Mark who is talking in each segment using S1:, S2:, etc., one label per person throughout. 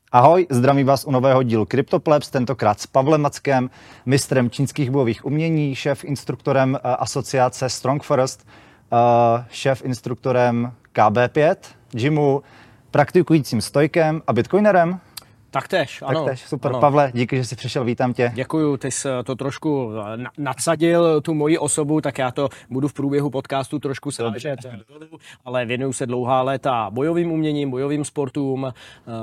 S1: Ahoj, zdravím vás u nového dílu CryptoPlebs, tentokrát s Pavlem Mackem, mistrem čínských bojových umění, šéf-instruktorem asociace Strong First, šéf-instruktorem KB5, gymu, praktikujícím stoikem a bitcoinerem.
S2: Taktéž, ano.
S1: Taktéž, super.
S2: Ano.
S1: Pavle, díky, že jsi přišel, vítám tě.
S2: Děkuju, ty jsi to trošku nadsadil, tu moji osobu, tak já to budu v průběhu podcastu trošku srážet, ale věnuju se dlouhá léta bojovým uměním, bojovým sportům,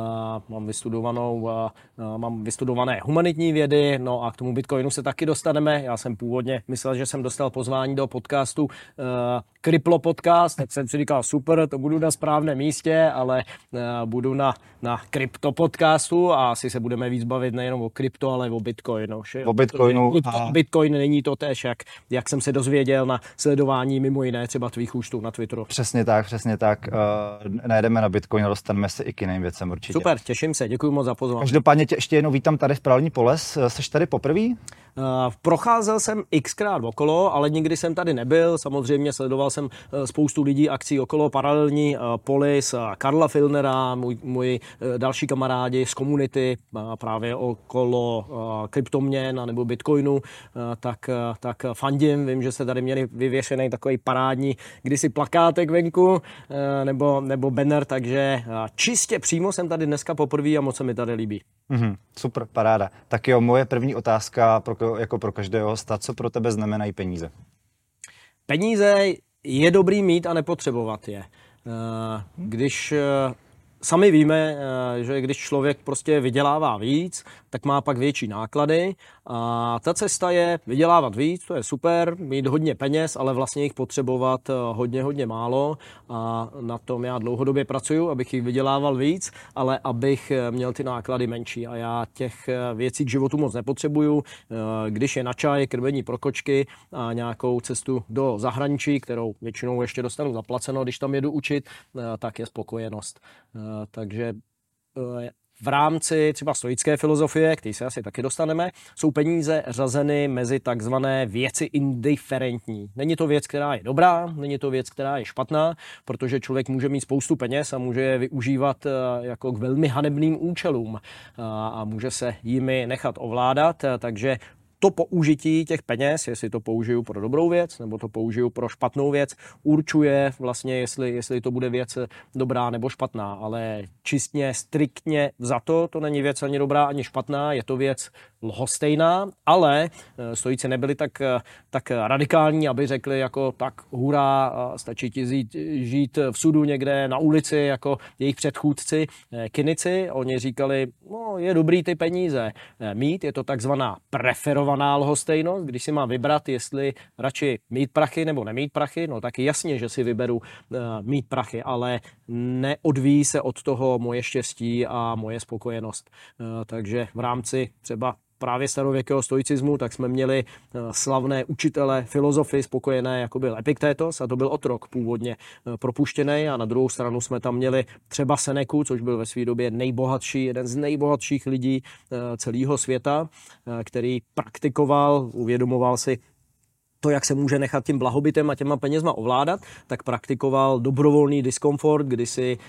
S2: mám vystudované humanitní vědy, no a k tomu Bitcoinu se taky dostaneme. Já jsem původně myslel, že jsem dostal pozvání do podcastu Kryplo podcast, tak jsem si říkal, super, to budu na správném místě, ale budu na krypto podcastu a asi se budeme víc bavit nejenom o krypto, ale o Bitcoinu.
S1: O Bitcoinu.
S2: Bitcoin není to též, jak jsem se dozvěděl na sledování mimo jiné třeba tvých účtů na Twitteru.
S1: Přesně tak. Najedeme na Bitcoin a dostaneme se i k jiným věcem určitě.
S2: Super, těším se, děkuji moc za pozvání.
S1: Každopádně tě ještě jednou vítám tady v Paralelní Poles. Seš tady poprvé?
S2: Procházel jsem xkrát okolo, ale nikdy jsem tady nebyl. Samozřejmě sledoval jsem spoustu lidí, akcí okolo Paralelní Polis, Karla Filnera, můj další kamarádi z komunity právě okolo kryptoměn nebo Bitcoinu, tak fandím. Vím, že jste tady měli vyvěšený takový parádní kdysi plakátek venku nebo banner, takže čistě přímo jsem tady dneska poprvé a moc se mi tady líbí.
S1: Super, paráda. Tak jo, moje první otázka jako pro každého hosta, co pro tebe znamenají peníze?
S2: Peníze je dobrý mít a nepotřebovat je. Když sami víme, že když člověk prostě vydělává víc, tak má pak větší náklady a ta cesta je vydělávat víc, to je super, mít hodně peněz, ale vlastně jich potřebovat hodně málo a na tom já dlouhodobě pracuju, abych jich vydělával víc, ale abych měl ty náklady menší a já těch věcí k životu moc nepotřebuju. Když je na čaj, krmení pro kočky a nějakou cestu do zahraničí, kterou většinou ještě dostanu zaplaceno, když tam jedu učit, tak je spokojenost. Takže v rámci třeba stoické filozofie, který se asi taky dostaneme, jsou peníze řazeny mezi takzvané věci indiferentní. Není to věc, která je dobrá, není to věc, která je špatná, protože člověk může mít spoustu peněz a může je využívat jako k velmi hanebným účelům a může se jimi nechat ovládat, takže to použití těch peněz, jestli to použiju pro dobrou věc, nebo to použiju pro špatnou věc, určuje vlastně, jestli to bude věc dobrá nebo špatná, ale čistě, striktně vzato, to není věc ani dobrá, ani špatná, je to věc lhostejná, ale stojíci nebyli tak radikální, aby řekli jako tak hurá, stačí ti žít v sudu někde na ulici jako jejich předchůdci kynici. Oni říkali, no je dobrý ty peníze mít, je to takzvaná preferovaná lhostejnost, když si mám vybrat, jestli radši mít prachy nebo nemít prachy, no tak jasně, že si vyberu mít prachy, ale neodvíjí se od toho moje štěstí a moje spokojenost. Takže v rámci třeba právě starověkého stoicismu, tak jsme měli slavné učitele filozofy spokojené, jako byl Epiktétos, a to byl otrok původně propuštěný, a na druhou stranu jsme tam měli třeba Seneku, což byl ve své době jeden z nejbohatších lidí celého světa, který praktikoval, uvědomoval si to, jak se může nechat tím blahobytem a těma penězma ovládat, tak praktikoval dobrovolný diskomfort, kdy si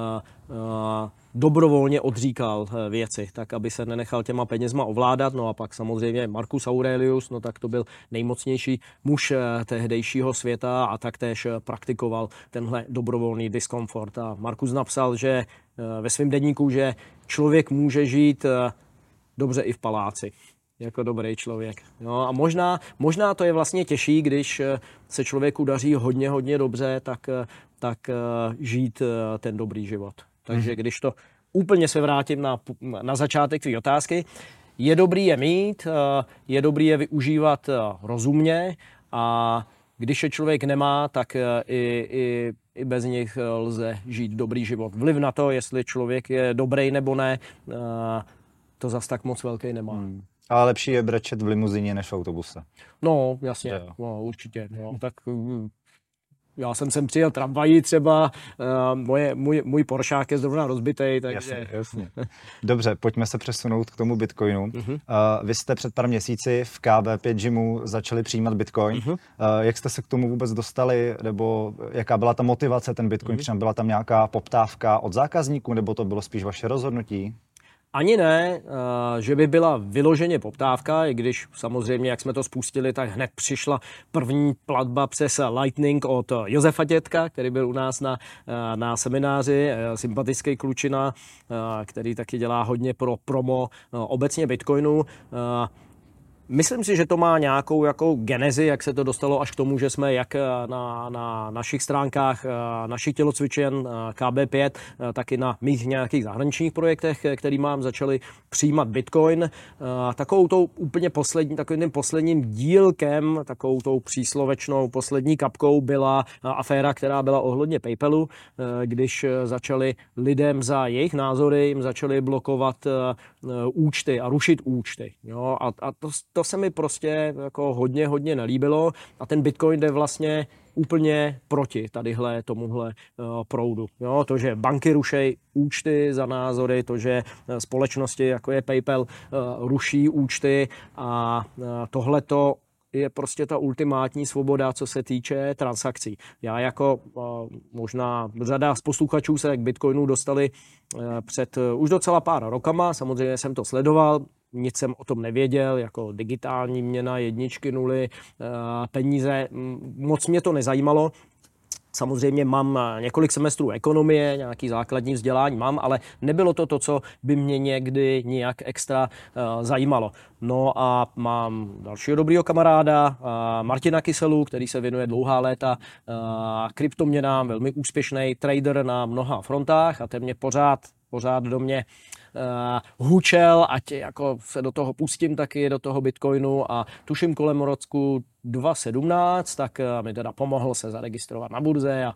S2: dobrovolně odříkal věci, tak aby se nenechal těma penězma ovládat. No a pak samozřejmě Marcus Aurelius, no tak to byl nejmocnější muž tehdejšího světa a taktéž praktikoval tenhle dobrovolný diskomfort. A Marcus napsal, že ve svém deníku, že člověk může žít dobře i v paláci jako dobrý člověk. No a možná to je vlastně těžší, když se člověku daří hodně dobře, tak žít ten dobrý život. Takže když to úplně se vrátím na začátek tvé otázky, je dobrý je mít, je dobrý je využívat rozumně a když je člověk nemá, tak i bez nich lze žít dobrý život. Vliv na to, jestli člověk je dobrý nebo ne, to zas tak moc velký nemá.
S1: Ale lepší je brečet v limuzině než v autobuse.
S2: No, jasně, no, určitě. No, tak já jsem sem přijel tramvají třeba, můj Poršák je zrovna rozbitej, takže...
S1: Jasně. Dobře, pojďme se přesunout k tomu Bitcoinu. Vy jste před pár měsíci v KB5 gymu začali přijímat Bitcoin. Jak jste se k tomu vůbec dostali, nebo jaká byla ta motivace ten Bitcoin? Byla tam nějaká poptávka od zákazníků, nebo to bylo spíš vaše rozhodnutí?
S2: Ani ne, že by byla vyloženě poptávka, i když samozřejmě, jak jsme to spustili, tak hned přišla první platba přes Lightning od Josefa Dětka, který byl u nás na semináři, sympatický klučina, který taky dělá hodně pro promo obecně Bitcoinu. Myslím si, že to má nějakou jako genezi, jak se to dostalo až k tomu, že jsme jak na našich stránkách, našich tělocvičen KB5, tak i na mých nějakých zahraničních projektech, který mám, začali přijímat Bitcoin. Takovou tou úplně takovým tím posledním dílkem, takovou tou příslovečnou poslední kapkou byla aféra, která byla ohledně PayPalu, když začali lidem za jejich názory, jim začali blokovat účty a rušit účty. Jo? A to se mi prostě jako hodně nelíbilo a ten Bitcoin jde vlastně úplně proti tomuhle proudu. Jo, to, že banky rušejí účty za názory, to, že společnosti jako je PayPal ruší účty a tohleto je prostě ta ultimátní svoboda, co se týče transakcí. Já jako možná řada z posluchačů se k Bitcoinu dostali před už docela pár rokama, samozřejmě jsem to sledoval, nic jsem o tom nevěděl, jako digitální měna, jedničky, nuly, peníze, moc mě to nezajímalo. Samozřejmě mám několik semestrů ekonomie, nějaký základní vzdělání mám, ale nebylo to, co by mě někdy nějak extra zajímalo. No a mám dalšího dobrýho kamaráda, Martina Kyselu, který se věnuje dlouhá léta kryptoměnám, velmi úspěšný trader na mnoha frontách a ten mě pořád do mě hučel, ať jako se do toho pustím taky, do toho Bitcoinu a tuším kolem roku 2017, tak mi teda pomohl se zaregistrovat na burze a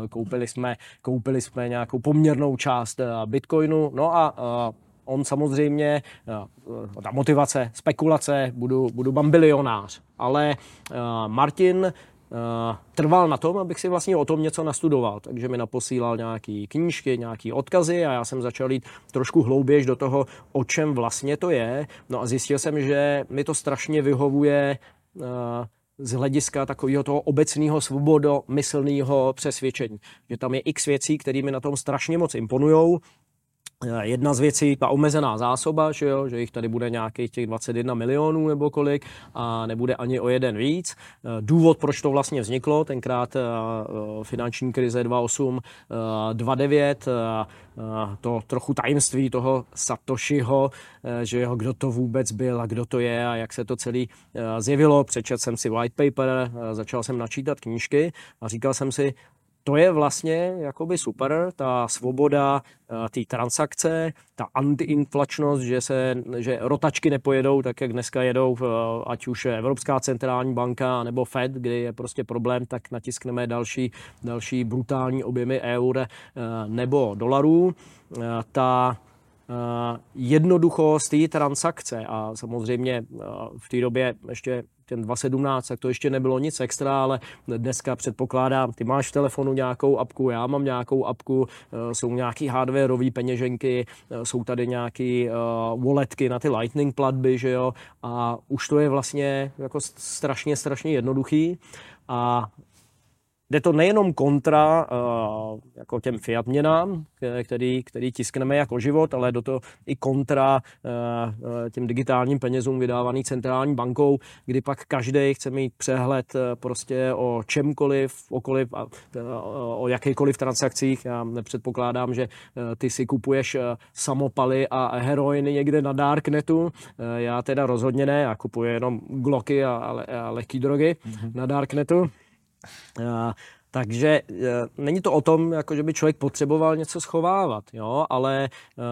S2: koupili jsme nějakou poměrnou část Bitcoinu. No a on samozřejmě, ta motivace, spekulace, budu bambilionář, ale Martin trval na tom, abych si vlastně o tom něco nastudoval, takže mi naposílal nějaký knížky, nějaký odkazy a já jsem začal jít trošku hlouběji do toho, o čem vlastně to je. No a zjistil jsem, že mi to strašně vyhovuje z hlediska takového toho obecného svobodomyslného přesvědčení. Že tam je x věcí, které mi na tom strašně moc imponujou. Jedna z věcí, ta omezená zásoba, že jich tady bude nějakých těch 21 milionů nebo kolik a nebude ani o jeden víc. Důvod, proč to vlastně vzniklo, tenkrát finanční krize 2008, 2009, to trochu tajemství toho Satoshiho, že kdo to vůbec byl a kdo to je a jak se to celý zjevilo. Přečetl jsem si white paper, začal jsem načítat knížky a říkal jsem si, to je vlastně jakoby super, ta svoboda, ty transakce, ta antiinflačnost, že rotačky nepojedou tak, jak dneska jedou, ať už Evropská centrální banka nebo Fed, kdy je prostě problém, tak natiskneme další brutální objemy eur nebo dolarů. Ta jednoduchost té transakce a samozřejmě v té době ještě ten 2017, tak to ještě nebylo nic extra, ale dneska předpokládám, ty máš v telefonu nějakou apku, já mám nějakou apku, jsou nějaký hardwareové peněženky, jsou tady nějaký walletky na ty Lightning platby, že jo, a už to je vlastně jako strašně jednoduchý a jde to nejenom kontra jako těm fiat měnám, který tiskneme jako život, ale do toho i kontra těm digitálním penězům vydávaný centrální bankou, kdy pak každý chce mít přehled prostě o čemkoliv, o jakýchkoliv transakcích. Já nepředpokládám, že ty si kupuješ samopaly a heroiny někde na Darknetu. Já teda rozhodně ne, já kupuji jenom Glocky a lehké drogy na Darknetu. Takže není to o tom, jako že by člověk potřeboval něco schovávat, jo? Ale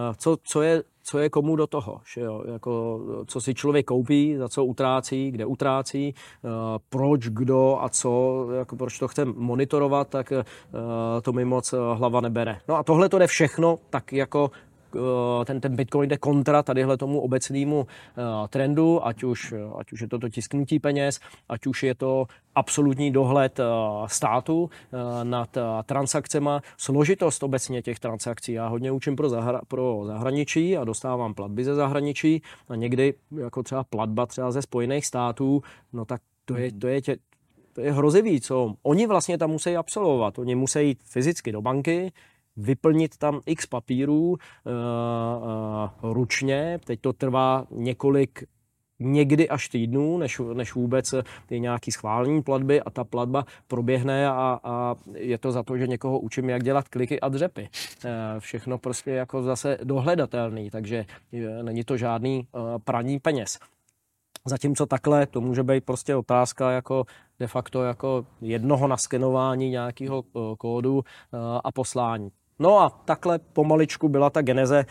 S2: co je komu do toho, že jo? Jako, co si člověk koupí, za co utrácí, kde utrácí, proč, kdo a co, jako proč to chce monitorovat, tak to mi moc hlava nebere. No a tohle to jde všechno tak jako ten Bitcoin jde kontra tadyhle tomu obecnému trendu, ať už je to tisknutí peněz, ať už je to absolutní dohled státu nad transakcema, složitost obecně těch transakcí. Já hodně učím pro zahraničí a dostávám platby ze zahraničí a někdy jako třeba platba třeba ze Spojených států, no tak to je hrozivý, co oni vlastně tam musí absolvovat. Oni musí jít fyzicky do banky, vyplnit tam x papírů ručně. Teď to trvá někdy až týdnů, než vůbec je nějaký schválení platby a ta platba proběhne a je to za to, že někoho učím, jak dělat kliky a dřepy. Všechno prostě jako zase dohledatelný, takže není to žádný praní peněz. Zatímco takhle to může být prostě otázka jako de facto jako jednoho naskenování nějakého kódu a poslání. No a takhle pomaličku byla ta geneze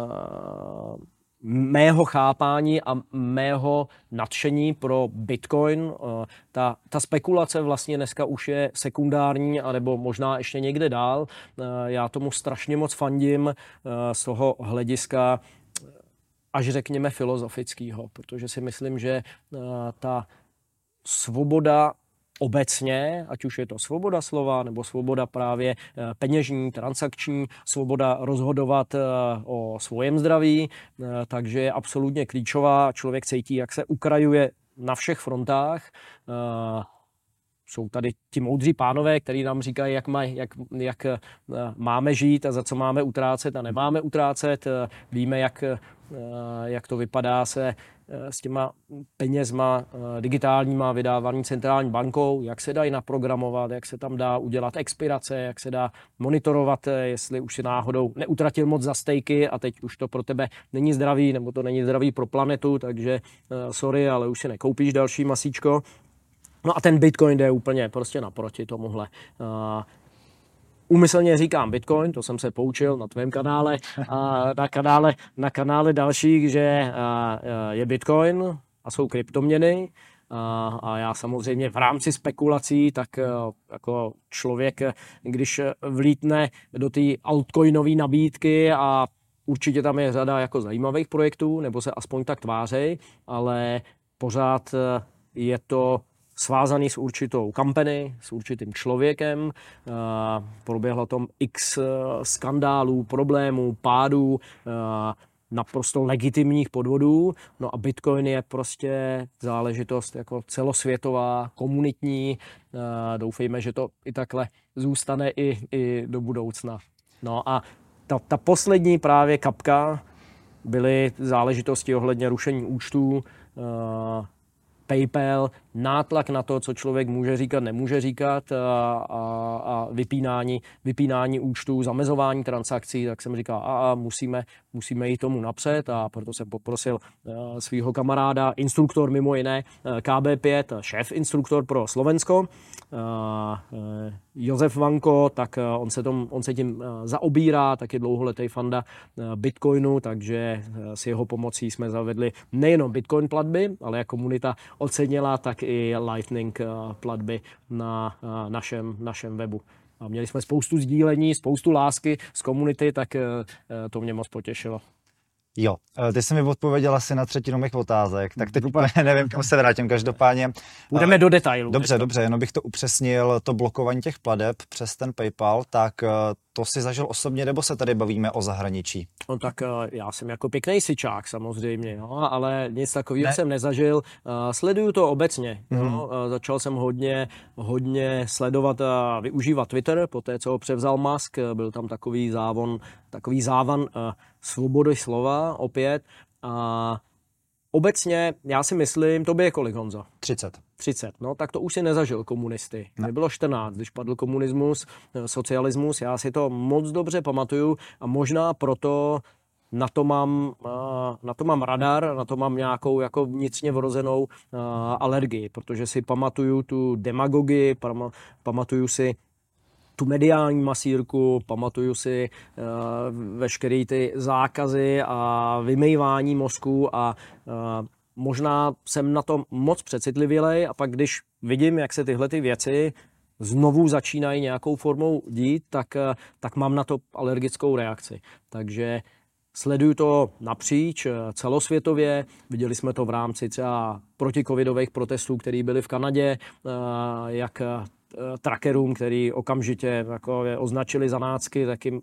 S2: mého chápání a mého nadšení pro Bitcoin. Ta spekulace vlastně dneska už je sekundární, anebo možná ještě někde dál. Já tomu strašně moc fandím z toho hlediska až řekněme filozofického, protože si myslím, že ta svoboda obecně, ať už je to svoboda slova, nebo svoboda právě peněžní, transakční, svoboda rozhodovat o svém zdraví, takže je absolutně klíčová. Člověk cítí, jak se ukrajuje na všech frontách. Jsou tady ti moudří pánové, kteří nám říkají, jak máme žít a za co máme utrácet a nemáme utrácet. Víme, jak to vypadá se s těma penězma digitálníma vydávaný centrální bankou, jak se dají naprogramovat, jak se tam dá udělat expirace, jak se dá monitorovat, jestli už si náhodou neutratil moc za stejky a teď už to pro tebe není zdravý, nebo to není zdravý pro planetu, takže sorry, ale už si nekoupíš další masíčko. No a ten Bitcoin jde úplně prostě naproti tomuhle. Úmyslně říkám Bitcoin, to jsem se poučil na tvém kanále a na kanále dalších, že je Bitcoin a jsou kryptoměny. A já samozřejmě v rámci spekulací, tak jako člověk, když vlítne do té altcoinové nabídky a určitě tam je řada jako zajímavých projektů, nebo se aspoň tak tvářejí, ale pořád je to svázaný s určitou company, s určitým člověkem. Proběhlo tam x skandálů, problémů, pádů, naprosto legitimních podvodů. No a Bitcoin je prostě záležitost jako celosvětová, komunitní. Doufejme, že to i takhle zůstane i do budoucna. No a ta poslední právě kapka byly záležitosti ohledně rušení účtů, PayPal, nátlak na to, co člověk může říkat, nemůže říkat a vypínání účtů, zamezování transakcí, tak jsem říkal, musíme jít tomu napřed a proto jsem poprosil svého kamaráda, instruktor mimo jiné KB5, šéf instruktor pro Slovensko, Josef Vanko, tak on se tím zaobírá, taky dlouholetý fanda Bitcoinu, takže s jeho pomocí jsme zavedli nejenom Bitcoin platby, ale jak komunita ocenila, tak i Lightning platby na našem webu. A měli jsme spoustu sdílení, spoustu lásky z komunity, tak to mě moc potěšilo.
S1: Jo, ty jsi mi odpověděl asi na třetinu mých otázek, tak teď úplně nevím, kam se vrátím, každopádně.
S2: Budeme do detailu.
S1: Dobře, jenom bych to upřesnil, to blokování těch plateb přes ten PayPal, tak to si zažil osobně, nebo se tady bavíme o zahraničí?
S2: No tak já jsem jako pěkný sičák samozřejmě, no, ale nic takového jsem nezažil. Sleduju to obecně. No, začal jsem hodně sledovat a využívat Twitter, po té, co ho převzal Musk, byl tam takový závan svobody slova opět. Obecně, já si myslím, to by je kolik, Honzo?
S1: 30.
S2: No tak to už si nezažil komunisty. Nebylo 14, když padl komunismus, socialismus, já si to moc dobře pamatuju a možná proto na to mám radar, na to mám nějakou jako vnitřně vrozenou alergii, protože si pamatuju tu demagogii, pamatuju si tu mediální masírku, pamatuju si veškeré ty zákazy a vymývání mozku a možná jsem na to moc přecitlivělej a pak když vidím, jak se tyhle ty věci znovu začínají nějakou formou dít, tak mám na to alergickou reakci. Takže sleduju to napříč celosvětově. Viděli jsme to v rámci třeba protikovidových protestů, které byly v Kanadě, jak trackerům, který okamžitě jako označili za nácky, tak jim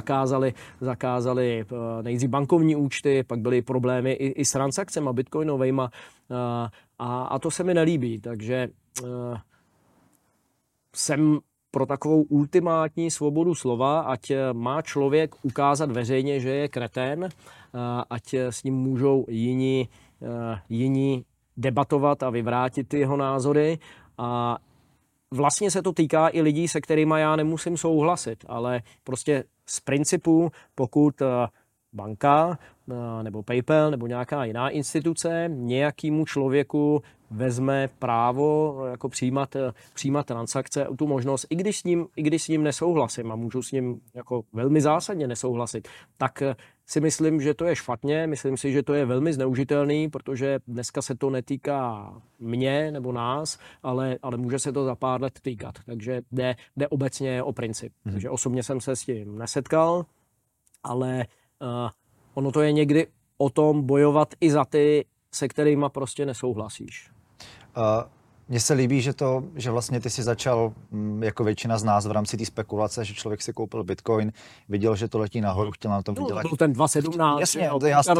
S2: zakázali nejdřív bankovní účty, pak byly problémy i s transakcemi bitcoinovejma a to se mi nelíbí, takže jsem pro takovou ultimátní svobodu slova, ať má člověk ukázat veřejně, že je kretén, ať s ním můžou jiní debatovat a vyvrátit ty jeho názory. A vlastně se to týká i lidí, se kterými já nemusím souhlasit, ale prostě z principu, pokud banka nebo PayPal nebo nějaká jiná instituce nějakému člověku vezme právo jako přijímat transakce, tu možnost, i když s ním nesouhlasím a můžu s ním jako velmi zásadně nesouhlasit, tak si myslím, že to je špatně, myslím si, že to je velmi zneužitelný, protože dneska se to netýká mě nebo nás, ale může se to za pár let týkat. Takže jde obecně o princip. Takže osobně jsem se s tím nesetkal, ale ono to je někdy o tom bojovat i za ty, se kterými prostě nesouhlasíš.
S1: Mně se líbí, že vlastně ty si začal jako většina z nás v rámci té spekulace, že člověk si koupil Bitcoin, viděl, že to letí nahoru, chtěl na tom vydělat.
S2: To byl ten 2017,
S1: jasně,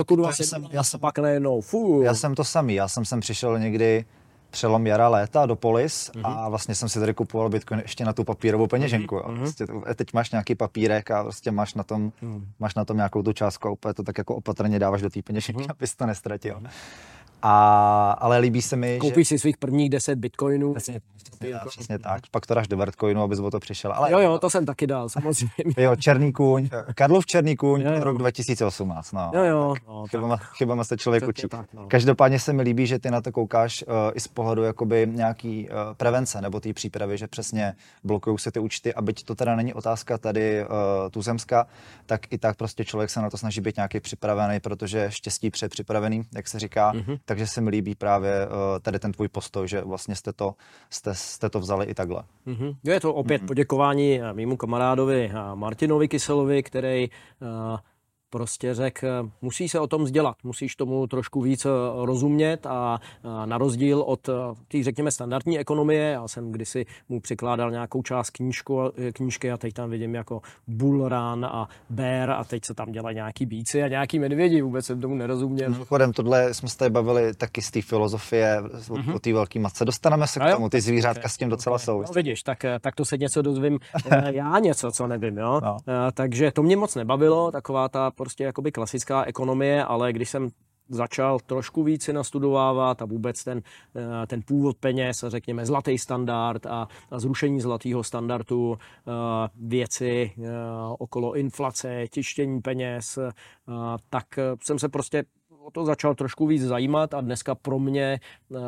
S1: já jsem to samý, já jsem sem přišel někdy přelom jara, léta do Polis a vlastně jsem si tady kupoval Bitcoin ještě na tu papírovou peněženku. Vlastně teď máš nějaký papírek a vlastně máš na tom nějakou tu částku a úplně to tak jako opatrně dáváš do té peněženky, abys to nestratil. Ale líbí se mi,
S2: koupíš si svých prvních 10 bitcoinů.
S1: Přesně tak. Pak to dáš do Vertcoinu, abys o to přišel. Ale
S2: jo, to jsem taky dal, samozřejmě.
S1: Jo, Černý kůň, Karlov Černý kůň, rok 2018. No. Chybama se člověk učí. Každopádně se mi líbí, že ty na to koukáš i z pohledu jakoby nějaký prevence nebo té přípravy, že přesně blokují se ty účty, a byť to teda není otázka tady tuzemská, tak i tak prostě člověk se na to snaží být nějaký připravený, protože štěstí předpřipravený, jak se říká. Takže se mi líbí právě tady ten tvůj postoj, že vlastně jste to vzali i takhle.
S2: Je to opět poděkování mému kamarádovi Martinovi Kyselovi, který prostě řekl, musí se o tom vzdělat, musíš tomu trošku víc rozumět a na rozdíl od té, řekněme, standardní ekonomie, já jsem kdysi mu přikládal nějakou část knížky a teď tam vidím jako bull run a bear a teď se tam dělají nějaký býci a nějaký medvědi, vůbec jsem tomu nerozuměl.
S1: Mimochodem, tohle jsme se tady bavili taky z té filozofie, o té velké matce, dostaneme se k tomu, ty zvířátka s tím docela jsou.
S2: No vidíš, tak to se něco dozvím, já něco, co nevím, jo. No. Takže to mě moc nebavilo, taková ta prostě jakoby klasická ekonomie, ale když jsem začal trošku víc si nastudovávat a vůbec ten původ peněz, řekněme zlatý standard a zrušení zlatého standardu, věci okolo inflace, tištění peněz, tak jsem se prostě o to začal trošku víc zajímat a dneska pro mě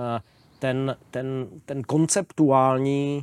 S2: ten konceptuální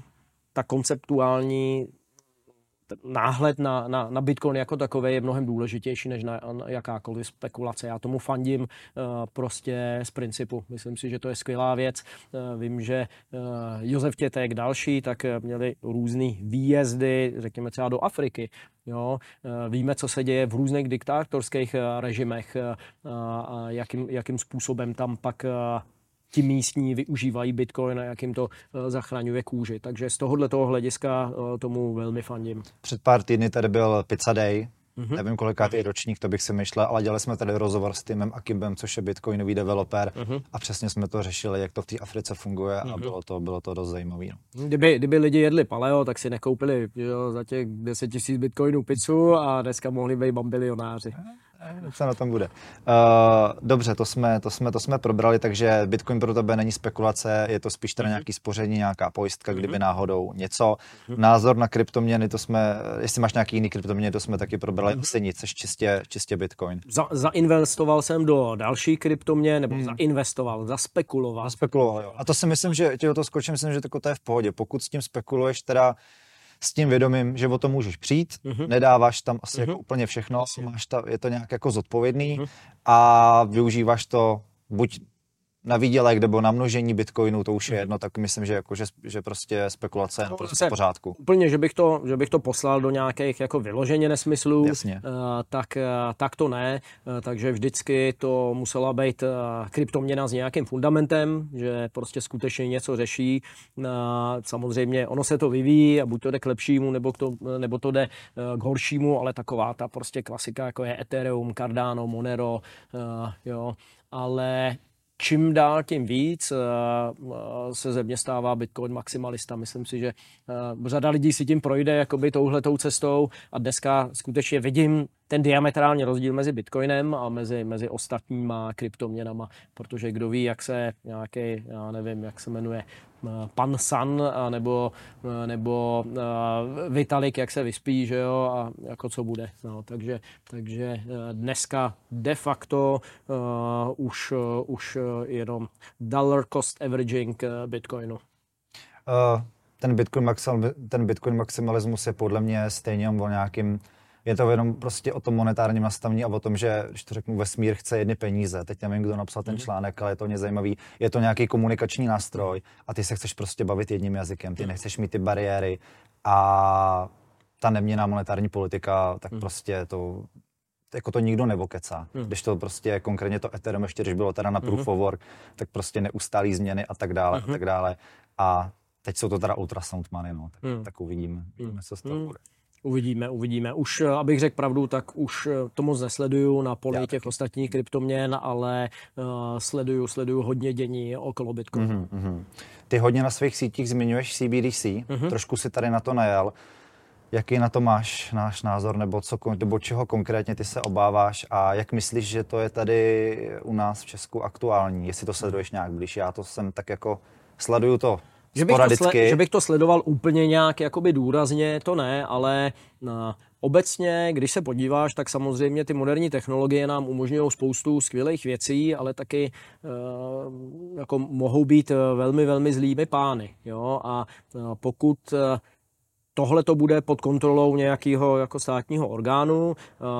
S2: náhled na Bitcoin jako takové je mnohem důležitější než na jakákoliv spekulace. Já tomu fandím prostě z principu. Myslím si, že to je skvělá věc. Vím, že Josef Tětek další, tak měli různý výjezdy, řekněme třeba do Afriky. Jo? Víme, co se děje v různých diktátorských režimech a jakým způsobem tam pak ti místní využívají Bitcoin a jak jim to zachraňuje kůži. Takže z tohoto hlediska tomu velmi fandím.
S1: Před pár týdny tady byl Pizza Day. Nevím, kolikátý ročník, to bych si myslel, ale dělali jsme tady rozhovor s Timem Akibem, což je bitcoinový developer, a přesně jsme to řešili, jak to v té Africe funguje, a bylo to dost zajímavé. No.
S2: Kdyby lidi jedli paleo, tak si nekoupili za těch 10 000 bitcoinů pizzu a dneska mohli být bambilionáři.
S1: Co na tom bude. Dobře, to jsme probrali, takže Bitcoin pro tebe není spekulace, je to spíš teda nějaký spoření, nějaká pojistka, kdyby náhodou něco. Názor na kryptoměny, jestli máš nějaký jiný kryptoměny, to jsme taky probrali, asi nic, čistě Bitcoin.
S2: Zainvestoval jsem do další kryptoměn, nebo zaspekuloval,
S1: jo. A to si myslím, že ti o to skočím, myslím, že to je v pohodě. Pokud s tím spekuluješ teda s tím vědomím, že o to můžeš přijít, nedáváš tam asi jako úplně všechno, je to nějak jako zodpovědný a využíváš to buď na výdělek nebo na množení bitcoinů, to už je jedno, tak myslím, že prostě spekulace je prostě v pořádku.
S2: Úplně, že bych to poslal do nějakých jako vyloženě nesmyslů, tak to ne, takže vždycky to musela být kryptoměna s nějakým fundamentem, že prostě skutečně něco řeší. Samozřejmě ono se to vyvíjí a buď to jde k lepšímu, nebo to jde k horšímu, ale taková ta prostě klasika, jako je Ethereum, Cardano, Monero, jo, ale čím dál tím víc se ze mě stává Bitcoin maximalista. Myslím si, že řada lidí si tím projde jakoby touhletou cestou a dneska skutečně vidím ten diametrální rozdíl mezi Bitcoinem a mezi ostatníma kryptoměnama, protože kdo ví, jak se nějaký, já nevím, jak se jmenuje, pan San nebo Vitalik, jak se vyspí, že jo, a jako co bude. No, takže dneska de facto už jenom dollar cost averaging Bitcoinu.
S1: Ten Bitcoin maximalismus je podle mě stejně o nějakým. Je to jenom prostě o tom monetárním nastavení a o tom, že, když to řeknu, vesmír chce jedny peníze. Teď nevím, kdo napsal ten článek, ale je to hodně zajímavý. Je to nějaký komunikační nástroj a ty se chceš prostě bavit jedním jazykem. Ty nechceš mít ty bariéry a ta neměnná monetární politika, tak prostě to jako to nikdo nevokecá. Když to prostě konkrétně to Ethereum ještě, když bylo teda na Proof of Work, tak prostě neustálý změny a tak dále a tak dále. A teď jsou to teda ultrasound money, no. Tak uvidíme, co z toho bude.
S2: Uvidíme. Už, abych řekl pravdu, tak už to moc nesleduju na poli těch ostatních kryptoměn, ale sleduju hodně dění okolo Bitcoinu.
S1: Ty hodně na svých sítích zmiňuješ CBDC, trošku si tady na to najel. Jaký na to máš náš názor, nebo čeho konkrétně ty se obáváš a jak myslíš, že to je tady u nás v Česku aktuální? Jestli to sleduješ nějak blíž, já to jsem tak jako sleduju to sporadicky.
S2: Že bych to sledoval úplně nějak jakoby důrazně, to ne, ale obecně, když se podíváš, tak samozřejmě ty moderní technologie nám umožňují spoustu skvělých věcí, ale taky jako mohou být velmi, velmi zlými pány. Jo? A pokud tohle to bude pod kontrolou nějakého jako státního orgánu,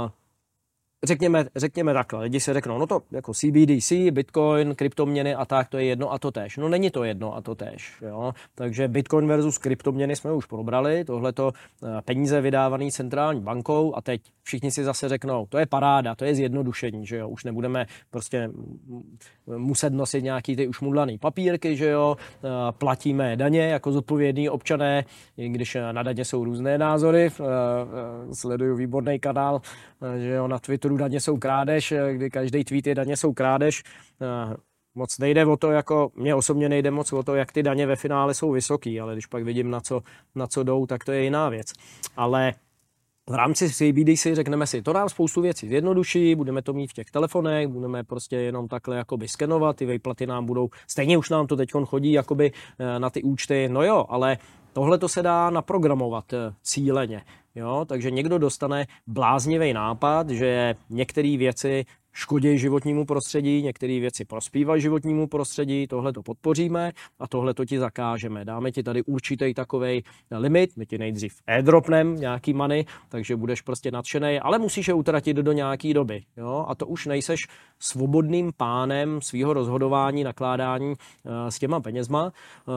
S2: řekněme takhle, lidi si řeknou, no to jako CBDC, Bitcoin, kryptoměny a tak, to je jedno a to též. No není to jedno a to též, jo. Takže Bitcoin versus kryptoměny jsme už probrali, tohleto peníze vydávané centrální bankou a teď všichni si zase řeknou, to je paráda, to je zjednodušení, že jo, už nebudeme prostě muset nosit nějaký ty ušmudlaný papírky, že jo, platíme daně jako zodpovědní občané, i když na daně jsou různé názory, sleduju výborný kanál, že jo, na Twitteru daně jsou krádež, kdy každý tweet je daně jsou krádež. Moc nejde o to, jako mně osobně nejde moc o to, jak ty daně ve finále jsou vysoký, ale když pak vidím, na co jdou, tak to je jiná věc. Ale v rámci CBDC řekneme si, to nám spoustu věcí zjednoduší, budeme to mít v těch telefonech, budeme prostě jenom takhle jakoby skenovat, ty výplaty nám budou, stejně už nám to teď chodí jakoby na ty účty, no jo, ale tohle to se dá naprogramovat cíleně, jo, takže někdo dostane bláznivý nápad, že některé věci škodí životnímu prostředí, některé věci prospívají životnímu prostředí, tohle to podpoříme a tohle to ti zakážeme. Dáme ti tady určitý takovej limit, my ti nejdřív airdropnem nějaký money, takže budeš prostě nadšenej, ale musíš je utratit do nějaký doby. Jo? A to už nejseš svobodným pánem svého rozhodování, nakládání s těma penězma.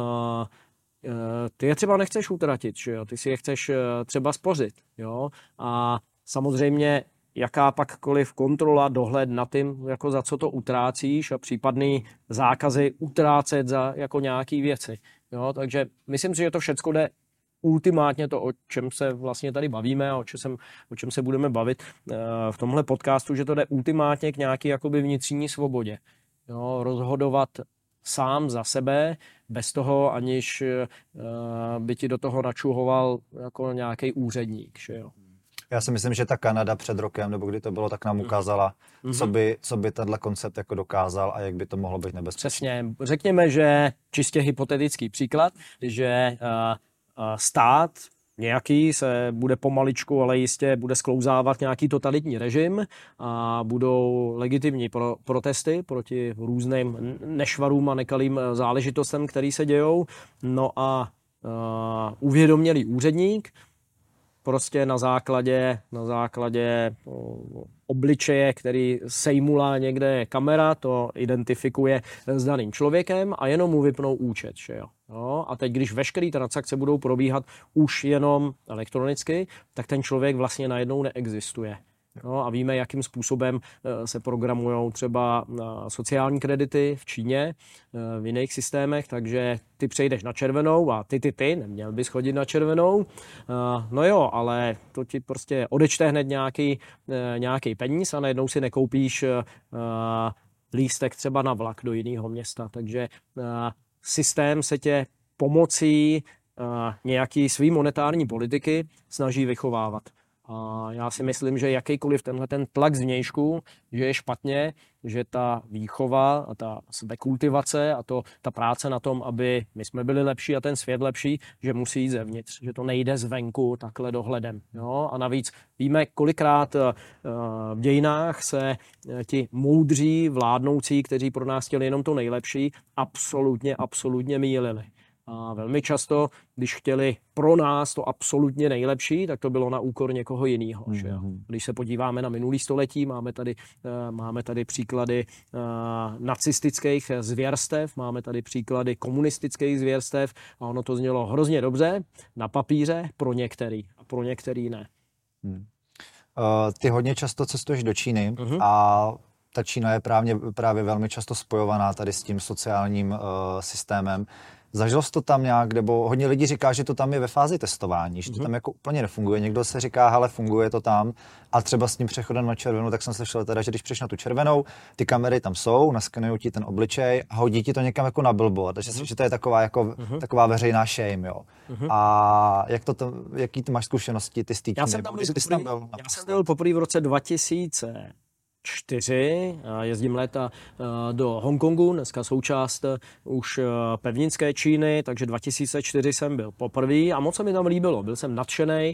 S2: Ty je třeba nechceš utratit, že jo? Ty si je chceš třeba spořit. Jo? A samozřejmě jakápakkoliv kontrola, dohled nad tím, jako za co to utrácíš a případný zákazy utrácet za jako nějaký věci. Jo? Takže myslím si, že to všecko jde ultimátně to, o čem se vlastně tady bavíme a o čem se budeme bavit v tomhle podcastu, že to jde ultimátně k nějaký jakoby vnitřní svobodě. Jo? Rozhodovat sám za sebe, bez toho, aniž by ti do toho načuhoval jako nějaký úředník. Že jo?
S1: Já si myslím, že ta Kanada před rokem, nebo kdy to bylo, tak nám ukázala, co by tenhle koncept jako dokázal a jak by to mohlo být nebezpečné.
S2: Přesně. Řekněme, že čistě hypotetický příklad, že stát nějaký se bude pomaličku, ale jistě bude sklouzávat nějaký totalitní režim a budou legitimní protesty proti různým nešvarům a nekalým záležitostem, které se dějou. No a uvědomělý úředník prostě na základě obličeje, který sejmulá někde kamera, to identifikuje s daným člověkem a jenom mu vypnou účet. Že jo? No, a teď, když veškeré transakce budou probíhat už jenom elektronicky, tak ten člověk vlastně najednou neexistuje. No, a víme, jakým způsobem se programují třeba sociální kredity v Číně, v jiných systémech, takže ty přejdeš na červenou a ty, neměl bys chodit na červenou. No jo, ale to ti prostě odečte hned nějaký peníz a najednou si nekoupíš lístek třeba na vlak do jiného města. Takže systém se tě pomocí nějaký svý monetární politiky snaží vychovávat. A já si myslím, že jakýkoliv tenhle ten tlak zvnějšku, že je špatně, že ta výchova a ta sebekultivace a ta práce na tom, aby my jsme byli lepší a ten svět lepší, že musí jít zevnitř, že to nejde zvenku takhle dohledem. Jo? A navíc víme, kolikrát v dějinách se ti moudří vládnoucí, kteří pro nás chtěli jenom to nejlepší, absolutně mýlili. A velmi často, když chtěli pro nás to absolutně nejlepší, tak to bylo na úkor někoho jiného. Když se podíváme na minulý století, máme tady příklady nacistických zvěrstev, máme tady příklady komunistických zvěrstev a ono to znělo hrozně dobře na papíře pro některý a pro některý ne.
S1: Ty hodně často cestuješ do Číny a ta Čína je právě velmi často spojovaná tady s tím sociálním systémem. Zažil jsi to tam nějak, nebo hodně lidí říká, že to tam je ve fázi testování, že to tam jako úplně nefunguje. Někdo se říká, hele, funguje to tam a třeba s tím přechodem na červenou, tak jsem slyšel teda, že když přijdeš na tu červenou, ty kamery tam jsou, naskenují ti ten obličej a hodí ti to někam jako na billboard, takže že to je taková jako taková veřejná shame, jo. A jaký ty máš zkušenosti ty s tím?
S2: Já jsem byl poprvé v roce 2004, jezdím léta do Hongkongu, dneska součást už pevninské Číny, takže 2004 jsem byl poprvé a moc se mi tam líbilo, byl jsem nadšenej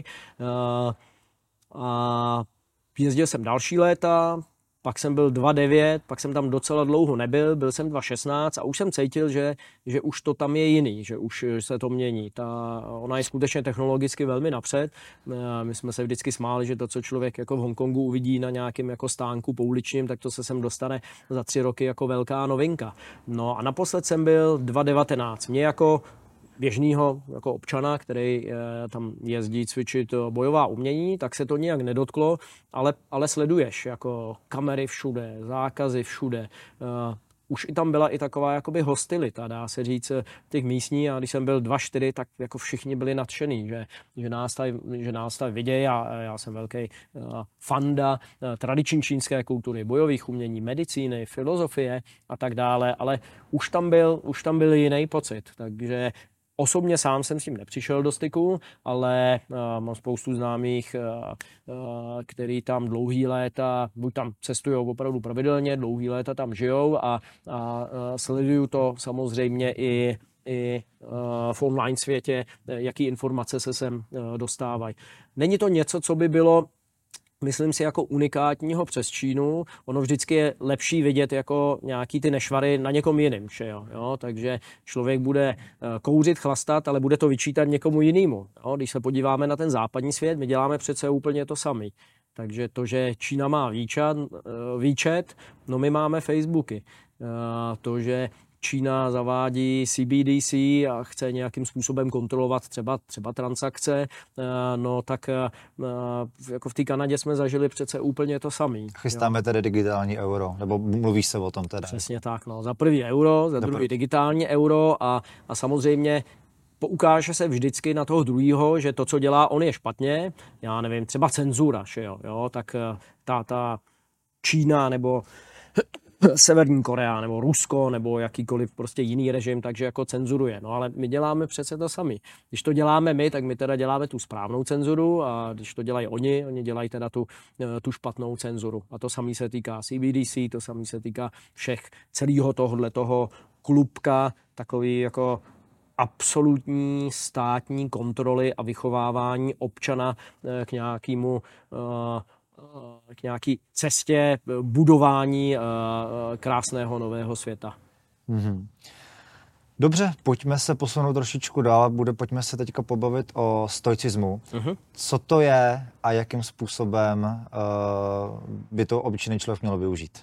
S2: a jezdil jsem další léta, pak jsem byl 2009, pak jsem tam docela dlouho nebyl, byl jsem 2016 a už jsem cítil, že už to tam je jiný, že už se to mění. Ona je skutečně technologicky velmi napřed. My jsme se vždycky smáli, že to, co člověk jako v Hongkongu uvidí na nějakém jako stánku pouličním, tak to se sem dostane za 3 roky jako velká novinka. No a naposled jsem byl 2019. Mě jako běžného jako občana, který tam jezdí cvičit bojová umění, tak se to nijak nedotklo, ale sleduješ jako kamery všude, zákazy všude. Už i tam byla i taková jakoby hostilita, dá se říct, těch místní a když jsem byl 2-4, tak jako všichni byli nadšený, že nás tady vidějí a já jsem velký fanda tradiční čínské kultury, bojových umění, medicíny, filozofie a tak dále, ale už tam byl jiný pocit, takže osobně sám jsem s tím nepřišel do styku, ale mám spoustu známých, který tam dlouhý léta, buď tam cestujou opravdu pravidelně, dlouhý léta tam žijou a sleduju to samozřejmě i v online světě, jaký informace se sem dostávají. Není to něco, co by bylo, myslím si, jako unikátního přes Čínu. Ono vždycky je lepší vidět jako nějaký ty nešvary na někom jiným. Jo? Takže člověk bude kouřit, chlastat, ale bude to vyčítat někomu jinému. Jo? Když se podíváme na ten západní svět, my děláme přece úplně to samé. Takže to, že Čína má WeChat, no my máme Facebooky. To, že Čína zavádí CBDC a chce nějakým způsobem kontrolovat třeba transakce, no tak jako v té Kanadě jsme zažili přece úplně to samé.
S1: Chystáme tedy digitální euro, nebo mluvíš se o tom teda?
S2: Přesně tak, no. Za první euro, za druhý digitální euro a samozřejmě poukáže se vždycky na toho druhýho, že to, co dělá on, je špatně. Já nevím, třeba cenzura, jo, tak ta Čína nebo Severní Korea nebo Rusko nebo jakýkoliv prostě jiný režim, takže jako cenzuruje. No ale my děláme přece to sami. Když to děláme my, tak my teda děláme tu správnou cenzuru a když to dělají oni dělají teda tu špatnou cenzuru. A to samé se týká CBDC, to samé se týká celého toho klubka, takový jako absolutní státní kontroly a vychovávání občana k nějaký cestě budování krásného nového světa.
S1: Dobře, pojďme se posunout trošičku dál. Pojďme se teďka pobavit o stoicismu. Co to je a jakým způsobem by to obyčejný člověk měl využít?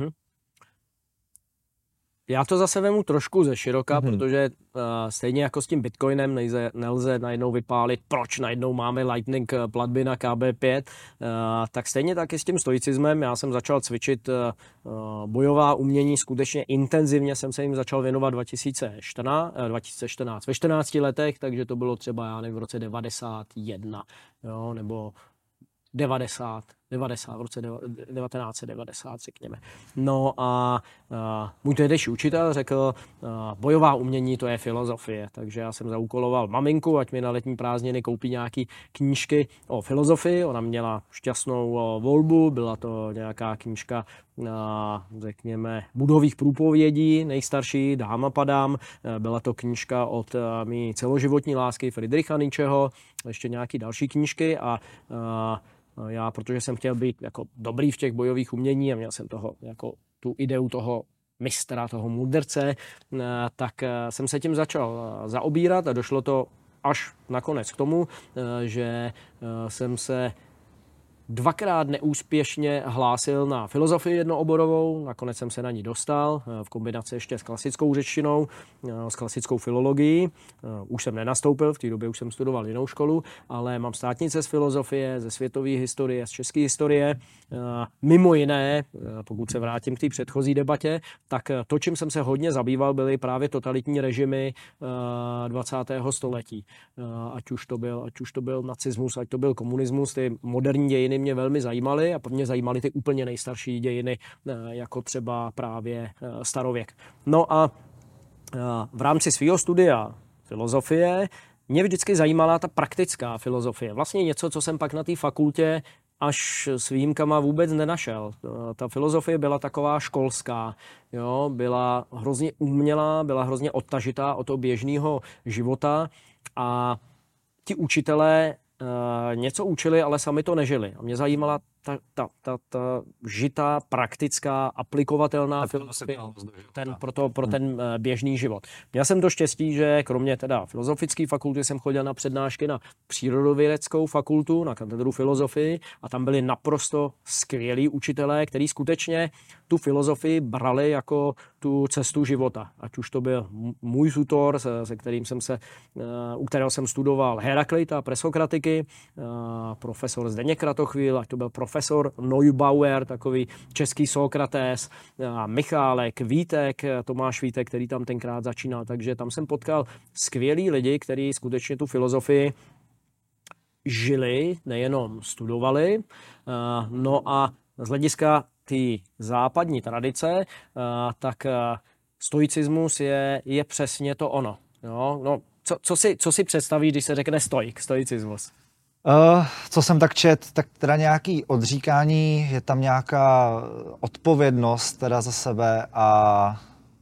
S2: Já to zase vemu trošku ze široka, protože stejně jako s tím Bitcoinem nelze najednou vypálit, proč najednou máme Lightning platby na KB5, tak stejně tak i s tím stoicismem. Já jsem začal cvičit bojová umění, skutečně intenzivně jsem se jim začal věnovat 2014, ve 14 letech, takže to bylo třeba, já nevím, v roce 91, jo, nebo 90, 90, v roce 1990, řekněme. No a můj tehdejší učitel řekl, bojová umění to je filozofie, takže já jsem zaúkoloval maminku, ať mi na letní prázdniny koupí nějaký knížky o filozofii. Ona měla šťastnou volbu, byla to nějaká knížka, řekněme, budových průpovědí, nejstarší, Dáma padám, byla to knížka od mý celoživotní lásky Friedricha Nietzscheho, ještě nějaký další knížky a já, protože jsem chtěl být jako dobrý v těch bojových umění a měl jsem toho, jako tu ideu toho mistra, toho mudrce, tak jsem se tím začal zaobírat a došlo to až nakonec k tomu, že jsem se dvakrát neúspěšně hlásil na filozofii jednooborovou, nakonec jsem se na ní dostal, v kombinaci ještě s klasickou řečtinou, s klasickou filologií. Už jsem nenastoupil, v té době už jsem studoval jinou školu, ale mám státnice z filozofie, ze světové historie, z české historie. Mimo jiné, pokud se vrátím k té předchozí debatě, tak to, čím jsem se hodně zabýval, byly právě totalitní režimy 20. století. Ať už to byl nacismus, ať to byl komunismus, ty moderní dějiny mě velmi zajímaly a mě zajímaly ty úplně nejstarší dějiny, jako třeba právě starověk. No a v rámci svého studia filozofie mě vždycky zajímala ta praktická filozofie. Vlastně něco, co jsem pak na té fakultě až s výjimkama vůbec nenašel. Ta filozofie byla taková školská, jo? Byla hrozně umělá, byla hrozně odtažitá od toho běžného života a ti učitelé něco učili, ale sami to nežili. A mě zajímala ta žitá, praktická, aplikovatelná filozofie pro ten běžný život. Měl jsem to štěstí, že kromě teda filozofické fakulty jsem chodil na přednášky na přírodovědeckou fakultu, na katedru filozofii a tam byli naprosto skvělí učitelé, kteří skutečně tu filozofii brali jako tu cestu života. Ať už to byl můj tutor, u kterého jsem studoval Heraklita, presokratiky, profesor Zdeněk Kratochvíl, ať to byl profesor Neubauer, takový český Sokrates, Michálek, Vítek, Tomáš Vítek, který tam tenkrát začínal. Takže tam jsem potkal skvělý lidi, kteří skutečně tu filozofii žili, nejenom studovali. No a z hlediska té západní tradice, tak stoicismus je přesně to ono. Jo? No, co si představíš, když se řekne stoicismus?
S1: Co jsem tak čet, tak teda nějaký odříkání, je tam nějaká odpovědnost teda za sebe a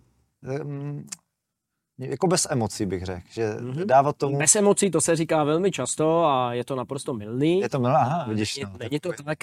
S1: jako bez emocí bych řekl, že dávat tomu...
S2: Bez emocí, to se říká velmi často a je to naprosto mylný.
S1: Je to mylné, aha, vidíš.
S2: Není to tak...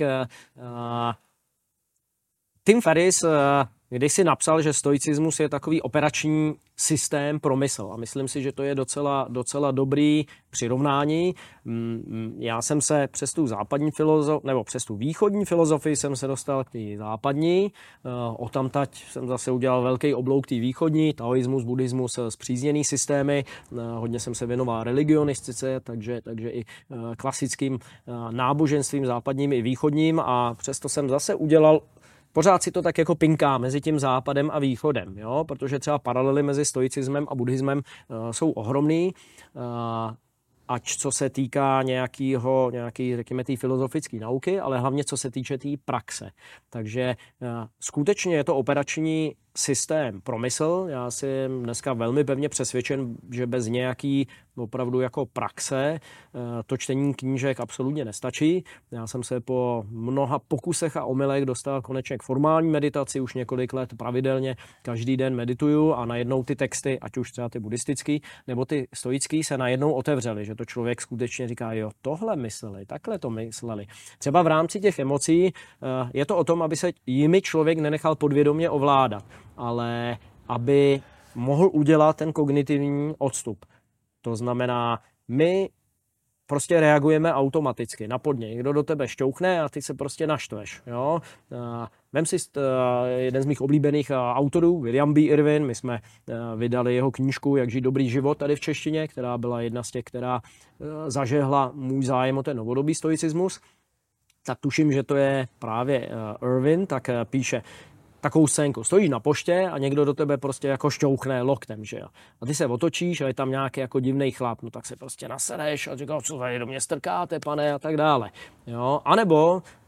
S2: Tim Ferriss když si napsal, že stoicismus je takový operační systém pro mysl. A myslím si, že to je docela dobrý přirovnání. Já jsem se přes tu západní nebo přes tu východní filozofii jsem se dostal k té západní. Odtamtať jsem zase udělal velký oblouk té východní, taoismus, buddhismus, spřízněný systémy. Hodně jsem se věnoval religionistice, takže i klasickým náboženstvím západním i východním a přesto jsem zase udělal pořád si to tak jako pinká mezi tím západem a východem, jo? Protože třeba paralely mezi stoicismem a buddhismem jsou ohromný, ať co se týká nějaký, řekněme, té filozofické nauky, ale hlavně co se týče té praxe. Takže skutečně je to operační systém pro mysl. Já jsem dneska velmi pevně přesvědčen, že bez nějaký opravdu jako praxe to čtení knížek absolutně nestačí. Já jsem se po mnoha pokusech a omylech dostal konečně k formální meditaci, už několik let pravidelně každý den medituju a najednou ty texty, ať už třeba ty buddhistický nebo ty stoický, se najednou otevřely, že to člověk skutečně říká, jo, tohle mysleli, takhle to mysleli. Třeba v rámci těch emocí je to o tom, aby se jimi člověk nenechal podvědomě ovládat, ale aby mohl udělat ten kognitivní odstup. To znamená, my prostě reagujeme automaticky na podnět. Někdo do tebe šťouchne a ty se prostě naštveš. Jo? Vem si jeden z mých oblíbených autorů, William B. Irwin, my jsme vydali jeho knížku Jak žít dobrý život tady v češtině, která byla jedna z těch, která zažehla můj zájem o ten novodobý stoicismus. Tak tuším, že to je právě Irwin, tak píše takovou scénku. Stojíš na poště a někdo do tebe prostě jako šťouchne loktem, že jo. A ty se otočíš a je tam nějaký jako divnej chlap, no tak se prostě nasereš a říkáš, co tady do mě strkáte, pane, a tak dále. Jo. A nebo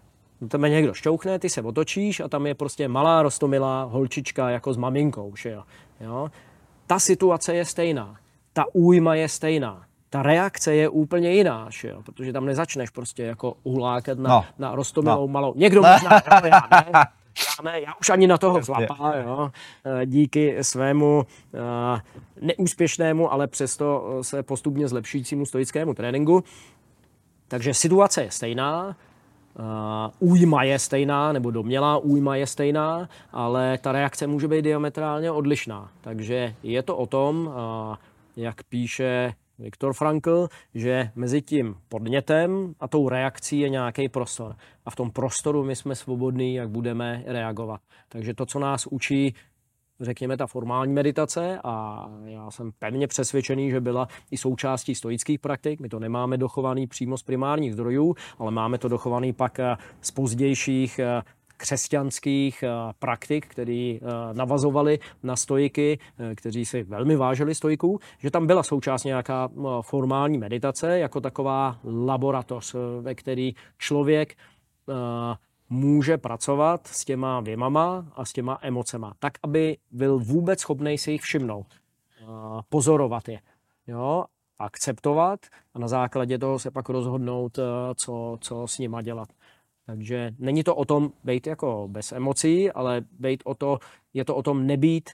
S2: tebe někdo šťouchne, ty se otočíš a tam je prostě malá roztomilá holčička jako s maminkou, že jo. Jo? Ta situace je stejná, ta újma je stejná, ta reakce je úplně jiná, že jo? Protože tam nezačneš prostě jako ulákat na roztomilou malou. Někdo možná, jo, já ne, já už ani na toho chlapa, jo, díky svému neúspěšnému, ale přesto se postupně zlepšujícímu stoickému tréninku. Takže situace je stejná, újma je stejná, nebo domnělá újma je stejná, ale ta reakce může být diametrálně odlišná. Takže je to o tom, jak píše Viktor Frankl, že mezi tím podnětem a tou reakcí je nějaký prostor. A v tom prostoru my jsme svobodní, jak budeme reagovat. Takže to, co nás učí, řekněme, ta formální meditace, a já jsem pevně přesvědčený, že byla i součástí stoických praktik. My to nemáme dochovaný přímo z primárních zdrojů, ale máme to dochovaný pak z pozdějších křesťanských praktik, který navazovali na stoiky, kteří si velmi vážili stoiků, že tam byla součást nějaká formální meditace, jako taková laboratoř, ve který člověk může pracovat s těma věmama a s těma emocema, tak, aby byl vůbec schopný si jich všimnout, pozorovat je, jo, akceptovat a na základě toho se pak rozhodnout, co s nima dělat. Takže není to o tom být jako bez emocí, ale je to o tom nebýt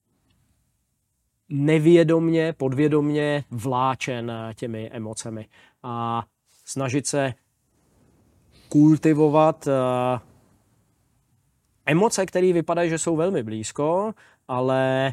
S2: nevědomně, podvědomně vláčen těmi emocemi a snažit se kultivovat emoce, které vypadají, že jsou velmi blízko, ale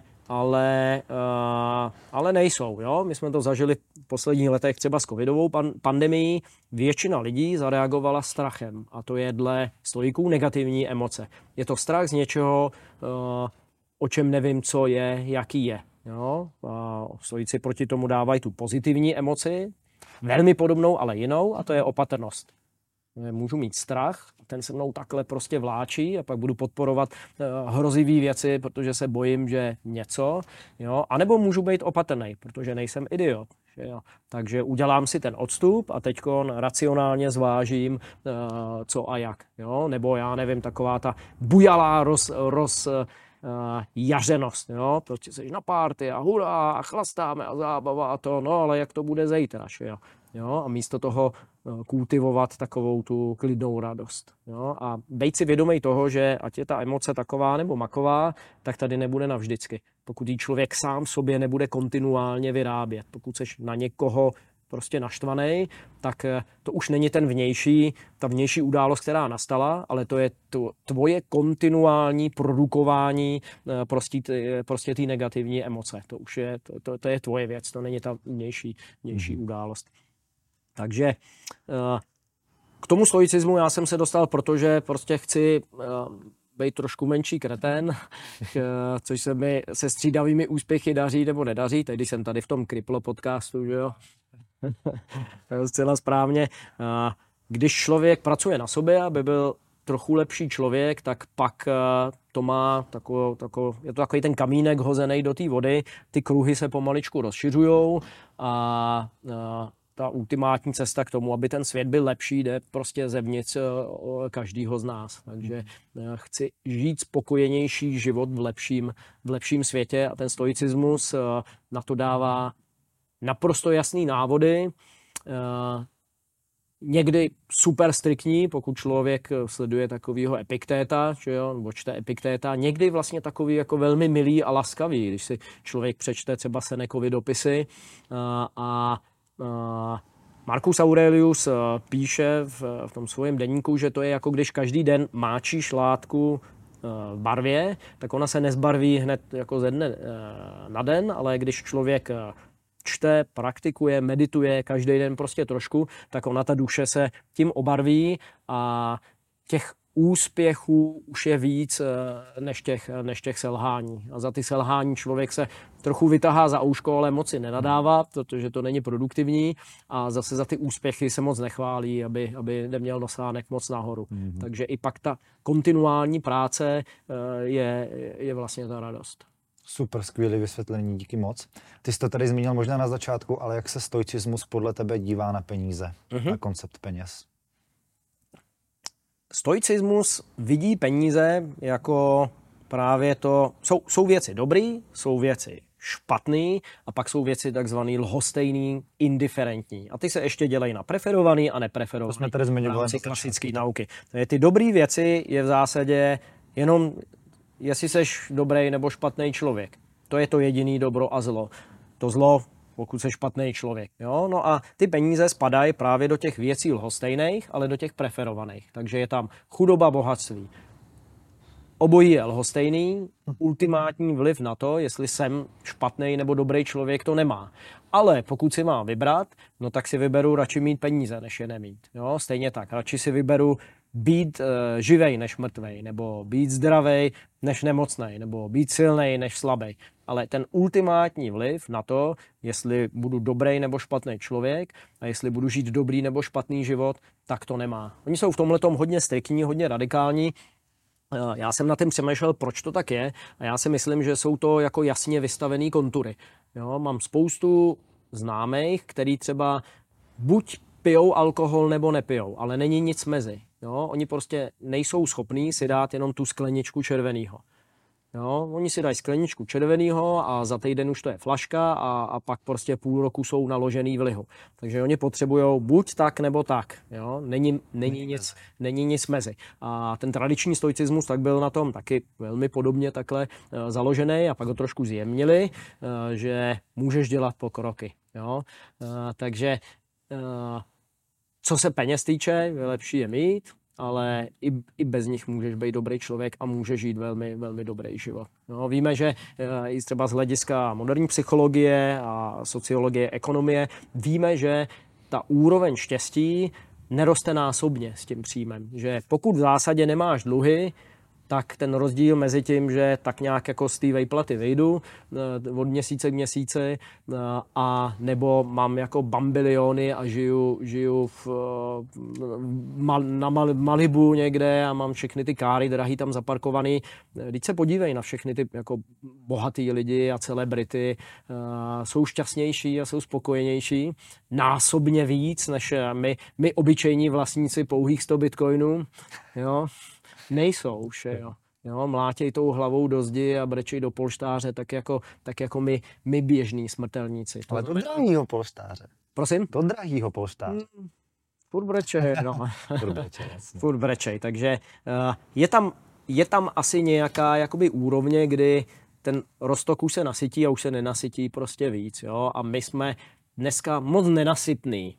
S2: nejsou. Jo? My jsme to zažili v posledních letech třeba s covidovou pandemií. Většina lidí zareagovala strachem a to je dle stoiků negativní emoce. Je to strach z něčeho, o čem nevím, co je, jaký je. Jo? Stoici proti tomu dávají tu pozitivní emoci, velmi podobnou, ale jinou, a to je opatrnost. Můžu mít strach, ten se mnou takhle prostě vláčí a pak budu podporovat hrozivý věci, protože se bojím, že něco, jo, anebo můžu být opatrný, protože nejsem idiot. Jo. Takže udělám si ten odstup a teďkon racionálně zvážím, co a jak. Jo. Nebo já nevím, taková ta bujalá jařenost, jo, prostě jsi na párty a hurá a chlastáme a zábava a to, no ale jak to bude zítra, jo. Jo, a místo toho kultivovat takovou tu klidnou radost. Jo, a být si vědomý toho, že ať je ta emoce taková nebo maková, tak tady nebude navždycky. Pokud jí člověk sám sobě nebude kontinuálně vyrábět, pokud seš na někoho prostě naštvaný, tak to už není ta vnější událost, která nastala, ale to je tvoje kontinuální produkování prostě té negativní emoce. To už je, to je tvoje věc, to není ta vnější událost. Takže k tomu stoicismu já jsem se dostal, protože prostě chci být trošku menší kretén, což se mi se střídavými úspěchy daří nebo nedaří. Teď jsem tady v tom Kriplo podcastu, že jo. Zcela správně. Když člověk pracuje na sobě, aby byl trochu lepší člověk, tak pak to má je to takový ten kamínek hozený do té vody, ty kruhy se pomaličku rozšiřujou a ta ultimátní cesta k tomu, aby ten svět byl lepší, jde prostě zevnitř každýho z nás. Takže chci žít spokojenější život v lepším světě a ten stoicismus na to dává naprosto jasný návody, někdy super striktní, pokud člověk sleduje takovýho Epiktéta, že jo, nebo čte Epiktéta, někdy vlastně takový jako velmi milý a laskavý, když si člověk přečte třeba Senekovy dopisy a Marcus Aurelius píše v tom svém deníku, že to je jako když každý den máčíš látku v barvě, tak ona se nezbarví hned jako ze dne na den, ale když člověk čte, praktikuje, medituje každý den prostě trošku, tak ona ta duše se tím obarví a těch úspěchů už je víc než těch selhání. A za ty selhání člověk se trochu vytahá za ouško, ale moc si nenadává, protože to není produktivní a zase za ty úspěchy se moc nechválí, aby neměl nosánek moc nahoru. Mm-hmm. Takže i pak ta kontinuální práce je vlastně ta radost.
S1: Super, skvělé vysvětlení, díky moc. Ty jsi to tady zmínil možná na začátku, ale jak se stoicismus podle tebe dívá na peníze, na koncept peněz?
S2: Stoicismus vidí peníze jako právě to, jsou věci dobrý, jsou věci špatný a pak jsou věci takzvaný lhostejný, indiferentní. A ty se ještě dělají na preferovaný a nepreferovaný.
S1: To jsme tady zmiňovali
S2: v klasické nauky. Ty dobrý věci je v zásadě jenom, jestli seš dobrý nebo špatný člověk. To je to jediný dobro a zlo. To zlo, pokud jsi špatný člověk. Jo? No a ty peníze spadají právě do těch věcí lhostejných, ale do těch preferovaných. Takže je tam chudoba, bohatství. Obojí je lhostejný, ultimátní vliv na to, jestli jsem špatný nebo dobrý člověk, to nemá. Ale pokud si mám vybrat, no tak si vyberu radši mít peníze, než je nemít. Jo? Stejně tak, radši si vyberu být živej než mrtvej, nebo být zdravej než nemocnej, nebo být silnej než slabej. Ale ten ultimátní vliv na to, jestli budu dobrý nebo špatný člověk a jestli budu žít dobrý nebo špatný život, tak to nemá. Oni jsou v tomhletom hodně striktní, hodně radikální. Já jsem na tím přemýšlel, proč to tak je, a já si myslím, že jsou to jako jasně vystavený kontury. Jo, mám spoustu známých, který třeba buď pijou alkohol nebo nepijou, ale není nic mezi. Jo, oni prostě nejsou schopní si dát jenom tu skleničku červenýho. Jo, oni si dají skleničku červenýho a za týden už to je flaška a pak prostě půl roku jsou naložený v lihu. Takže oni potřebují buď tak nebo tak. Jo? Není nic mezi. A ten tradiční stoicismus tak byl na tom taky velmi podobně takhle založený a pak ho trošku zjemnili, že můžeš dělat pokroky. Jo? Takže co se peněz týče, je lepší je mít, ale i bez nich můžeš být dobrý člověk a můžeš žít velmi, velmi dobrý život. No, víme, že i třeba z hlediska moderní psychologie a sociologie, ekonomie, víme, že ta úroveň štěstí neroste násobně s tím příjmem. Že pokud v zásadě nemáš dluhy, tak ten rozdíl mezi tím, že tak nějak jako z té vejplaty vyjdu od měsíce k měsíci a nebo mám jako bambiliony a žiju na Malibu někde a mám všechny ty káry drahý tam zaparkovaný. Vždyť se podívej na všechny ty jako bohatý lidi a celebrity. Jsou šťastnější a jsou spokojenější násobně víc než my obyčejní vlastníci pouhých 100 bitcoinů. Jo? Nejsou už, jo, mlátěj tou hlavou do zdi a brečej do polštáře, tak jako my běžní smrtelníci.
S1: Ale do drahýho polštáře.
S2: Prosím?
S1: Do drahýho polštáře.
S2: Furt brečej, no. Furt brečej, takže je tam asi nějaká jakoby úrovně, kdy ten roztok už se nasytí a už se nenasytí prostě víc, jo, a my jsme dneska moc nenasytný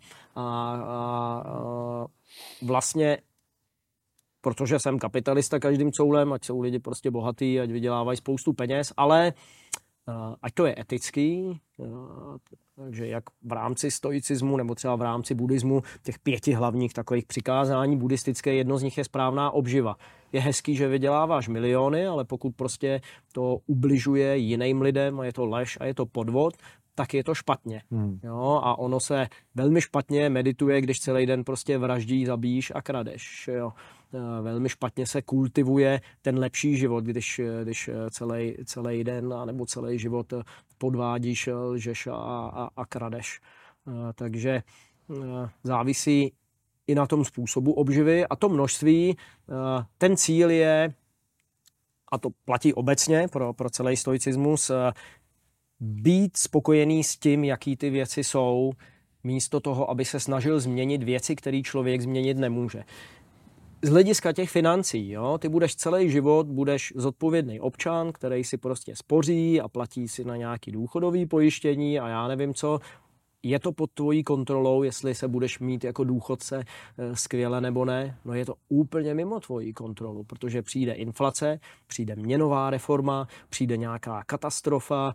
S2: a vlastně protože jsem kapitalista každým coulem, ať jsou lidi prostě bohatý, ať vydělávají spoustu peněz, ale ať to je etický, takže jak v rámci stoicismu nebo třeba v rámci buddhismu, těch 5 hlavních takových přikázání buddhistické, jedno z nich je správná obživa. Je hezký, že vyděláváš miliony, ale pokud prostě to ubližuje jiným lidem a je to lež a je to podvod, tak je to špatně. Jo? A ono se velmi špatně medituje, když celý den prostě vraždí, zabíjíš a kradeš. Jo? Velmi špatně se kultivuje ten lepší život, když celý den nebo celý život podvádíš, lžeš a kradeš. Takže závisí i na tom způsobu obživy a to množství. Ten cíl je, a to platí obecně pro celý stoicismus, být spokojený s tím, jaký ty věci jsou, místo toho, aby se snažil změnit věci, které člověk změnit nemůže. Z hlediska těch financí, jo, ty budeš celý život, budeš zodpovědný občan, který si prostě spoří a platí si na nějaký důchodový pojištění a já nevím co. Je to pod tvojí kontrolou, jestli se budeš mít jako důchodce skvěle nebo ne? No je to úplně mimo tvoji kontrolu, protože přijde inflace, přijde měnová reforma, přijde nějaká katastrofa,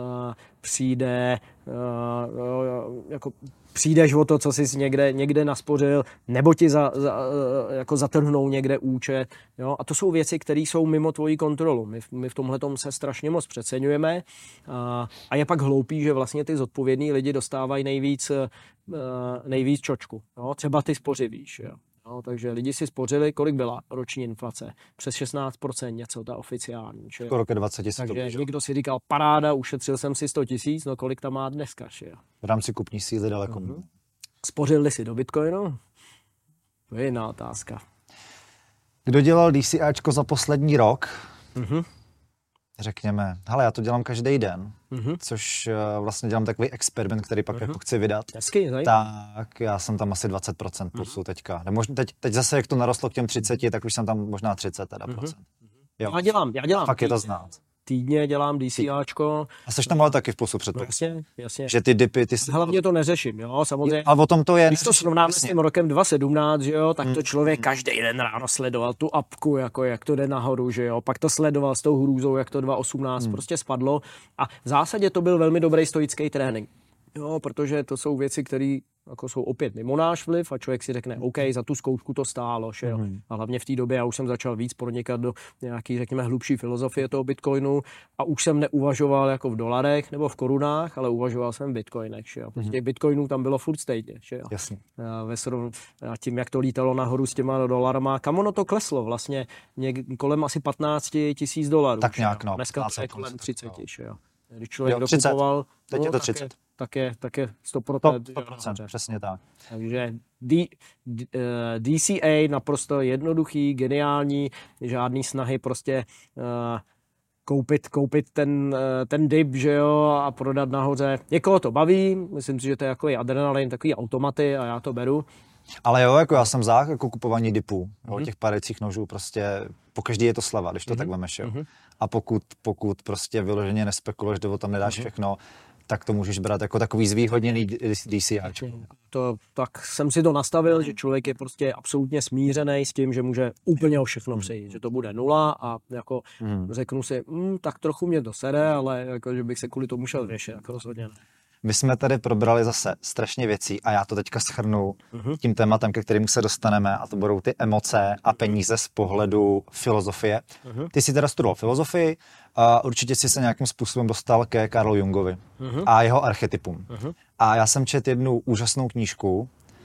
S2: přijdeš o to, co jsi někde naspořil, nebo ti jako zatrhnou někde účet. Jo? A to jsou věci, které jsou mimo tvoji kontrolu. My v tomhletom se strašně moc přeceňujeme a je pak hloupý, že vlastně ty zodpovědní lidi dostávají nejvíc čočku. Jo? Třeba ty spořivíš. Jo? No, takže lidi si spořili, kolik byla roční inflace? Přes 16%, něco ta oficiální.
S1: Skoro ke 20 000.
S2: Takže někdo si říkal, paráda, ušetřil jsem si 100 000, no kolik tam má dneska? Že?
S1: V rámci kupní síly daleko.
S2: Spořili si do Bitcoinu? To je jiná otázka.
S1: Kdo dělal DCAčko za poslední rok? Řekněme, hele, já to dělám každý den, což vlastně dělám takový experiment, který pak jako chci vydat.
S2: Hezky,
S1: tak já jsem tam asi 20% plusu teďka. Teď zase, jak to narostlo k těm 30, tak už jsem tam možná 30 teda procent.
S2: Jo. Já dělám.
S1: Fakt je to znát.
S2: Týdně dělám DCAčko.
S1: A jsi tam ale taky v plusu předpokládám.
S2: Jasně.
S1: Že ty dipy,
S2: Hlavně to neřeším, jo, samozřejmě.
S1: Ale o tom to je.
S2: Když to srovnáme s tím rokem 2017, že jo, tak to člověk každý den ráno sledoval tu apku, jako jak to jde nahoru, že jo, pak to sledoval s tou hrůzou, jak to 2018 prostě spadlo a v zásadě to byl velmi dobrý stoický trénink. Jo, protože to jsou věci, které jako jsou opět mimo náš vliv a člověk si řekne, OK, za tu zkoušku to stálo, že jo. A hlavně v té době já už jsem začal víc pronikat do nějaký, řekněme, hlubší filozofie toho Bitcoinu a už jsem neuvažoval jako v dolarech nebo v korunách, ale uvažoval jsem v Bitcoinech, že jo. Prostě Bitcoinů tam bylo furt stejně, že jo.
S1: Jasně.
S2: A tím, jak to lítalo nahoru s těma dolarama, kam ono to kleslo vlastně, kolem asi 15 000 dolarů.
S1: Tak nějak, no.
S2: Dneska to je kolem 30, že jo. Když člověk dokupoval,
S1: teď je to 30.
S2: Tak je 100%.
S1: 100%, přesně tak.
S2: Takže DCA naprosto jednoduchý, geniální, žádný snahy prostě koupit ten dip, že jo, a prodat nahoře. Někoho to baví, myslím si, že to je jako adrenalin, takový automaty a já to beru.
S1: Ale jo, jako já jsem za jako kupování dipů, těch padacích nožů, prostě pokaždý je to sleva, když to tak vemeš, jo. A pokud prostě vyloženě nespekuluješ, nebo tam nedáš všechno, tak to můžeš brát jako takový zvýhodněný DCAčko.
S2: Tak jsem si to nastavil, že člověk je prostě absolutně smířený s tím, že může úplně o všechno přejít, že to bude nula a jako řeknu si, tak trochu mě to sere, ale jako, že bych se kvůli tomu šel věšet, jako rozhodně ne.
S1: My jsme tady probrali zase strašně věcí a já to teďka shrnu tím tématem, ke kterému se dostaneme, a to budou ty emoce a peníze z pohledu filozofie. Ty jsi teda studoval filozofii a určitě jsi se nějakým způsobem dostal ke Carlu Jungovi a jeho archetypům. A já jsem četl jednu úžasnou knížku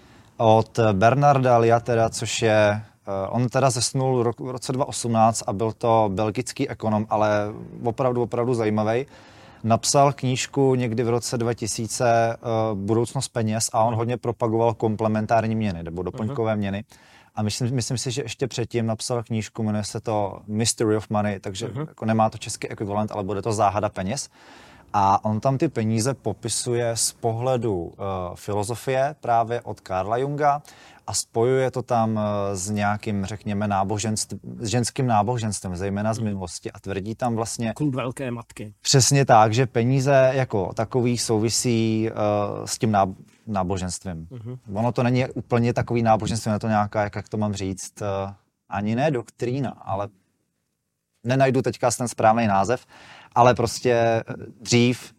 S1: od Bernarda Liatera, což je, on teda zesnul v roce 2018 a byl to belgický ekonom, ale opravdu zajímavý. Napsal knížku někdy v roce 2000 Budoucnost peněz a on hodně propagoval komplementární měny nebo doplňkové měny. A myslím si, že ještě předtím napsal knížku, jmenuje se to Mystery of Money, takže jako nemá to český ekvivalent, ale bude to Záhada peněz. A on tam ty peníze popisuje z pohledu filozofie právě od Carla Junga a spojuje to tam s nějakým, řekněme, s ženským náboženstvem, zejména z minulosti, a tvrdí tam vlastně...
S2: Kult velké matky.
S1: Přesně tak, že peníze jako takový souvisí s tím náboženstvím. Ono to není úplně takový náboženství, je to nějaká, jak to mám říct, ani ne doktrína, ale nenajdu teďka ten správný název, ale prostě dřív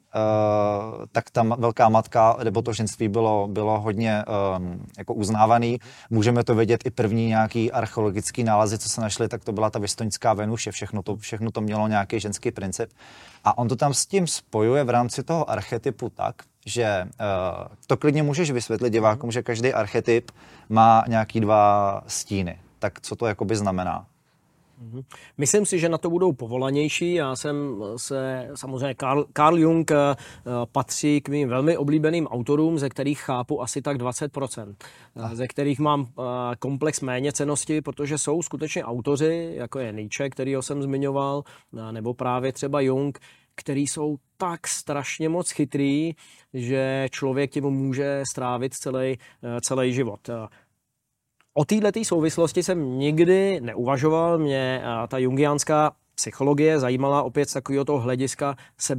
S1: tak ta velká matka nebo to ženství bylo hodně jako uznávaný. Můžeme to vidět i první nějaký archeologický nálezy, co se našly, tak to byla ta Vistonská Venuše, všechno to mělo nějaký ženský princip. A on to tam s tím spojuje v rámci toho archetypu tak, že to klidně můžeš vysvětlit divákům, že každý archetyp má nějaký 2 stíny. Tak co to jakoby znamená?
S2: Myslím si, že na to budou povolanější. Já jsem samozřejmě Carl Jung patří k mým velmi oblíbeným autorům, ze kterých chápu asi tak 20%. Ze kterých mám komplex méněcennosti, protože jsou skutečně autoři, jako je Nietzsche, kterýho jsem zmiňoval, nebo právě třeba Jung, který jsou tak strašně moc chytrý, že člověk tím může strávit celý život. O této souvislosti jsem nikdy neuvažoval, mě ta jungiánská psychologie zajímala opět z takového toho hlediska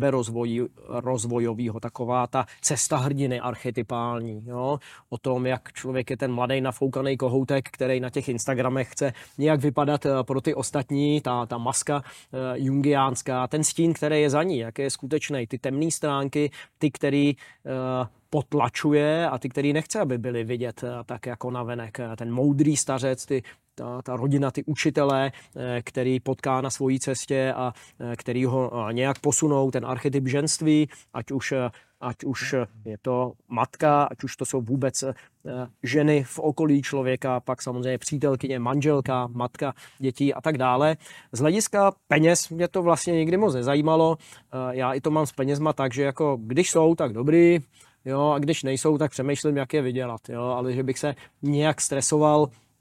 S2: seberozvojového, taková ta cesta hrdiny archetypální, jo? O tom, jak člověk je ten mladý nafoukaný kohoutek, který na těch Instagramech chce nějak vypadat pro ty ostatní, ta maska jungiánská, ten stín, který je za ní, jak je skutečný, ty temné stránky, ty, který potlačuje a ty, který nechce, aby byli vidět tak jako navenek. Ten moudrý stařec, ta rodina, ty učitelé, který potká na svojí cestě a který ho nějak posunou, ten archetyp ženství, ať už je to matka, ať už to jsou vůbec ženy v okolí člověka, pak samozřejmě přítelkyně, manželka, matka, dětí a tak dále. Z hlediska peněz mě to vlastně nikdy moc nezajímalo. Já i to mám s penězma tak, že jako když jsou, tak dobrý, jo, a když nejsou, tak přemýšlím, jak je vydělat, jo, ale že bych se nějak stresoval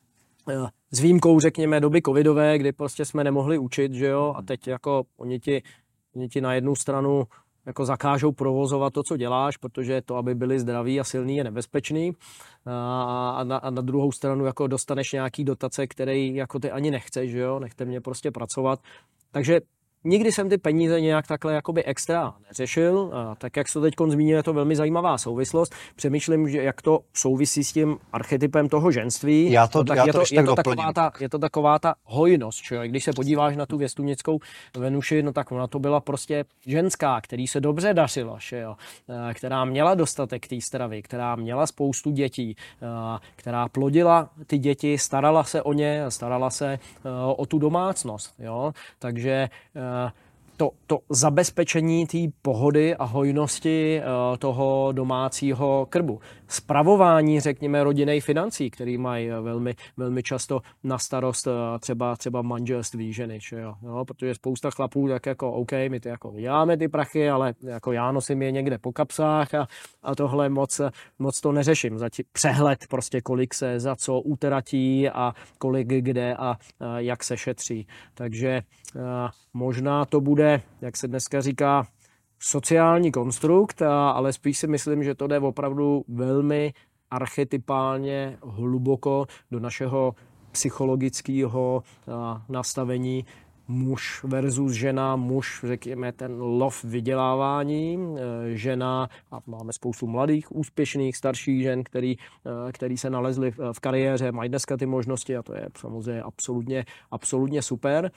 S2: s výjimkou, řekněme, doby covidové, kdy prostě jsme nemohli učit, že jo, a teď jako oni ti na jednu stranu jako zakážou provozovat to, co děláš, protože to, aby byli zdraví a silný, je nebezpečný. A na druhou stranu jako dostaneš nějaký dotace, který jako ty ani nechceš, že jo, nechte mě prostě pracovat. Takže nikdy jsem ty peníze nějak takhle jakoby extra neřešil. A tak, jak se teď zmínil, je to velmi zajímavá souvislost. Přemýšlím, že jak to souvisí s tím archetypem toho ženství. Je to taková ta hojnost. Že? Když se podíváš na tu věstunickou Venuši, no tak ona to byla prostě ženská, který se dobře dařilo, že jo? Která měla dostatek té stravy, která měla spoustu dětí, která plodila ty děti, starala se o ně, starala se o tu domácnost. Jo? Takže to zabezpečení té pohody a hojnosti toho domácího krbu. Spravování, řekněme, rodinných financí, který mají velmi, velmi často na starost třeba manželství ženy, jo? Protože spousta chlapů tak jako OK, my ty jako vyděláme ty prachy, ale jako já nosím je někde po kapsách a tohle moc to neřeším. Zatím přehled prostě, kolik se za co utratí a kolik kde a jak se šetří. Takže možná to bude, jak se dneska říká, sociální konstrukt, ale spíš si myslím, že to jde opravdu velmi archetypálně hluboko do našeho psychologického nastavení muž versus žena, muž, řekněme, ten lov vydělávání, žena, a máme spoustu mladých, úspěšných, starších žen, který se nalezli v kariéře, mají dneska ty možnosti a to je samozřejmě absolutně super,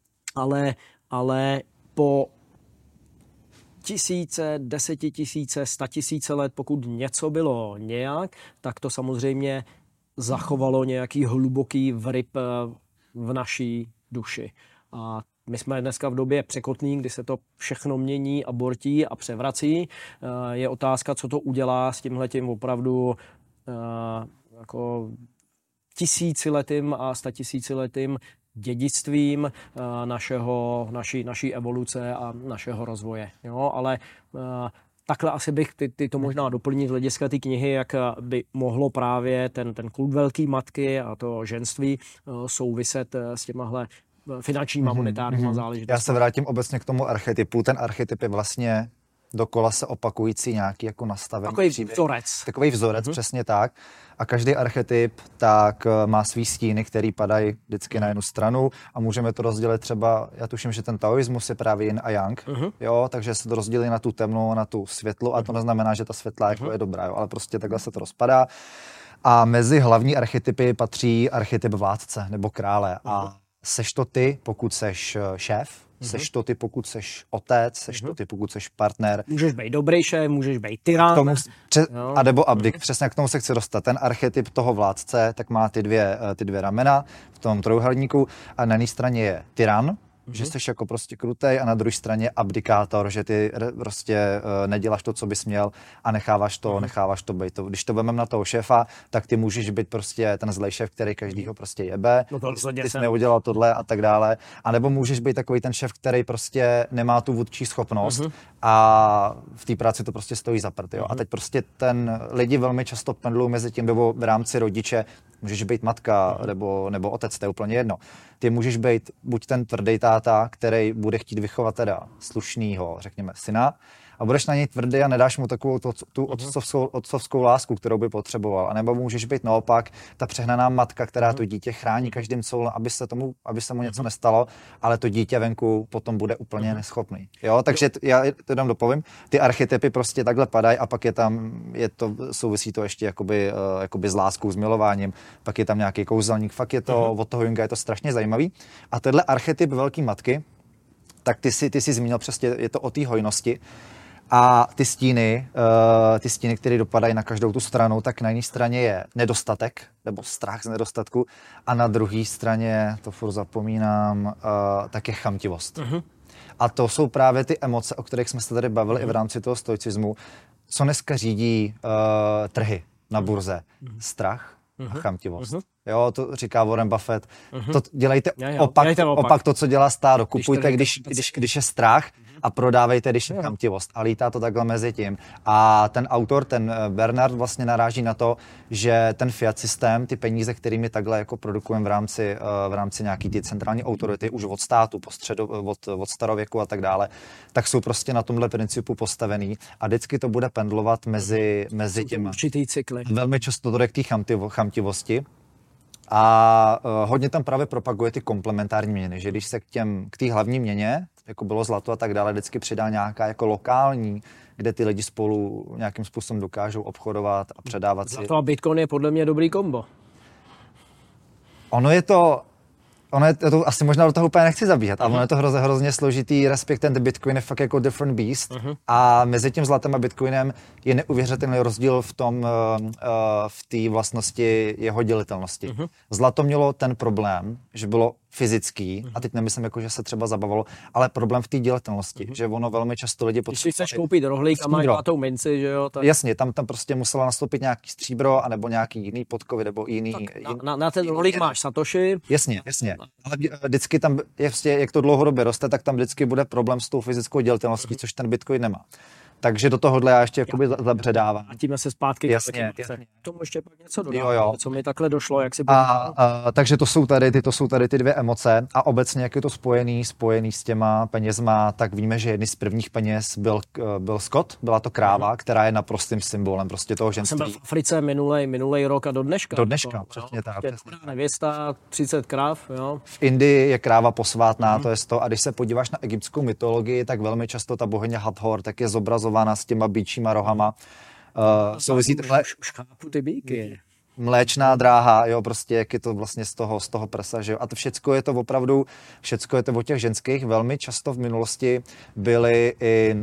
S2: ale po tisíce, 10 000, 100 000 let, pokud něco bylo nějak, tak to samozřejmě zachovalo nějaký hluboký vryb v naší duši. A my jsme dneska v době překotný, kdy se to všechno mění a bortí a převrací. Je otázka, co to udělá s tímhletím opravdu jako tisíciletým a 100 000letým dědictvím naší evoluce a našeho rozvoje. Jo? Ale takhle asi bych ty to možná doplnit z hlediska té knihy, jak by mohlo právě ten kult velký matky a to ženství souviset s těmahle finančníma monetárníma záležitostmi.
S1: Já se vrátím obecně k tomu archetypu. Ten archetyp je vlastně dokola se opakující nějaký jako nastavení. Takový vzorec, přesně tak. A každý archetyp tak má svý stíny, který padají vždycky na jednu stranu a můžeme to rozdělit třeba, já tuším, že ten taoismus je právě yin a yang, jo, takže se to rozdělí na tu temnou, na tu světlou a to neznamená, že ta světlá jako je dobrá, jo, ale prostě takhle se to rozpadá. A mezi hlavní archetypy patří archetyp vládce nebo krále a seš to ty, pokud seš šéf, seš to ty, pokud seš otec, seš to ty, pokud seš partner.
S2: Můžeš být dobrý šéf, můžeš být tyran.
S1: A nebo abdik, přesně k tomu se chci dostat. Ten archetyp toho vládce, tak má ty dvě ramena v tom trojuhelníku a na jedné straně je tyran, že jsi jako prostě krutej a na druhé straně abdikátor, že ty prostě neděláš to, co bys měl a necháváš to být. Když to vezmeme na toho šéfa, tak ty můžeš být prostě ten zlej šéf, který každýho prostě jebe, ty jsi neudělal tohle a tak dále. A nebo můžeš být takový ten šéf, který prostě nemá tu vůdčí schopnost a v té práci to prostě stojí za prd, jo. A teď prostě lidi velmi často pendlují mezi tím, nebo v rámci rodiče, můžeš být matka nebo otec, to je úplně jedno. Ty můžeš být buď ten tvrdý táta, který bude chtít vychovat teda slušnýho, řekněme, syna, a budeš na něj tvrdý a nedáš mu takovou tu otcovskou lásku, kterou by potřeboval. A nebo můžeš být naopak ta přehnaná matka, která to dítě chrání každým soulem, aby se mu něco nestalo, ale to dítě venku potom bude úplně neschopný. Jo, takže já to dám dopovím. Ty archetypy prostě takhle padají a pak souvisí to ještě jakoby s láskou, s milováním, pak je tam nějaký kouzelník, fakt je to od toho Junga je to strašně zajímavý. A tenhle archetyp velké matky, tak ty jsi zmínil přesně, je to o té hojnosti. A ty stíny, které dopadají na každou tu stranu, tak na jedné straně je nedostatek, nebo strach z nedostatku, a na druhé straně, to furt zapomínám, tak je chamtivost. A to jsou právě ty emoce, o kterých jsme se tady bavili i v rámci toho stoicismu, co dneska řídí trhy na burze. Strach a chamtivost. Jo, to říká Warren Buffett. To dělejte opak to, co dělá stádo. Kupujte, když je strach, a prodávejte, když je chamtivost. A lítá to takhle mezi tím. A ten autor, ten Bernard vlastně naráží na to, že ten fiat systém, ty peníze, kterými takhle jako produkujeme v rámci nějaký ty centrální autority, už od státu, od starověku a tak dále, tak jsou prostě na tomhle principu postavený a vždycky to bude pendlovat mezi těmi.
S2: Určitý cykly.
S1: Velmi často to jde k té chamtivosti. A hodně tam právě propaguje ty komplementární měny, že když se k té hlavní měně, jako bylo zlato a tak dále, vždycky přidá nějaká jako lokální, kde ty lidi spolu nějakým způsobem dokážou obchodovat a předávat si.
S2: Zlato a Bitcoin je podle mě dobrý kombo.
S1: Ono je to asi možná do toho úplně nechci zabíhat, ale ono je to hrozně složitý, respektive ten Bitcoin je fakt jako different beast a mezi tím zlatem a Bitcoinem je neuvěřitelný rozdíl v té vlastnosti jeho dělitelnosti. Zlato mělo ten problém, že bylo fyzický, a teď nemyslím jako, že se třeba zabavilo, ale problém v té dělitelnosti, že ono velmi často lidi
S2: potřebují. Když si chceš koupit rohlík a máš zlatou minci, že jo? Tak...
S1: Jasně, tam prostě musela nastoupit nějaký stříbro, anebo nějaký jiný podkovy, nebo jiný...
S2: Na ten rohlík máš satoshi.
S1: Jasně. Ale vždycky tam, jak to dlouhodobě roste, tak tam vždycky bude problém s tou fyzickou dělitelností, což ten Bitcoin nemá. Takže do tohohle já ještě jakoby zabředávám.
S2: A tím se zpátky.
S1: Jasně.
S2: Tomu ještě pak něco dodám, co mi takhle došlo, jak si
S1: takže to jsou tady ty dvě emoce a obecně, jak je to spojený s těma penězma, tak víme, že jedný z prvních peněz byl Scott, byla to kráva, která je naprostým symbolem prostě toho ženství.
S2: Já jsem byl v Africe minulej rok a do dneška.
S1: Přesně tak.
S2: Nevěsta, 30 kráv, jo.
S1: V Indii je kráva posvátná, to je to. A když se podíváš na egyptskou mytologii, tak velmi často ta bohyně Hathor tak je zobrazována s těma býčíma rohama. Souvisí to
S2: už chápu ty býky.
S1: Mléčná dráha, jo, prostě jak je to vlastně z toho prsa, že jo. A to všecko je to o těch ženských. Velmi často v minulosti byly i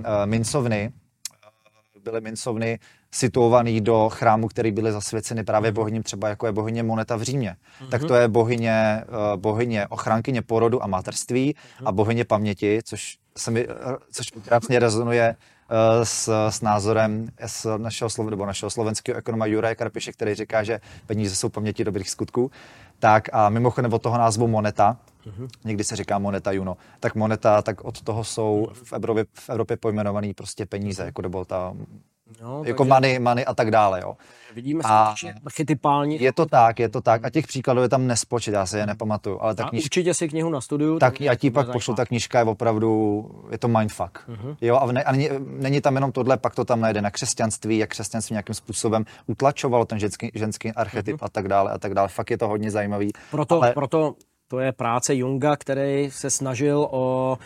S1: mincovny situovaný do chrámu, který byly zasvěceny právě bohyním, třeba jako je bohyně Moneta v Římě. Tak to je bohyně ochránkyně porodu a materství a bohyně paměti, což krásně rezonuje s názorem našeho slovenského ekonoma Juraje Karpiše, který říká, že peníze jsou paměti dobrých skutků. Tak a mimochodem od toho názvu moneta, někdy se říká moneta Juno, tak moneta, tak od toho jsou v Evropě pojmenovaný prostě peníze, jako to byl jako money a tak dále, jo.
S2: Vidíme archetypální.
S1: Je to tak a těch příkladů je tam nespočet, já se je nepamatuju, ale
S2: určitě si knihu nastuduju.
S1: Tak já ti pak pošlu, ta knižka je opravdu, je to mindfuck. Jo, a není tam jenom tohle, pak to tam najde na křesťanství, jak křesťanství nějakým způsobem utlačovalo ten ženský archetyp a tak dále. Fakt je to hodně zajímavý.
S2: Proto to je práce Junga, který se snažil o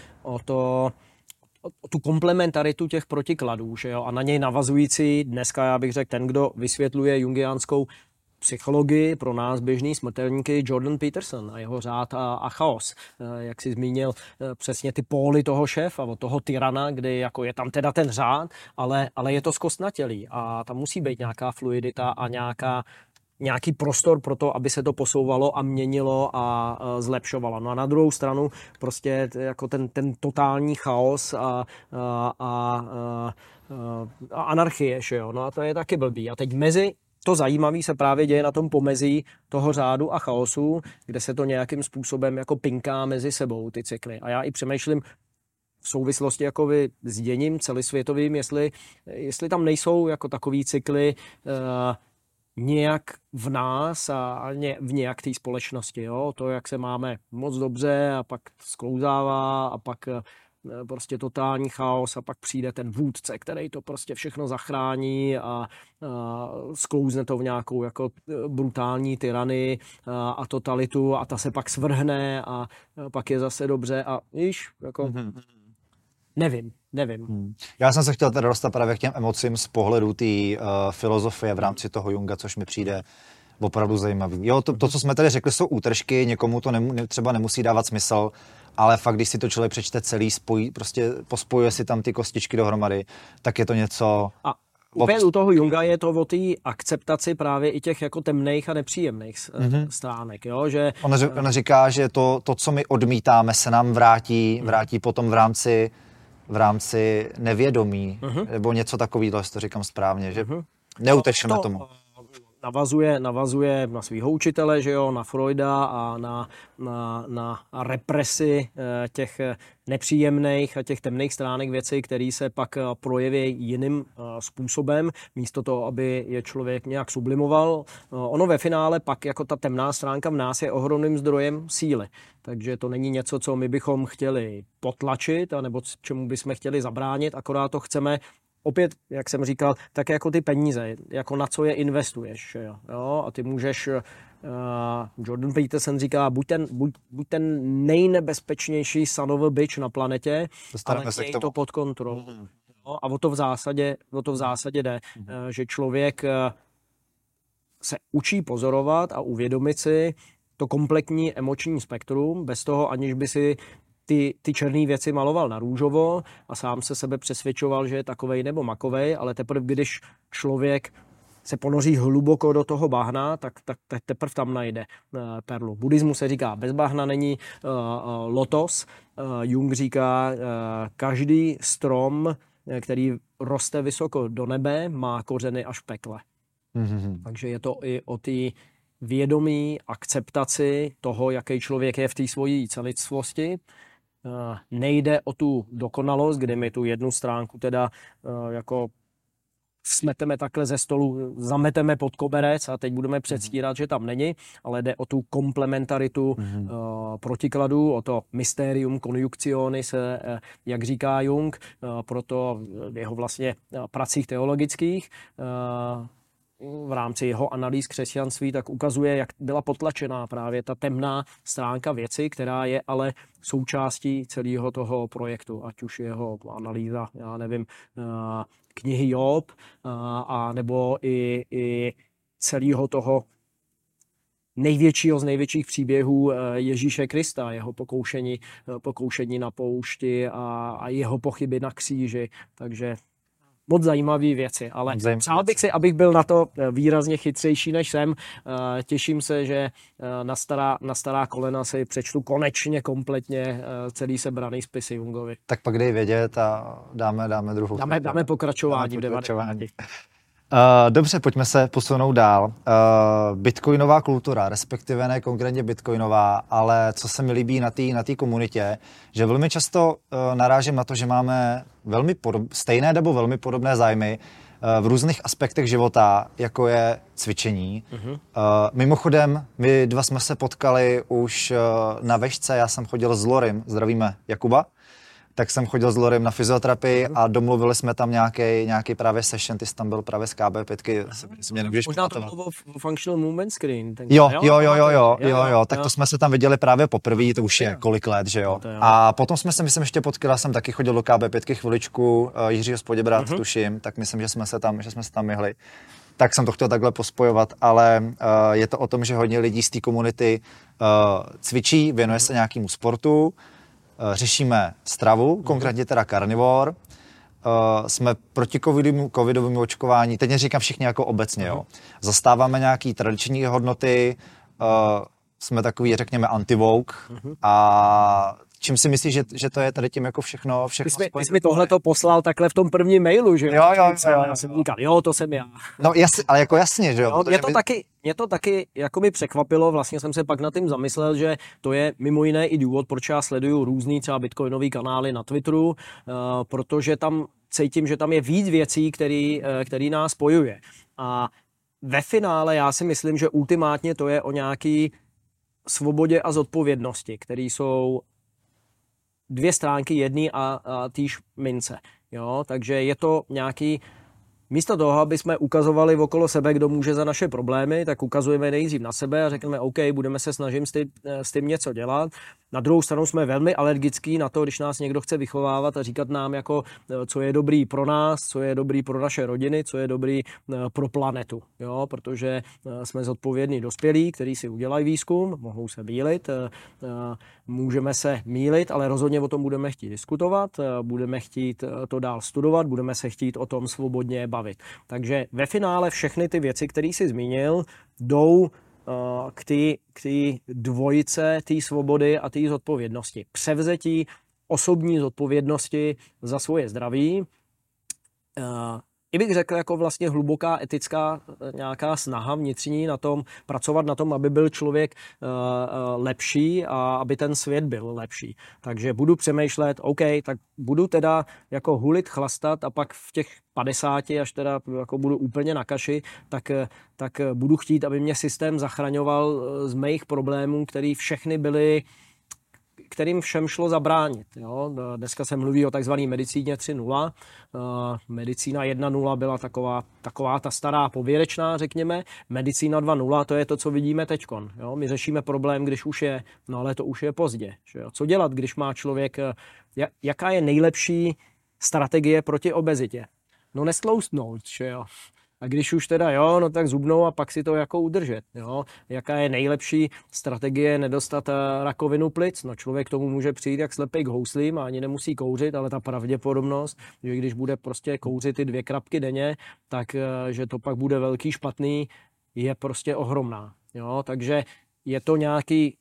S2: tu komplementaritu těch protikladů, že jo? A na něj navazující dneska, já bych řekl, ten, kdo vysvětluje jungiánskou psychologii pro nás běžný smrtelníky, Jordan Peterson a jeho řád a chaos. Jak si zmínil přesně ty póly toho šéfa, od toho tyrana, kdy jako je tam teda ten řád, ale je to zkostnatělý a tam musí být nějaká fluidita a nějaký prostor pro to, aby se to posouvalo a měnilo a zlepšovalo. No a na druhou stranu prostě jako ten totální chaos a anarchie, že jo? No a to je taky blbý. A teď to zajímavé se právě děje na tom pomezí toho řádu a chaosu, kde se to nějakým způsobem jako pinká mezi sebou ty cykly. A já i přemýšlím v souvislosti jako s děním celisvětovým, jestli tam nejsou jako takový cykly nějak v nás a v nějak té společnosti. Jo? To, jak se máme moc dobře a pak sklouzává a pak prostě totální chaos a pak přijde ten vůdce, který to prostě všechno zachrání a sklouzne to v nějakou jako brutální tyranii a totalitu a ta se pak svrhne a pak je zase dobře a víš, jako nevím.
S1: Já jsem se chtěl teda dostat právě k těm emocím z pohledu té filozofie v rámci toho Junga, což mi přijde opravdu zajímavý. Jo, to, co jsme tady řekli, jsou útržky, někomu to třeba nemusí dávat smysl, ale fakt, když si to člověk přečte celý, pospojuje si tam ty kostičky dohromady, tak je to něco...
S2: A úplně u toho Junga je to o té akceptaci právě i těch jako temných a nepříjemných stránek, jo, že...
S1: On říká, že to, co my odmítáme, se nám vrátí potom v rámci nevědomí, nebo něco takového, to říkám správně, že neutečeme tomu.
S2: navazuje na svého učitele, že jo, na Freuda a na represi těch nepříjemných a těch temných stránek věcí, které se pak projeví jiným způsobem, místo toho, aby je člověk nějak sublimoval. Ono ve finále pak jako ta temná stránka v nás je ohromným zdrojem síly. Takže to není něco, co my bychom chtěli potlačit, anebo čemu bychom chtěli zabránit, akorát to chceme opět, jak jsem říkal, tak jako ty peníze, jako na co je investuješ. Jo? A ty můžeš, Jordan Peterson říká, buď ten nejnebezpečnější son of a bitch na planetě, ale měj to pod kontrolou. Jo? A o to v zásadě jde, že člověk se učí pozorovat a uvědomit si to kompletní emoční spektrum, bez toho, aniž by si ty černé věci maloval na růžovo a sám se sebe přesvědčoval, že je takovej nebo makovej, ale teprve, když člověk se ponoří hluboko do toho bahna, tak teprve tam najde perlu. Buddhismu se říká, bez bahna není lotos. Jung říká, každý strom, který roste vysoko do nebe, má kořeny až v pekle. Takže je to i o té vědomí akceptaci toho, jaký člověk je v té svojí celistvosti. Nejde o tu dokonalost, kde my tu jednu stránku teda jako smeteme takhle ze stolu, zameteme pod koberec a teď budeme předstírat, že tam není, ale jde o tu komplementaritu protikladů, o to mysterium conjunctionis, jak říká Jung, proto v jeho vlastně pracích teologických v rámci jeho analýz křesťanství, tak ukazuje, jak byla potlačená právě ta temná stránka věci, která je ale součástí celého toho projektu, ať už jeho analýza, já nevím, knihy Job, a nebo i celého toho největšího z největších příběhů Ježíše Krista, jeho pokoušení na poušti a jeho pochyby na kříži, takže moc zajímavé věci, ale přál bych si, abych byl na to výrazně chytřejší, než jsem. Těším se, že na stará kolena si přečtu konečně kompletně celý sebraný spisy Jungovi.
S1: Tak pak dej vědět a dáme druhou.
S2: Dáme pokračování v 90.
S1: Dobře, pojďme se posunout dál. Bitcoinová kultura, respektive ne konkrétně bitcoinová, ale co se mi líbí na té komunitě, že velmi často narážím na to, že máme stejné nebo velmi podobné zájmy v různých aspektech života, jako je cvičení. Mimochodem, my dva jsme se potkali už na vešce, já jsem chodil s Lorim, zdravíme Jakuba, tak jsem chodil s Lorem na fyzioterapii a domluvili jsme tam nějaký právě session, ty jsi tam byl právě z KB5, si mě nemůžeš
S2: možná to bylo functional movement screen.
S1: Jo, tak to jsme se tam viděli právě poprvé, to už je kolik let, že jo. A potom jsme se, myslím, ještě potkali, jsem taky chodil do KB5 chviličku, Jiřího Spoděbrat, tuším, tak myslím, že jsme se tam myhli. Tak jsem to chtěl takhle pospojovat, ale je to o tom, že hodně lidí z té komunity cvičí, věnuje se nějakému sportu, řešíme stravu, konkrétně teda karnivor, jsme proti covidovému očkování, teď neříkám všichni jako obecně, jo. Zastáváme nějaký tradiční hodnoty, jsme takový, řekněme, anti-woke a čím si myslíš, že to je tady tím jako všechno
S2: Ty jsi mi tohleto poslal takhle v tom prvním mailu, že jo?
S1: Jo.
S2: Já jsem říkal, to jsem já.
S1: No ale jako jasně, že jo?
S2: Mě to taky jako mi překvapilo, vlastně jsem se pak nad tím zamyslel, že to je mimo jiné i důvod, proč já sleduju různý třeba bitcoinový kanály na Twitteru, protože tam cítím, že tam je víc věcí, který nás spojuje. A ve finále já si myslím, že ultimátně to je o nějaký svobodě a zodpovědnosti, které jsou dvě stránky jedné a týž mince. Jo? Takže je to nějaký, místo toho, aby jsme ukazovali okolo sebe, kdo může za naše problémy, tak ukazujeme nejdřív na sebe a řekneme, OK, budeme se snažit s tím něco dělat. Na druhou stranu jsme velmi alergický na to, když nás někdo chce vychovávat a říkat nám, jako, co je dobrý pro nás, co je dobrý pro naše rodiny, co je dobrý pro planetu. Jo? Protože jsme zodpovědní dospělí, kteří si udělají výzkum, mohou se mýlit, můžeme se mýlit, ale rozhodně o tom budeme chtít diskutovat, budeme chtít to dál studovat, budeme se chtít o tom svobodně bavit. Takže ve finále všechny ty věci, které jsi zmínil, jdou k té dvojice té svobody a té zodpovědnosti. Převzetí osobní zodpovědnosti za svoje zdraví, i bych řekl, jako vlastně hluboká etická nějaká snaha vnitřní na tom, pracovat na tom, aby byl člověk lepší a aby ten svět byl lepší. Takže budu přemýšlet, OK, tak budu teda jako hulit, chlastat a pak v těch 50, až teda jako budu úplně na kaši, tak budu chtít, aby mě systém zachraňoval z mých problémů, který všechny byly, kterým všem šlo zabránit. Jo? Dneska se mluví o takzvané medicíně 3.0. Medicína 1.0 byla taková ta stará pověrečná, řekněme. Medicína 2.0 to je to, co vidíme teďkon. Jo? My řešíme problém, když už je, no ale to už je pozdě. Že jo? Co dělat, když má člověk, jaká je nejlepší strategie proti obezitě? No nestloustnout, že jo. A když už teda jo, no tak zubnou a pak si to jako udržet, jo. Jaká je nejlepší strategie nedostat rakovinu plic? No člověk k tomu může přijít jak slepej k houslím a ani nemusí kouřit, ale ta pravděpodobnost, že když bude prostě kouřit ty 2 krapky denně, tak že to pak bude velký špatný, je prostě ohromná, jo. Takže je to nějaký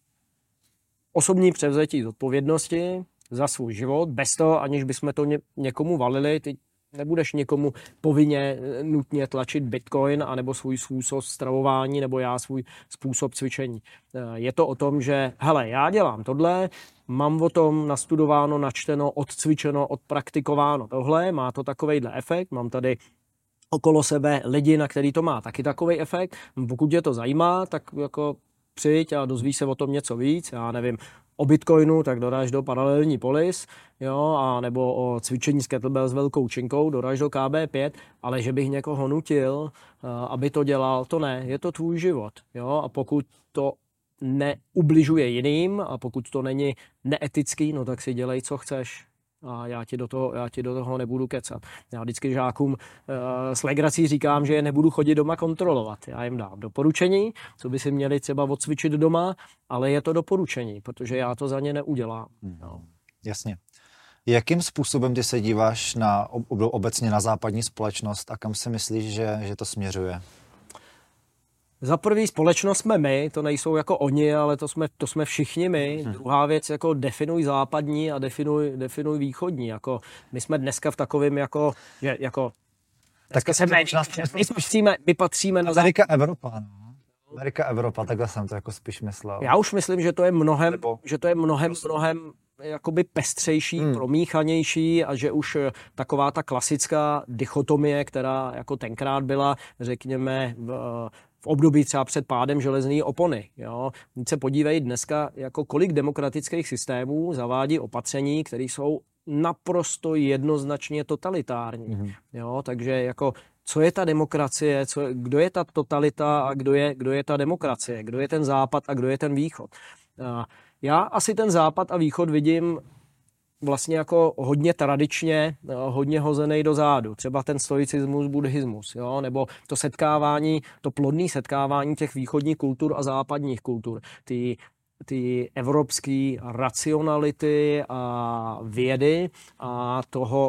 S2: osobní převzetí zodpovědnosti za svůj život, bez toho, aniž bychom to někomu valili. Ty nebudeš někomu povinně nutně tlačit bitcoin anebo svůj způsob stravování nebo já svůj způsob cvičení. Je to o tom, že hele, já dělám tohle, mám o tom nastudováno, načteno, odcvičeno, odpraktikováno tohle, má to takovejhle efekt, mám tady okolo sebe lidi, na který to má taky takovej efekt. Pokud tě to zajímá, tak jako přijď a dozvíš se o tom něco víc, já nevím, o bitcoinu, tak doráž do paralelní polis, jo, a nebo o cvičení s kettlebell s velkou činkou, doráž do KB5, ale že bych někoho nutil, aby to dělal, to ne, je to tvůj život, jo, a pokud to neubližuje jiným a pokud to není neetický, no tak si dělej, co chceš. A já ti do toho nebudu kecat. Já vždycky žákům s legrací říkám, že je nebudu chodit doma kontrolovat. Já jim dám doporučení, co by si měli třeba odcvičit doma, ale je to doporučení, protože já to za ně neudělám. No.
S1: Jasně. Jakým způsobem ty se díváš obecně na západní společnost a kam si myslíš, že to směřuje?
S2: Za první společnost jsme my, to nejsou jako oni, ale to jsme všichni my. Druhá věc, jako definuj západní a definuj východní. Jako my jsme dneska v takovém jako, že jako dneska se my patříme na
S1: Amerika, Evropa, no. Amerika, Evropa, takhle jsem to jako spíš myslel.
S2: Já už myslím, že to je mnohem jakoby pestřejší, promíchanější a že už taková ta klasická dichotomie, která jako tenkrát byla, řekněme, v období třeba před pádem železné opony. Jo. Teď se podívej dneska, jako kolik demokratických systémů zavádí opatření, které jsou naprosto jednoznačně totalitární. Jo. Takže jako co je ta demokracie, kdo je ta totalita a kdo je ta demokracie, kdo je ten západ a kdo je ten východ. Já asi ten západ a východ vidím vlastně jako hodně tradičně, hodně hozený do zádu. Třeba ten stoicismus, buddhismus, jo? Nebo to setkávání, to plodné setkávání těch východních kultur a západních kultur. Ty evropské racionality a vědy a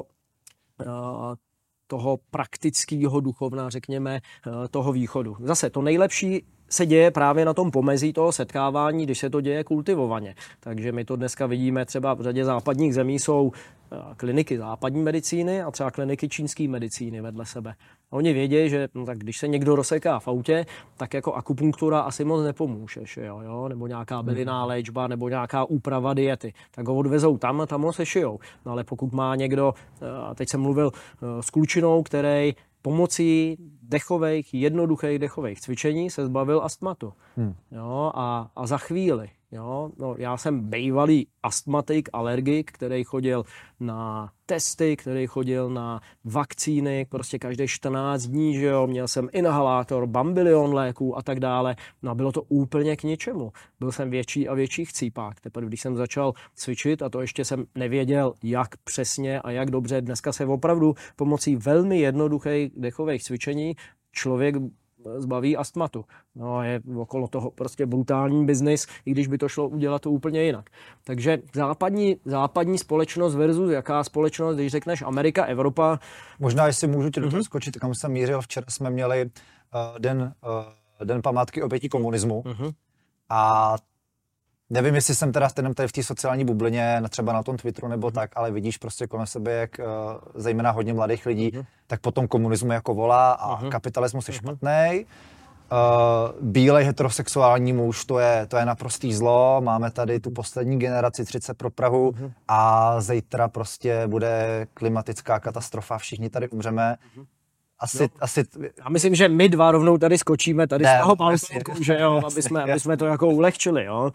S2: toho praktického duchovna, řekněme, toho východu. Zase to nejlepší se děje právě na tom pomezí toho setkávání, když se to děje kultivovaně. Takže my to dneska vidíme třeba v řadě západních zemí jsou kliniky západní medicíny a třeba kliniky čínské medicíny vedle sebe. Oni vědí, že tak když se někdo rozseká v autě, tak jako akupunktura asi moc nepomůžeš, jo? Nebo nějaká bylinná léčba, nebo nějaká úprava diety. Tak ho odvezou tam a tam ho sešijou. No ale pokud má někdo, teď jsem mluvil s klučinou, který pomocí jednoduchých dechových cvičení se zbavil astmatu. Jo, a za chvíli. Jo, no, já jsem bývalý astmatik, alergik, který chodil na testy, který chodil na vakcíny, prostě každé 14 dní, že jo, měl jsem inhalátor, bambilion léků a tak dále. No a bylo to úplně k ničemu. Byl jsem větší a větší chcípák. Teprve když jsem začal cvičit, a to ještě jsem nevěděl, jak přesně a jak dobře, dneska se opravdu pomocí velmi jednoduchých dechových cvičení člověk zbaví astmatu. No je okolo toho prostě brutální biznis, i když by to šlo udělat to úplně jinak. Takže západní společnost versus jaká společnost, když řekneš Amerika, Evropa.
S1: Možná, jestli můžu tě do toho skočit, kam jsem mířil, včera jsme měli den památky obětí komunismu a Nevím, jestli jsem teda tady v té sociální bublině, třeba na tom Twitteru nebo tak, ale vidíš prostě kolem sebe, jak zejména hodně mladých lidí, tak potom komunismu jako volá a kapitalismus je špatnej. Bílej heterosexuální muž, to je naprostý zlo, máme tady tu poslední generaci 30 pro Prahu a zítra prostě bude klimatická katastrofa, všichni tady umřeme. Asi...
S2: Já myslím, že my dva rovnou tady skočíme z toho balkónku, že jo, aby jsme to jako ulehčili, jo.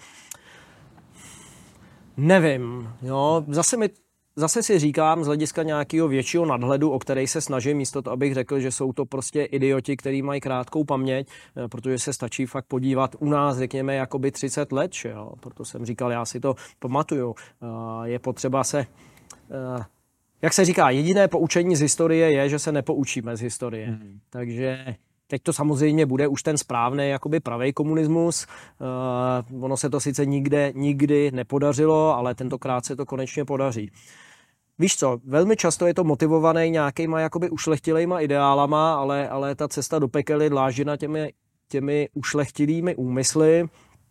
S2: Nevím, jo, zase si říkám z hlediska nějakého většího nadhledu, o který se snažím, místo to, abych řekl, že jsou to prostě idioti, kteří mají krátkou paměť, protože se stačí fakt podívat u nás, řekněme, jakoby 30 let, že jo, proto jsem říkal, já si to pamatuju, je potřeba se... Jak se říká, jediné poučení z historie je, že se nepoučíme z historie. Takže teď to samozřejmě bude už ten správný, jakoby pravej komunismus. Ono se to sice nikdy nepodařilo, ale tentokrát se to konečně podaří. Víš co, velmi často je to motivované nějakýma jakoby ušlechtilejma ideálama, ale ta cesta do pekel je dlážděna těmi ušlechtilými úmysly.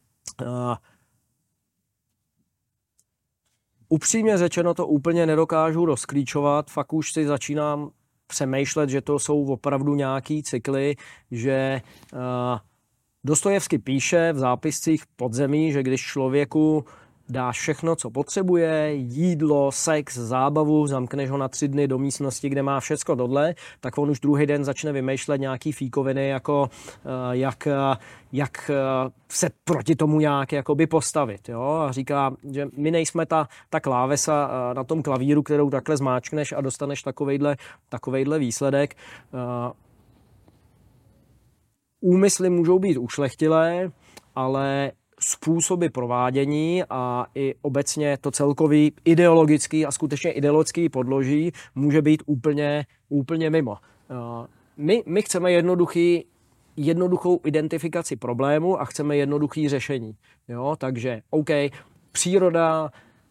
S2: Upřímně řečeno to úplně nedokážu rozklíčovat, fakt už si začínám přemýšlet, že to jsou opravdu nějaký cykly, že Dostojevský píše v zápiscích Podzemí, že když člověku dáš všechno, co potřebuje, jídlo, sex, zábavu, zamkneš ho na 3 dny do místnosti, kde má všecko tohle, tak on už druhý den začne vymýšlet nějaký fíkoviny, jako jak se proti tomu nějak jakoby postavit. Jo? A říká, že my nejsme ta klávesa na tom klavíru, kterou takhle zmáčkneš a dostaneš takovejhle výsledek. Úmysly můžou být ušlechtilé, ale způsoby provádění a i obecně to celkový ideologický a skutečně ideologický podloží může být úplně mimo. My chceme jednoduchou identifikaci problému a chceme jednoduché řešení. Jo? Takže OK, příroda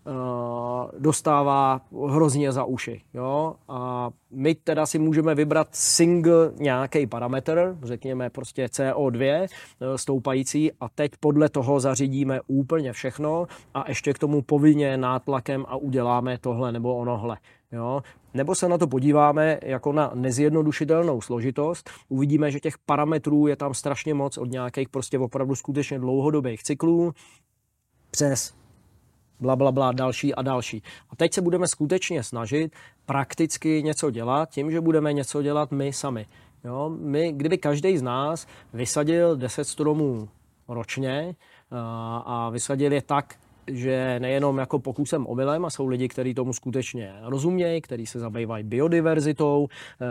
S2: dostává hrozně za uši. Jo? A my teda si můžeme vybrat single nějaký parametr, řekněme prostě CO2 stoupající a teď podle toho zařídíme úplně všechno a ještě k tomu povinně nátlakem a uděláme tohle nebo onohle. Jo? Nebo se na to podíváme jako na nezjednodušitelnou složitost, uvidíme, že těch parametrů je tam strašně moc od nějakých prostě opravdu skutečně dlouhodobých cyklů přes blablabla, další a další. A teď se budeme skutečně snažit prakticky něco dělat tím, že budeme něco dělat my sami. Jo? Kdyby každý z nás vysadil 10 stromů ročně a vysadil je tak, že nejenom jako pokusem omylem, a jsou lidi, kteří tomu skutečně rozumějí, kteří se zabývají biodiverzitou,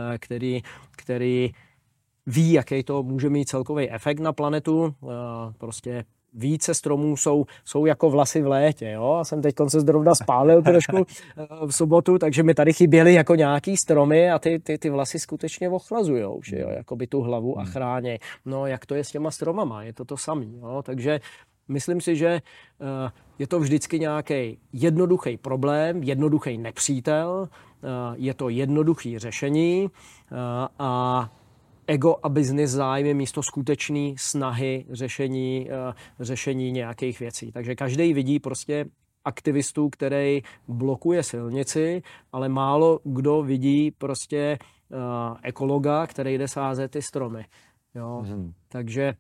S2: který ví, jaký to může mít celkový efekt na planetu, prostě více stromů jsou jako vlasy v létě. Jo? A jsem teď se zrovna spálil trošku v sobotu, takže mi tady chyběly jako nějaký stromy a ty vlasy skutečně ochlazujou, že jo? Jakoby tu hlavu a chrání. No jak to je s těma stromama? Je to samý. Jo? Takže myslím si, že je to vždycky nějaký jednoduchý problém, jednoduchý nepřítel, je to jednoduché řešení a ego a business zájmy místo skutečné snahy řešení nějakých věcí. Takže každý vidí prostě aktivistu, který blokuje silnici, ale málo kdo vidí prostě ekologa, který jde sázet ty stromy. Jo? Takže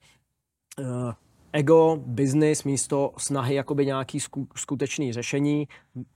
S2: ego, business místo snahy jakoby nějaký skutečný řešení,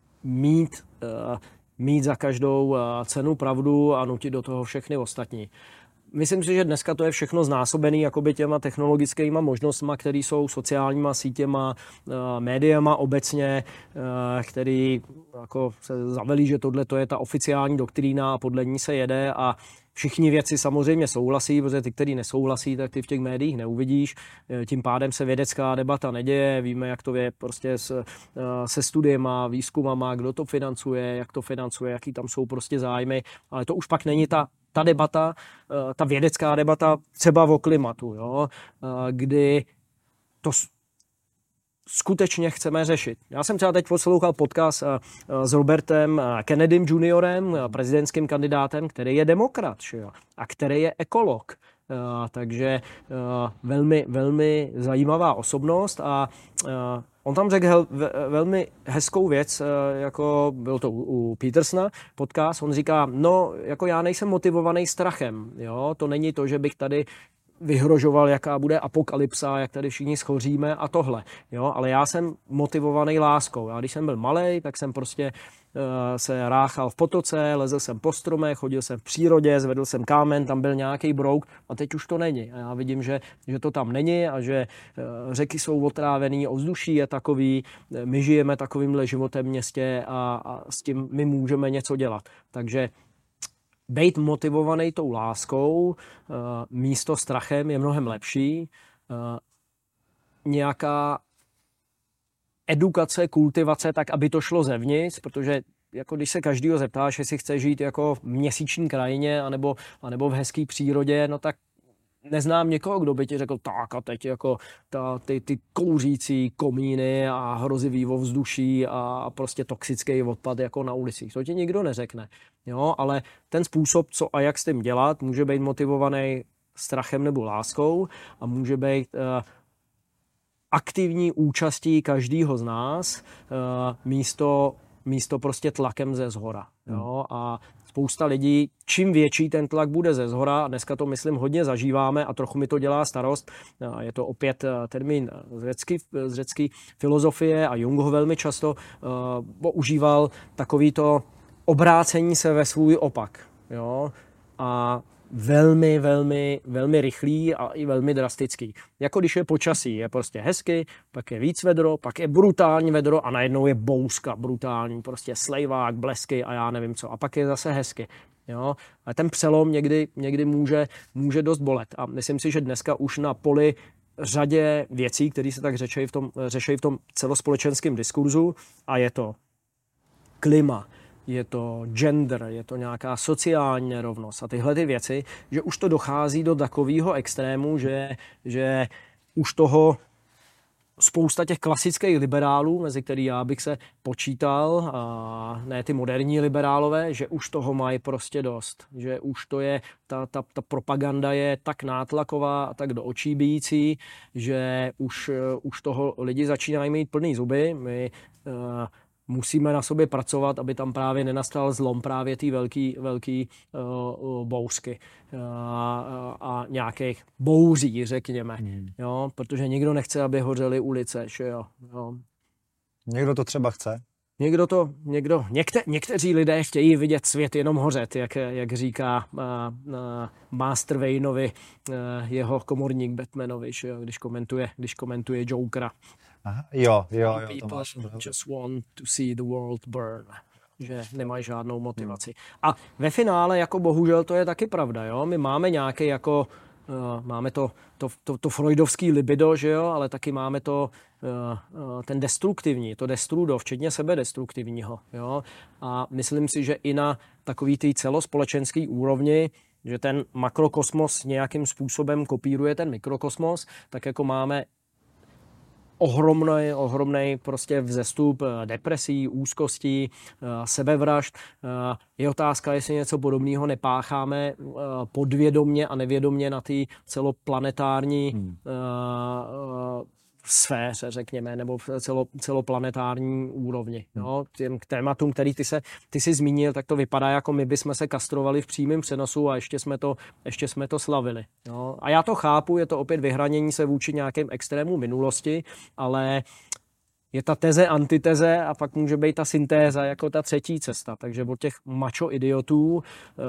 S2: mít za každou cenu pravdu a nutit do toho všechny ostatní. Myslím si, že dneska to je všechno znásobený jakoby těma technologickýma možnostma, které jsou sociálníma sítěma, médiama obecně, který jako se zavelí, že tohle to je ta oficiální doktrína a podle ní se jede a všichni věci samozřejmě souhlasí, protože ty, který nesouhlasí, tak ty v těch médiích neuvidíš. Tím pádem se vědecká debata neděje, víme, jak to je prostě se studiema, výzkumama, kdo to financuje, jak to financuje, jaký tam jsou prostě zájmy, ale to už pak není ta debata, ta vědecká debata třeba o klimatu, jo? Kdy to skutečně chceme řešit. Já jsem třeba teď poslouchal podcast s Robertem Kennedym juniorem, prezidentským kandidátem, který je demokrat, jo? A který je ekolog. Takže velmi, velmi zajímavá osobnost a on tam řekl velmi hezkou věc, jako byl to u Petersona podcast, on říká, no, jako já nejsem motivovaný strachem, jo, to není to, že bych tady vyhrožoval, jaká bude apokalypsa, jak tady všichni schoříme a tohle, jo, ale já jsem motivovaný láskou. Já když jsem byl malej, tak jsem prostě se ráchal v potoce, lezl jsem po stromech, chodil jsem v přírodě, zvedl jsem kámen, tam byl nějaký brouk a teď už to není. A já vidím, že to tam není a že řeky jsou otrávený, ovzduší je takový, my žijeme takovýmhle životem v městě a s tím my můžeme něco dělat. Takže být motivovaný tou láskou místo strachem je mnohem lepší. Nějaká edukace, kultivace, tak aby to šlo zevnitř, protože jako když se každýho zeptáš, jestli chce žít jako v měsíční krajině anebo v hezké přírodě, no tak neznám někoho, kdo by ti řekl tak a teď jako ty kouřící komíny a hrozivý ovzduší a prostě toxický odpad jako na ulicích. To ti nikdo neřekne. Jo, ale ten způsob, co a jak s tím dělat, může být motivovaný strachem nebo láskou a může být aktivní účastí každého z nás místo prostě tlakem ze zhora. Jo? A spousta lidí, čím větší ten tlak bude ze zhora, a dneska to myslím hodně zažíváme a trochu mi to dělá starost, je to opět termín z řecké filozofie a Jung ho velmi často používal, takový to obrácení se ve svůj opak. Jo? A velmi, velmi, velmi rychlý a i velmi drastický. Jako když je počasí, je prostě hezky, pak je víc vedro, pak je brutální vedro a najednou je bouřka brutální, prostě slejvák, blesky a já nevím co. A pak je zase hezky. Jo? A ten přelom někdy může dost bolet. A myslím si, že dneska už na poli řadě věcí, které se tak řeší v tom celospolečenském diskurzu, a je to klima, je to gender, je to nějaká sociální nerovnost a tyhle ty věci, že už to dochází do takového extrému, že už toho spousta těch klasických liberálů, mezi který já bych se počítal, a ne ty moderní liberálové, že už toho mají prostě dost. Že už to je, ta propaganda je tak nátlaková a tak do očí bijící, že už toho lidi začínají mít plný zuby. My musíme na sobě pracovat, aby tam právě nenastal zlom právě té velký bouřky a nějakých bouří, řekněme. Jo? Protože nikdo nechce, aby hořely ulice. Že jo? Jo.
S1: Někdo to třeba chce.
S2: Někteří lidé chtějí vidět svět jenom hořet, jak říká Master Wayneovi jeho komorník Batmanovi, že jo? Když komentuje Jokera.
S1: Aha, jo.
S2: People just want to see the world burn. Že nemají žádnou motivaci. A ve finále, jako bohužel, to je taky pravda, jo? My máme nějaké jako, máme to freudovský libido, že jo? Ale taky máme ten destruktivní, to destrudo, včetně sebedestruktivního, jo? A myslím si, že i na takový té celospolečenský úrovni, že ten makrokosmos nějakým způsobem kopíruje ten mikrokosmos, tak jako máme ohromnej prostě vzestup depresí, úzkostí, sebevražd. Je otázka, jestli něco podobného nepácháme podvědomně a nevědomně na té celoplanetární sféře, řekněme, nebo v celoplanetární úrovni. Jo? Těm tématům, který ty jsi zmínil, tak to vypadá, jako my bychom se kastrovali v přímém přenosu a ještě jsme to slavili. Jo? A já to chápu, je to opět vyhranění se vůči nějakým extrému minulosti, ale je ta teze, antiteze a pak může být ta syntéza jako ta třetí cesta. Takže od těch macho idiotů,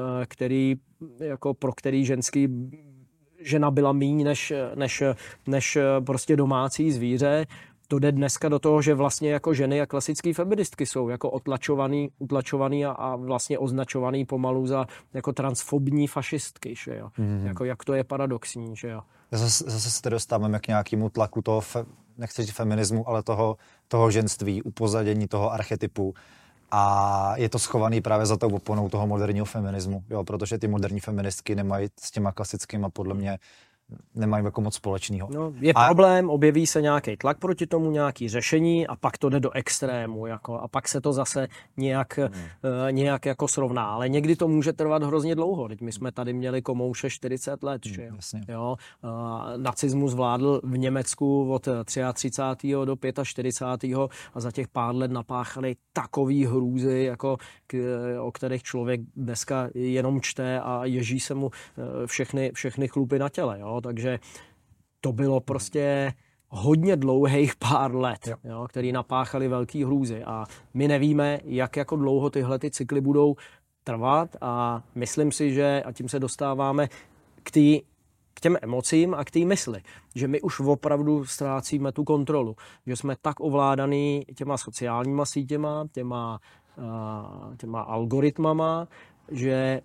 S2: pro který žena byla míň než prostě domácí zvíře, to jde dneska do toho, že vlastně jako ženy a klasické feministky jsou jako utlačovaný a vlastně označovaný pomalu za jako transfobní fašistky, že jo. Jako jak to je paradoxní, že jo.
S1: Zase se dostáváme k nějakému tlaku toho, nechci říct feminismu, ale toho ženství, upozadění toho archetypu. A je to schovaný právě za tou oponou toho moderního feminismu, jo, protože ty moderní feministky nemají s těma klasickýma podle mě nemají jako moc společného.
S2: No, je problém, objeví se nějaký tlak proti tomu, nějaký řešení a pak to jde do extrému, jako, a pak se to zase nějak jako srovná. Ale někdy to může trvat hrozně dlouho. Teď my jsme tady měli komouše 40 let. Že? Jo? Nacismus vládl v Německu od 33. do 45. a za těch pár let napáchali takový hrůzy, jako, o kterých člověk dneska jenom čte a ježí se mu všechny chlupy na těle. Jo? Takže to bylo prostě hodně dlouhých pár let, jo, který napáchali velký hrůzy a my nevíme, jak jako dlouho tyhle ty cykly budou trvat a myslím si, že a tím se dostáváme k těm emocím a k té mysli, že my už opravdu ztrácíme tu kontrolu, že jsme tak ovládaný těma sociálníma sítěma, těma algoritmama, že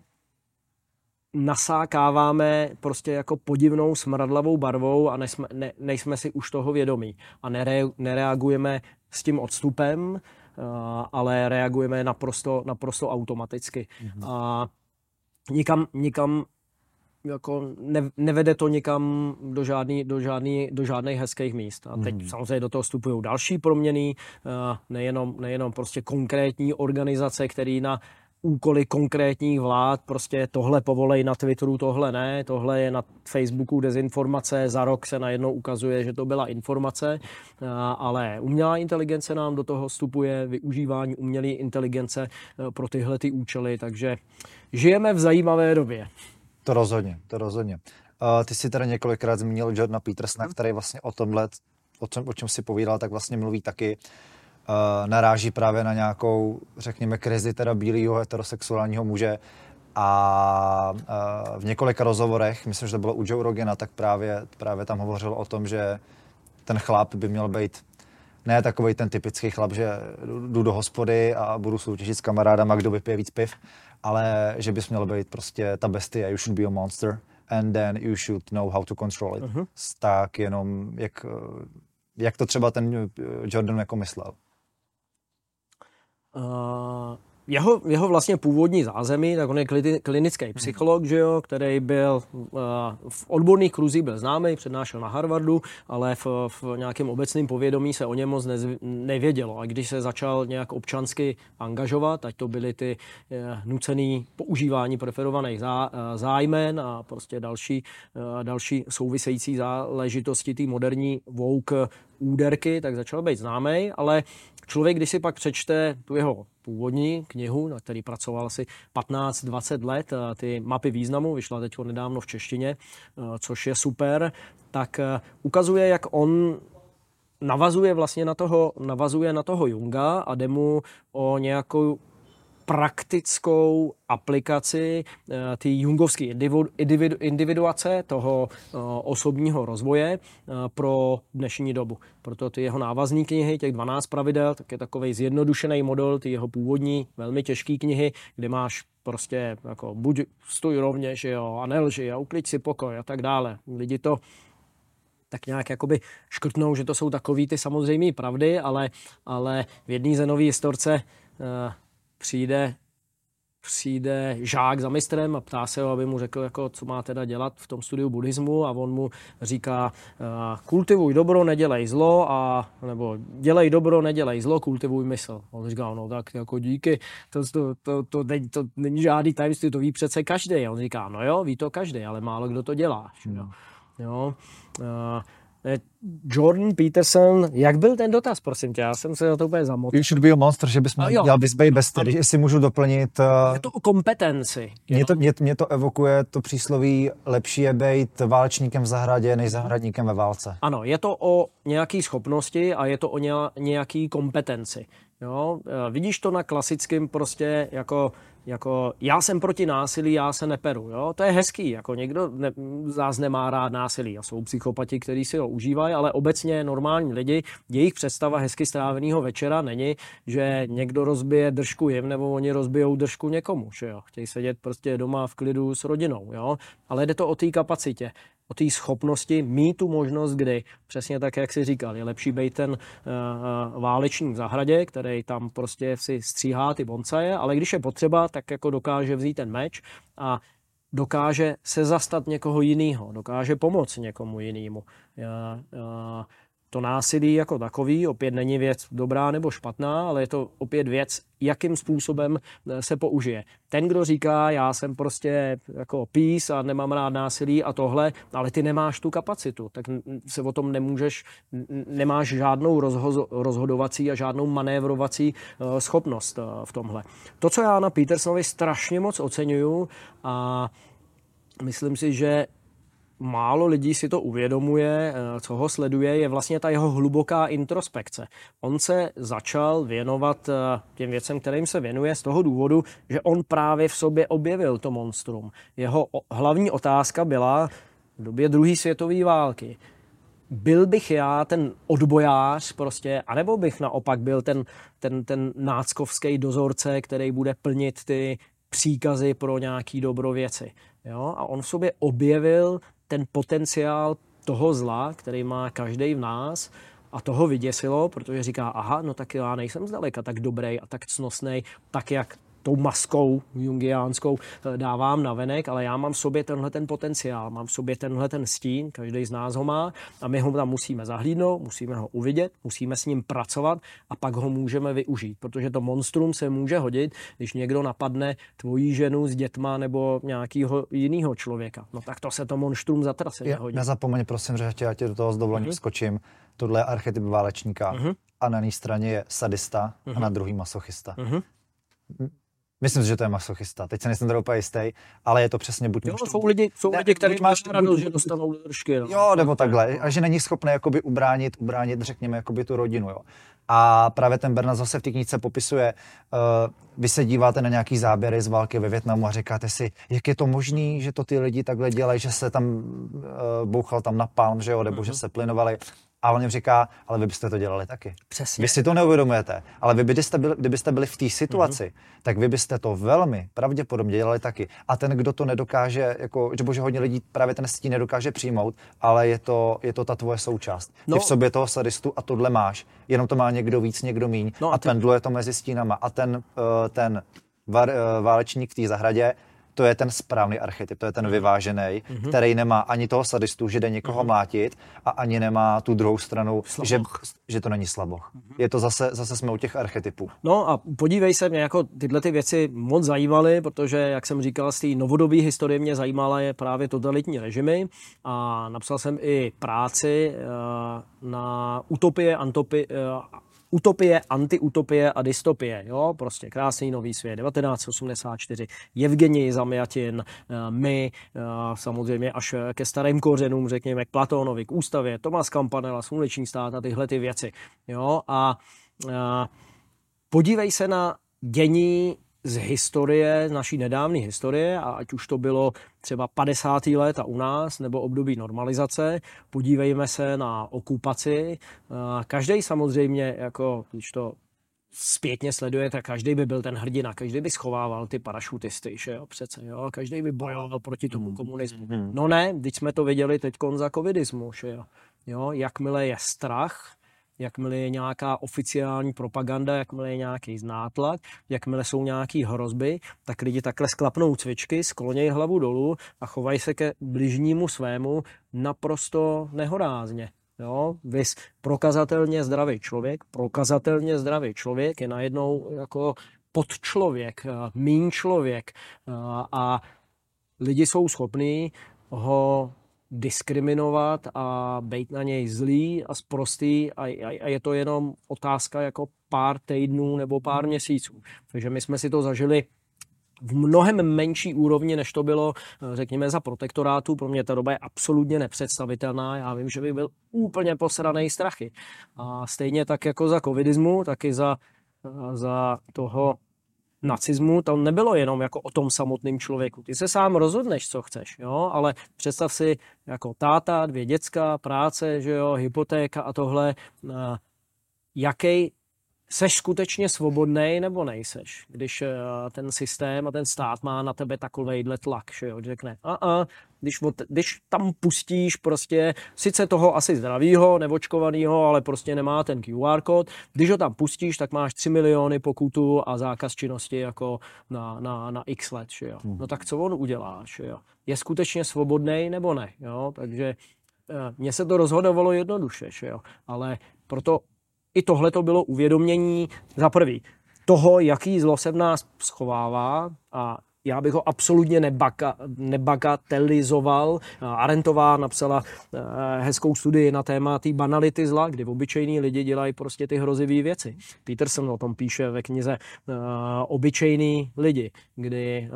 S2: nasákáváme prostě jako podivnou smradlavou barvou a nejsme si už toho vědomí. A nereagujeme s tím odstupem, ale reagujeme naprosto automaticky. A nikam jako nevede to nikam do žádných hezkých míst. A teď samozřejmě do toho vstupují další proměny, nejenom prostě konkrétní organizace, které na úkoly konkrétních vlád, prostě tohle povolej na Twitteru, tohle ne, tohle je na Facebooku dezinformace, za rok se najednou ukazuje, že to byla informace, ale umělá inteligence nám do toho vstupuje, využívání umělé inteligence pro tyhle ty účely, takže žijeme v zajímavé době.
S1: To rozhodně. Ty jsi tady několikrát zmínil Jordana Petersona, který vlastně o tomhle, o čem si povídal, tak vlastně mluví taky, naráží právě na nějakou, řekněme, krizi teda bílého heterosexuálního muže a v několika rozhovorech, myslím, že to bylo u Joe Rogana, tak právě tam hovořil o tom, že ten chlap by měl být ne takovej ten typický chlap, že jdu do hospody a budu soutěžit s kamarádama, kdo vypije víc piv, ale že bys měl být prostě ta bestie, you should be a monster and then you should know how to control it. Tak jenom, jak to třeba ten Jordan jako myslel?
S2: Jeho vlastně původní zázemí, tak on je klinický psycholog, že jo, který byl v odborných kruzích byl známý, přednášel na Harvardu, ale v nějakém obecném povědomí se o něm moc nevědělo. A když se začal nějak občansky angažovat, ať to byly ty nucený používání preferovaných zájmen a prostě další související záležitosti té moderní woke úderky, tak začal být známý, ale člověk, když si pak přečte tu jeho původní knihu, na který pracoval asi 15-20 let, ty mapy významu, vyšla teď nedávno v češtině, což je super, tak ukazuje, jak on navazuje na toho Junga a jde mu o nějakou praktickou aplikaci té jungovské individuace, toho osobního rozvoje pro dnešní dobu. Proto ty jeho návazní knihy, těch 12 pravidel, tak je takovej zjednodušený model, ty jeho původní, velmi těžké knihy, kde máš prostě jako buď stůj rovně, že jo, a nelži a uklid si pokoj a tak dále. Lidi to tak nějak jakoby škrtnou, že to jsou takový ty samozřejmé pravdy, ale v jedné zenové historce přijde žák za mistrem a ptá se ho, aby mu řekl, jako, co má teda dělat v tom studiu buddhismu, a on mu říká, kultivuj dobro, nedělej zlo, nebo dělej dobro, nedělej zlo, kultivuj mysl. On říká, no tak jako díky, to není žádný tajemství, to ví přece každý. A on říká, no jo, ví to každý, ale málo kdo to dělá. Jo. Jordan Peterson, jak byl ten dotaz, prosím tě? Já jsem se na to úplně zamotal.
S1: You should be a monster, že bys měl být bestie, jestli můžu doplnit.
S2: Je to o kompetenci.
S1: Mě to evokuje to přísloví, lepší je být válečníkem v zahradě, než zahradníkem ve válce.
S2: Ano, je to o nějaký schopnosti a je to o nějaký kompetenci. Jo? Vidíš to na klasickém prostě jako já jsem proti násilí, já se neperu. Jo? To je hezký, jako někdo z nás nemá rád násilí a jsou psychopati, kteří si ho užívají, ale obecně normální lidi, jejich představa hezky stráveného večera není, že někdo rozbije držku jim nebo oni rozbijou držku někomu. Že jo? Chtějí sedět prostě doma v klidu s rodinou. Jo? Ale jde to o té kapacitě, o té schopnosti mít tu možnost, kdy přesně tak, jak jsi říkal, je lepší být ten válečník v zahradě, který tam prostě si stříhá ty bonsaje, ale když je potřeba, tak jako dokáže vzít ten meč a dokáže se zastat někoho jiného, dokáže pomoct někomu jinému. To násilí jako takový opět není věc dobrá nebo špatná, ale je to opět věc, jakým způsobem se použije. Ten, kdo říká, já jsem prostě jako peace a nemám rád násilí a tohle, ale ty nemáš tu kapacitu, tak se o tom nemáš žádnou rozhodovací a žádnou manévrovací schopnost v tomhle. To, co já na Petersonovi strašně moc oceňuju a myslím si, že málo lidí si to uvědomuje, co ho sleduje, je vlastně ta jeho hluboká introspekce. On se začal věnovat těm věcem, kterým se věnuje, z toho důvodu, že on právě v sobě objevil to monstrum. Jeho hlavní otázka byla v době druhé světové války. Byl bych já ten odbojář prostě, anebo bych naopak byl ten náckovský dozorce, který bude plnit ty příkazy pro nějaký dobrověci. Jo? A on v sobě objevil ten potenciál toho zla, který má každý v nás, a toho vyděsilo, protože říká, aha, no tak já nejsem zdaleka tak dobrý a tak cnosnej, tak jak tou maskou jungiánskou dávám navenek, ale já mám v sobě tenhle ten potenciál, mám v sobě tenhle ten stín, každý z nás ho má a my ho tam musíme zahlídnout, musíme ho uvidět, musíme s ním pracovat a pak ho můžeme využít, protože to monstrum se může hodit, když někdo napadne tvoji ženu s dětma nebo nějakého jiného člověka. No tak to se to monstrum zatrase nehodí.
S1: Nezapomeň, prosím, že já tě do toho s dovolením skočím. Tohle je archetyp válečníka a na jedné straně je sadista a na druhý masochista. Myslím si, že to je masochista. Teď se nejsem teda úplně jistý, ale je to přesně buď...
S2: Jo, jsou lidi, kteří máš radost, že dostanou držky. No.
S1: Jo, nebo takhle. A že není schopný jakoby ubránit, řekněme, jakoby tu rodinu. Jo. A právě ten Bernard zase v té knížce popisuje, vy se díváte na nějaký záběry z války ve Vietnamu a říkáte si, jak je to možný, že to ty lidi takhle dělají, že se tam bouchal tam napalm, že jo, nebo že se plynovali. A on jim říká, ale vy byste to dělali taky.
S2: Přesně.
S1: Vy si to neuvědomujete, ale vy kdybyste byli v té situaci, tak vy byste to velmi pravděpodobně dělali taky. A ten, kdo to nedokáže, jako, že hodně lidí právě ten stín nedokáže přijmout, ale je to ta tvoje součást. Ty v sobě toho sadistu a tohle máš, jenom to má někdo víc, někdo míň a pendluje to mezi stínama. A ten válečník v té zahradě, to je ten správný archetyp, to je ten vyvážený, který nemá ani toho sadistu, že jde někoho mlátit, a ani nemá tu druhou stranu, že to není slaboch. Je to zase jsme u těch archetypů.
S2: No a podívej se, mě jako tyhle ty věci moc zajímaly, protože, jak jsem říkal, z té novodobé historie mě zajímala je právě totalitní režimy a napsal jsem i práci na utopie, antiutopie a dystopie, jo, prostě krásný nový svět, 1984, Evgenij Zamjatin, my, samozřejmě až ke starým kořenům, řekněme, k Platónovi, k ústavě, Thomas Campanella, sluneční stát a tyhle ty věci, jo, a podívej se na dění z historie, naší nedávné historie, a ať už to bylo třeba 50. léta u nás, nebo období normalizace, podívejme se na okupaci. Každý samozřejmě, jako když to zpětně sleduje, tak každý by byl ten hrdina, každý by schovával ty parašutisty, že jo, přece, jo, každý by bojoval proti tomu komunismu. No ne, když jsme to viděli teď za covidismu, že jo, jakmile je strach, jakmile je nějaká oficiální propaganda, jakmile je nějaký nátlak, jakmile jsou nějaké hrozby, tak lidi takhle sklapnou cvičky, sklonějí hlavu dolů a chovají se ke bližnímu svému naprosto nehorázně. Jo? Vys prokazatelně zdravý člověk je najednou jako podčlověk, míň člověk a lidi jsou schopní ho diskriminovat a být na něj zlý a sprostý a je to jenom otázka jako pár týdnů nebo pár měsíců. Takže my jsme si to zažili v mnohem menší úrovni, než to bylo, řekněme, za protektorátu. Pro mě ta doba je absolutně nepředstavitelná. Já vím, že bych byl úplně posranej strachy. A stejně tak jako za covidismu, tak i za toho nacismu, to nebylo jenom jako o tom samotném člověku. Ty se sám rozhodneš, co chceš, jo, ale představ si jako táta, 2 děcka, práce, že jo, hypotéka a tohle, jaký seš skutečně svobodnej nebo nejseš, když ten systém a ten stát má na tebe takovejhle tlak, že jo, řekne, když tam pustíš prostě, sice toho asi zdravýho, neočkovanýho, ale prostě nemá ten QR kód, když ho tam pustíš, tak máš 3 miliony pokutu a zákaz činnosti jako na x let, že jo. No tak co on udělá, že jo? Je skutečně svobodnej nebo ne, jo, takže mně se to rozhodovalo jednoduše, že jo, ale proto i tohle to bylo uvědomění za prvý toho, jaký zlo se v nás schovává a já bych ho absolutně nebagatelizoval. Arendtová napsala hezkou studii na téma té banality zla, kdy obyčejní lidi dělají prostě ty hrozivé věci. Peterson o tom píše ve knize Obyčejní lidi, kdy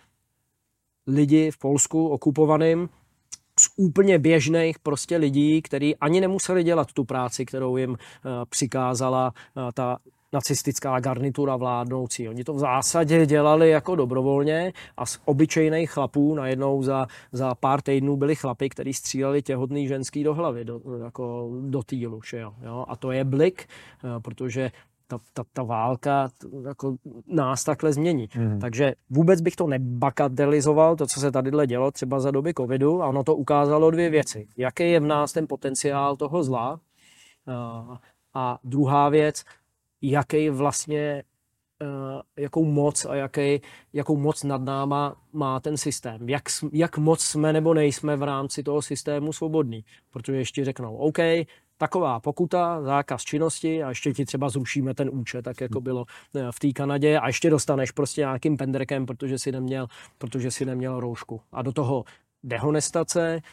S2: lidi v Polsku okupovaným z úplně běžných prostě lidí, kteří ani nemuseli dělat tu práci, kterou jim přikázala ta nacistická garnitura vládnoucí. Oni to v zásadě dělali jako dobrovolně a z obyčejných chlapů najednou za pár týdnů byli chlapi, kteří stříleli těhotný ženský do hlavy, do týlu. Jo? A to je blik, protože ta válka jako nás takhle změní. Takže vůbec bych to nebagatelizoval, to, co se tadyhle dělo třeba za doby covidu, a ono to ukázalo dvě věci. Jaký je v nás ten potenciál toho zla a druhá věc, jaký vlastně, jakou moc a jakou moc nad náma má ten systém. Jak moc jsme nebo nejsme v rámci toho systému svobodní. Protože ještě řeknou, OK, taková pokuta, zákaz činnosti a ještě ti třeba zrušíme ten účet, tak jako bylo v té Kanadě a ještě dostaneš prostě nějakým pendrekem, protože si neměl roušku. A do toho dehonestace,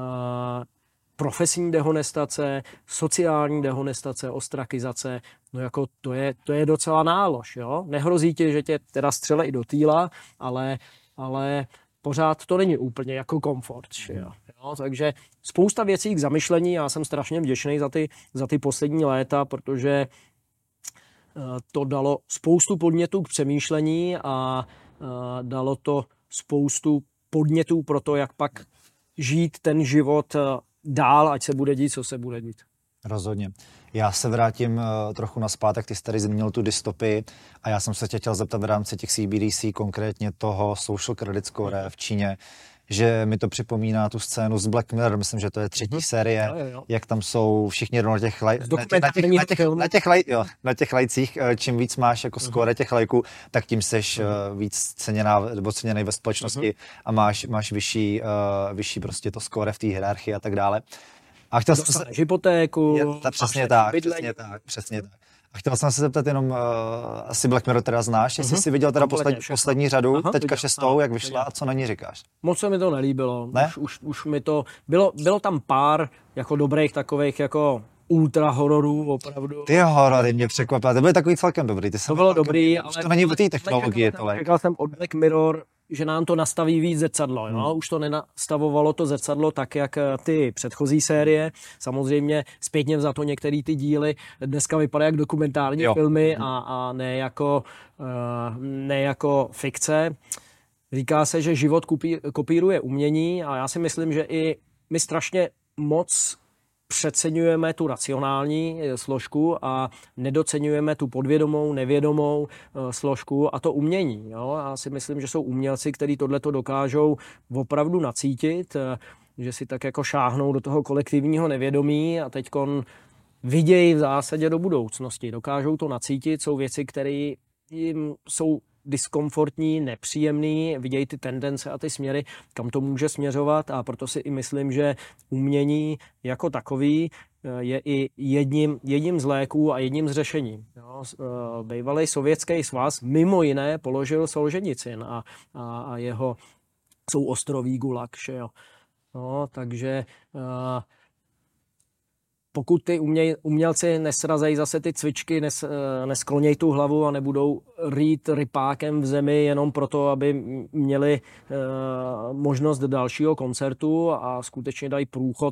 S2: profesní dehonestace, sociální dehonestace, ostrakizace, no jako to je docela nálož, jo? Nehrozí ti, že tě teda střele i do týla, ale pořád to není úplně jako komfort, jo? Takže spousta věcí k zamyšlení, já jsem strašně vděčný za ty poslední léta, protože to dalo spoustu podnětů k přemýšlení a dalo to spoustu podnětů pro to, jak pak žít ten život dál, ať se bude dít, co se bude dít.
S1: Rozhodně. Já se vrátím trochu nazpátek, ty jsi tady zmínil tu dystopii a já jsem se tě chtěl zeptat v rámci těch CBDC, konkrétně toho Social Credit Score v Číně, že mi to připomíná tu scénu z Black Mirror, myslím, že to je 3. série, jo. Jak tam jsou všichni na těch lajcích, čím víc máš jako skóre těch lajků, tak tím seš víc ceněný ve společnosti a máš vyšší prostě to skóre v té hierarchii a tak dále. A chtěl jsem se
S2: hypotéku,
S1: přesně tak. A chtěl jsem se zeptat jenom, asi Black Mirror teda znáš, jestli jsi viděl teda poslední řadu, teďka 6, jak vyšla, a co na ní říkáš?
S2: Moc se mi to nelíbilo,
S1: ne?
S2: Už mi to, bylo tam pár jako dobrých takových jako ultra hororů, opravdu.
S1: Ty horory mě překvapily, to byly takový celkem dobrý.
S2: To bylo dobrý, ale
S1: to není o té technologii.
S2: Čekal jsem od Black Mirror, že nám to nastaví víc zrcadlo. Jo? Už to nenastavovalo to zrcadlo tak, jak ty předchozí série. Samozřejmě zpětně za to některé ty díly dneska vypadají jak dokumentární filmy a ne jako fikce. Říká se, že život kopíruje umění a já si myslím, že i my strašně moc přeceňujeme tu racionální složku a nedoceňujeme tu podvědomou, nevědomou složku a to umění. Jo? Já si myslím, že jsou umělci, kteří tohleto dokážou opravdu nacítit, že si tak jako šáhnou do toho kolektivního nevědomí a teďkon vidějí v zásadě do budoucnosti. Dokážou to nacítit, jsou věci, které jim jsou diskomfortní, nepříjemný, vidějí ty tendence a ty směry, kam to může směřovat a proto si i myslím, že umění jako takový je i jedním z léků a jedním z řešení. Bývalý Sovětský svaz mimo jiné položil Solženicin a jeho souostroví Gulag. Takže pokud ty umělci nesrazejí zase ty cvičky, nesklonějí tu hlavu a nebudou rýt rypákem v zemi jenom proto, aby měli možnost dalšího koncertu a skutečně dají průchod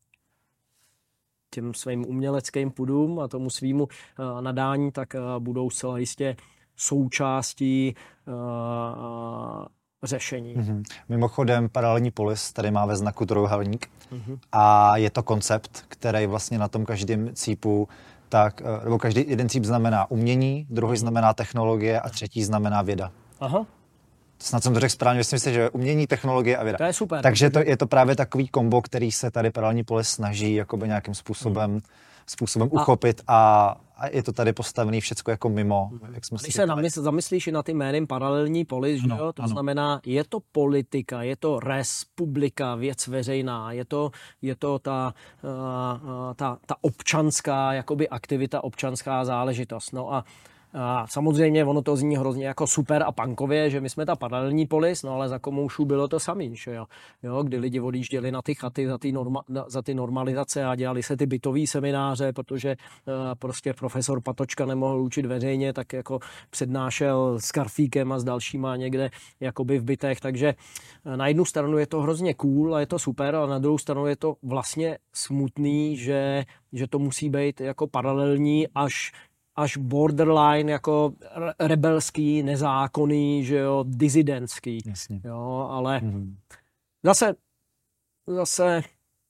S2: těm svým uměleckým pudům a tomu svýmu nadání, tak budou zcela jistě součástí řešení.
S1: Mimochodem paralelní polis tady má ve znaku trojúhelník a je to koncept, který vlastně na tom každém cípu tak, nebo každý jeden cíp znamená umění, druhý znamená technologie a třetí znamená věda.
S2: Aha.
S1: Snad jsem to řekl správně, myslím si, že umění, technologie a věda.
S2: To je super.
S1: Takže je to právě takový kombo, který se tady Paralelní polis snaží jakoby nějakým způsobem uchopit a je to tady postavený všecko jako mimo. Jak jsme
S2: když se zamyslíš i na tím jménem Paralelní polis, že jo? To znamená, je to politika, je to res publika, věc veřejná, je to ta občanská jakoby aktivita, občanská záležitost. No a samozřejmě ono to zní hrozně jako super a punkově, že my jsme ta Paralelní polis, no ale za komoušů bylo to samý, že jo, kdy lidi odjížděli na ty chaty za ty normalizace a dělali se ty bytový semináře, protože prostě profesor Patočka nemohl učit veřejně, tak jako přednášel s Karfíkem a s dalšíma někde jakoby v bytech, takže na jednu stranu je to hrozně cool a je to super, a na druhou stranu je to vlastně smutný, že to musí být jako paralelní až borderline jako rebelský, nezákonný, že jo, disidentský.
S1: Jasně.
S2: Jo, ale zase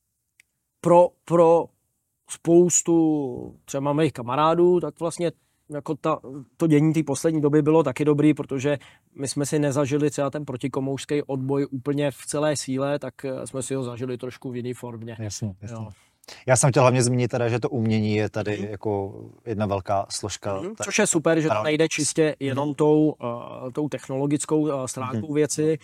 S2: pro spoustu třeba mých kamarádů, tak vlastně jako to dění té poslední doby bylo taky dobrý, protože my jsme si nezažili třeba ten protikomoušský odboj úplně v celé síle, tak jsme si ho zažili trošku v jiné formě.
S1: Jasně. Jo. Já jsem chtěl hlavně zmínit teda, že to umění je tady jako jedna velká složka.
S2: Což je super, že to nejde čistě jenom tou technologickou stránkou věci.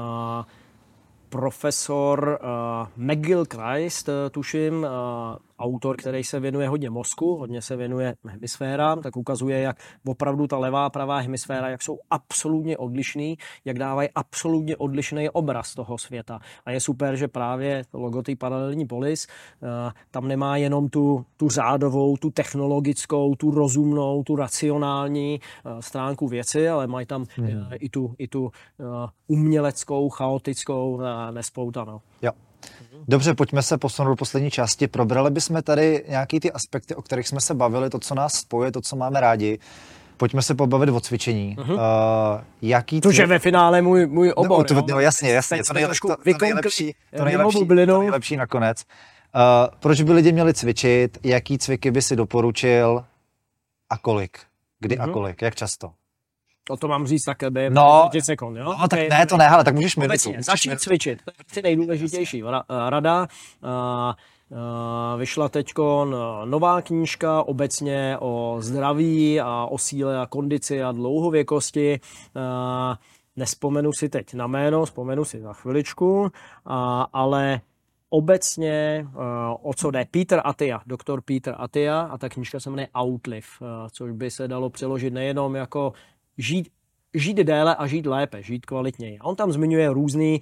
S2: Profesor McGill Christ, tuším, autor, který se věnuje hodně mozku, hodně se věnuje hemisférám, tak ukazuje, jak opravdu ta levá a pravá hemisféra, jak jsou absolutně odlišný, jak dávají absolutně odlišný obraz toho světa. A je super, že právě logotyp Paralelní polis tam nemá jenom tu řádovou, tu technologickou, tu rozumnou, tu racionální stránku věci, ale mají tam i tu uměleckou, chaotickou, nespoutanou.
S1: Jo. Dobře, pojďme se posunout do poslední části. Probrali bychom tady nějaký ty aspekty, o kterých jsme se bavili, to, co nás spojuje, to, co máme rádi. Pojďme se pobavit o cvičení.
S2: Což je ve finále můj obor.
S1: No, jasně. To nejlepší nakonec. Proč by lidi měli cvičit? Jaký cviky by si doporučil? A kolik? Kdy a kolik? Jak často?
S2: To mám říct také během 10 sekund, jo?
S1: No, tak ne, to ne, ale tak můžeš minutu.
S2: Začít cvičit. To je nejdůležitější rada. Vyšla teďko nová knížka obecně o zdraví a o síle a kondici a dlouhověkosti. Nespomenu si teď na jméno, vzpomenu si za chviličku, ale obecně, o co jde, doktor Peter Attia, a ta knížka se jmenuje Outlive, což by se dalo přeložit nejenom jako žít déle a žít lépe, žít kvalitněji. A on tam zmiňuje různý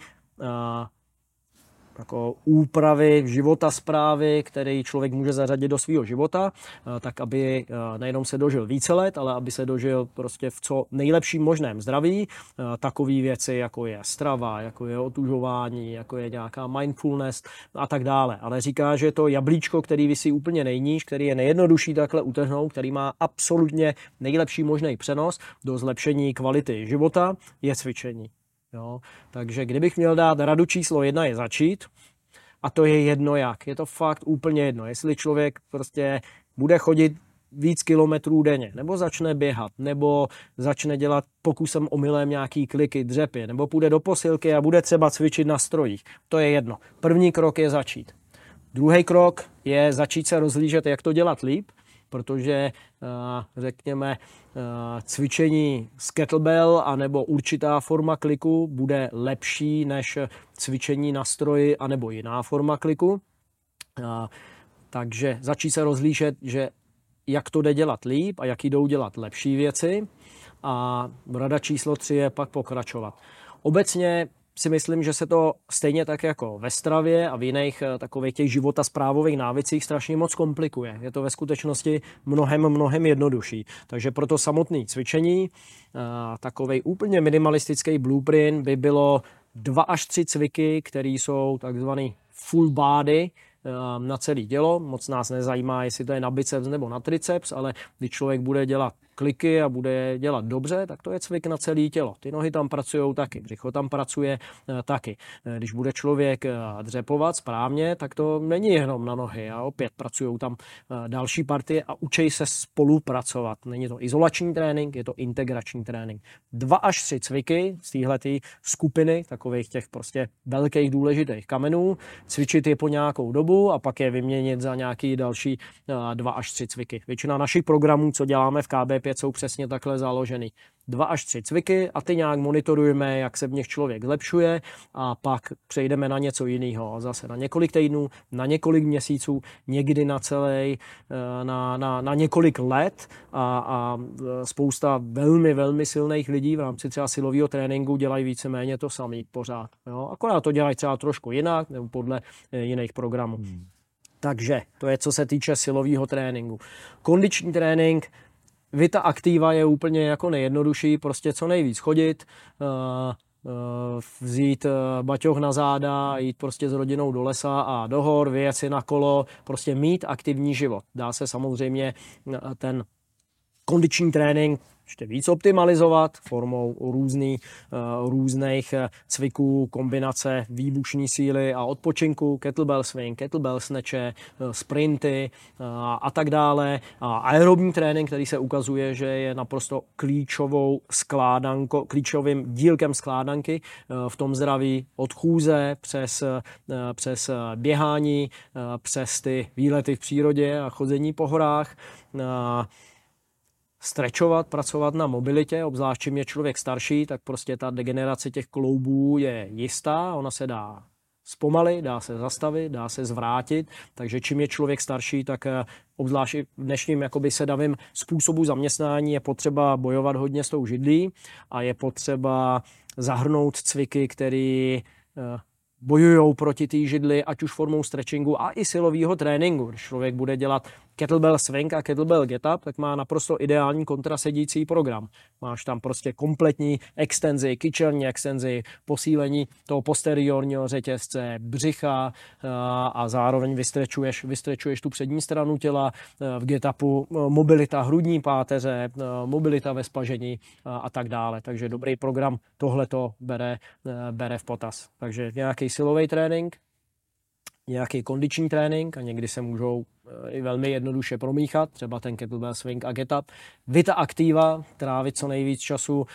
S2: jako úpravy životasprávy, které člověk může zařadit do svého života, tak aby nejenom se dožil více let, ale aby se dožil prostě v co nejlepším možném zdraví. Takové věci, jako je strava, jako je otužování, jako je nějaká mindfulness a tak dále. Ale říká, že to jablíčko, který visí úplně nejníž, který je nejjednodušší takhle utrhnout, který má absolutně nejlepší možný přenos do zlepšení kvality života, je cvičení. Jo, takže kdybych měl dát radu číslo 1 je začít, a to je jedno jak. Je to fakt úplně jedno. Jestli člověk prostě bude chodit víc kilometrů denně, nebo začne běhat, nebo začne dělat pokusem omylem nějaký kliky, dřepy, nebo půjde do posilky a bude třeba cvičit na strojích. To je jedno. První krok je začít. Druhý krok je začít se rozhlížet, jak to dělat líp, protože řekněme cvičení z kettlebell anebo určitá forma kliku bude lepší než cvičení na stroji anebo jiná forma kliku. Takže začít se rozlíšet, že jak to jde dělat líp a jak jdou dělat lepší věci. A rada číslo 3 je pak pokračovat. Obecně si myslím, že se to stejně tak jako ve stravě a v jiných takových těch životasprávových návycích strašně moc komplikuje. Je to ve skutečnosti mnohem jednodušší. Takže pro to samotné cvičení takovej úplně minimalistický blueprint by bylo 2 až 3 cviky, které jsou takzvaný full body na celé tělo. Moc nás nezajímá, jestli to je na biceps nebo na triceps, ale když člověk bude dělat kliky a bude je dělat dobře, tak to je cvik na celé tělo. Ty nohy tam pracují taky, břicho tam pracuje taky. Když bude člověk dřepovat správně, tak to není jenom na nohy. A opět pracují tam další partie a učí se spolupracovat. Není to izolační trénink, je to integrační trénink. 2 až 3 cviky z téhleté skupiny, takových těch prostě velkých důležitých kamenů, cvičit je po nějakou dobu a pak je vyměnit za nějaký další 2 až 3 cviky. Většina našich programů, co děláme v KB5, jsou přesně takhle založený. 2 až 3 cviky a ty nějak monitorujeme, jak se v nich člověk zlepšuje a pak přejdeme na něco jiného. A zase na několik týdnů, na několik měsíců, někdy na celý, na několik let a spousta velmi, velmi silných lidí v rámci třeba silového tréninku dělají víceméně to samé pořád. Jo? Akorát to dělají třeba trošku jinak nebo podle jiných programů. Takže to je, co se týče silového tréninku. Kondiční trénink, Vita Activa je úplně jako nejjednodušší, prostě co nejvíc chodit, vzít baťoh na záda, jít prostě s rodinou do lesa a do hor, vyjet si na kolo, prostě mít aktivní život. Dá se samozřejmě ten kondiční trénink ještě víc optimalizovat formou různých cviků, kombinace výbušní síly a odpočinku, kettlebell swing, kettlebell snatche, sprinty a tak dále. A aerobní trénink, který se ukazuje, že je naprosto klíčovým dílkem skládanky v tom zdraví, od chůze přes běhání, přes ty výlety v přírodě a chození po horách, strečovat, pracovat na mobilitě, obzvlášť čím je člověk starší, tak prostě ta degenerace těch kloubů je jistá, ona se dá zpomalit, dá se zastavit, dá se zvrátit, takže čím je člověk starší, tak obzvlášť v dnešním jakoby sedavým způsobu zaměstnání je potřeba bojovat hodně s tou židlí a je potřeba zahrnout cviky, které bojují proti té židli, ať už formou stretchingu a i silového tréninku. Když člověk bude dělat kettlebell swing a kettlebell get up, tak má naprosto ideální kontrasedící program. Máš tam prostě kompletní extenzi, kyčelní extenzi, posílení toho posteriorního řetězce, břicha a zároveň vystrečuješ tu přední stranu těla. V get upu mobilita hrudní páteře, mobilita ve spažení a tak dále. Takže dobrý program tohleto bere v potaz. Takže nějaký silový trénink, nějaký kondiční trénink a někdy se můžou i velmi jednoduše promíchat, třeba ten kettlebell swing a get up. Vita Activa, trávit co nejvíc času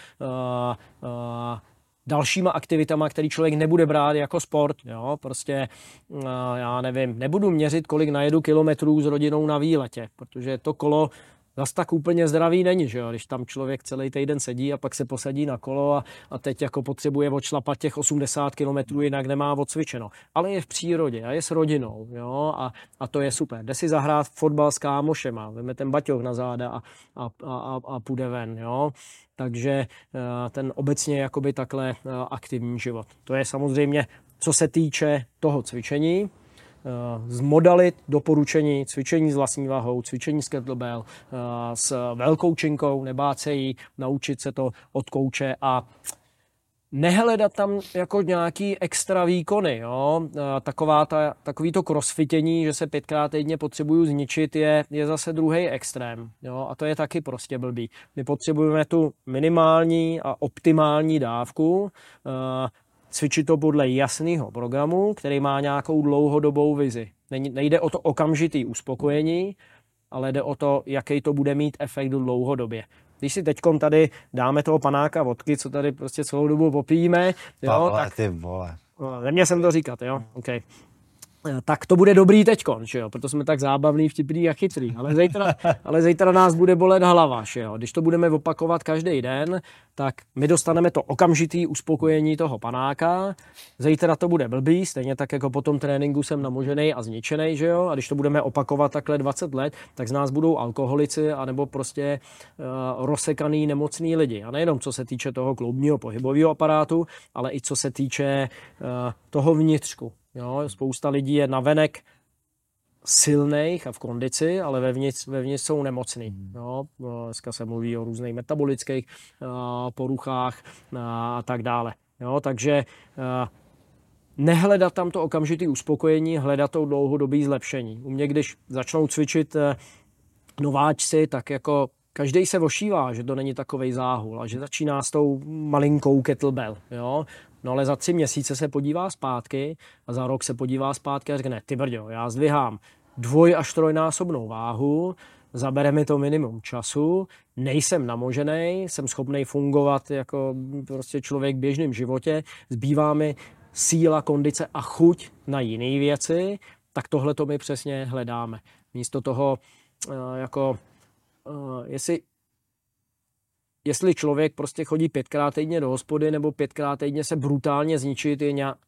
S2: dalšíma aktivitama, který člověk nebude brát jako sport. Jo? Prostě, já nevím, nebudu měřit, kolik najedu kilometrů s rodinou na výletě, protože to kolo zas tak úplně zdravý není, že jo? Když tam člověk celý týden sedí a pak se posadí na kolo a teď jako potřebuje odšlapat těch 80 km, jinak nemá odcvičeno. Ale je v přírodě a je s rodinou, jo? A to je super. Jde si zahrát fotbal s kámošema, veme ten baťoh na záda a půjde ven, jo? Takže ten obecně jakoby takhle aktivní život. To je samozřejmě, co se týče toho cvičení. Z modalit doporučení, cvičení s vlastní váhou, cvičení s kettlebell, s velkou činkou, nebát se jí, naučit se to od kouče a nehledat tam jako nějaký extra výkony. Jo? Takový to crossfitění, že se 5krát týdně potřebuju zničit, je zase druhý extrém. Jo? A to je taky prostě blbý. My potřebujeme tu minimální a optimální dávku, cvičit to podle jasného programu, který má nějakou dlouhodobou vizi. Nejde o to okamžitý uspokojení, ale jde o to, jaký to bude mít efekt dlouhodobě. Když si teďkom tady dáme toho panáka vodky, co tady prostě celou dobu popijíme, jo, tak
S1: ty vole.
S2: Neměl jsem to říkat, jo, okay. Tak to bude dobrý teďkon, že jo, proto jsme tak zábavný, vtipný a chytrý, ale zítra nás bude bolet hlava, že jo. Když to budeme opakovat každý den, tak my dostaneme to okamžitý uspokojení toho panáka, zítra to bude blbý, stejně tak jako po tom tréninku jsem namožený a zničený, že jo, a když to budeme opakovat takhle 20 let, tak z nás budou alkoholici anebo prostě rozsekaný nemocný lidi. A nejenom co se týče toho kloubního pohybového aparátu, ale i co se týče toho vnitřku. Jo, spousta lidí je navenek silných a v kondici, ale vevnitř jsou nemocný. Jo, dneska se mluví o různých metabolických poruchách a tak dále. Jo, takže nehledat tam to okamžitý uspokojení, hledat to dlouhodobé zlepšení. U mě, když začnou cvičit nováčci, tak jako každý se ošívá, že to není takovej záhul a že začíná s tou malinkou kettlebell, jo. No ale za 3 měsíce se podívá zpátky a za rok se podívá zpátky a řekne, ty brďo, já zdvihám 2- až 3násobnou váhu, zabere mi to minimum času, nejsem namožený, jsem schopný fungovat jako prostě člověk v běžném životě, zbývá mi síla, kondice a chuť na jiné věci, tak tohle to my přesně hledáme. Místo toho, jestli člověk prostě chodí 5krát týdně do hospody nebo 5krát týdně se brutálně zničit,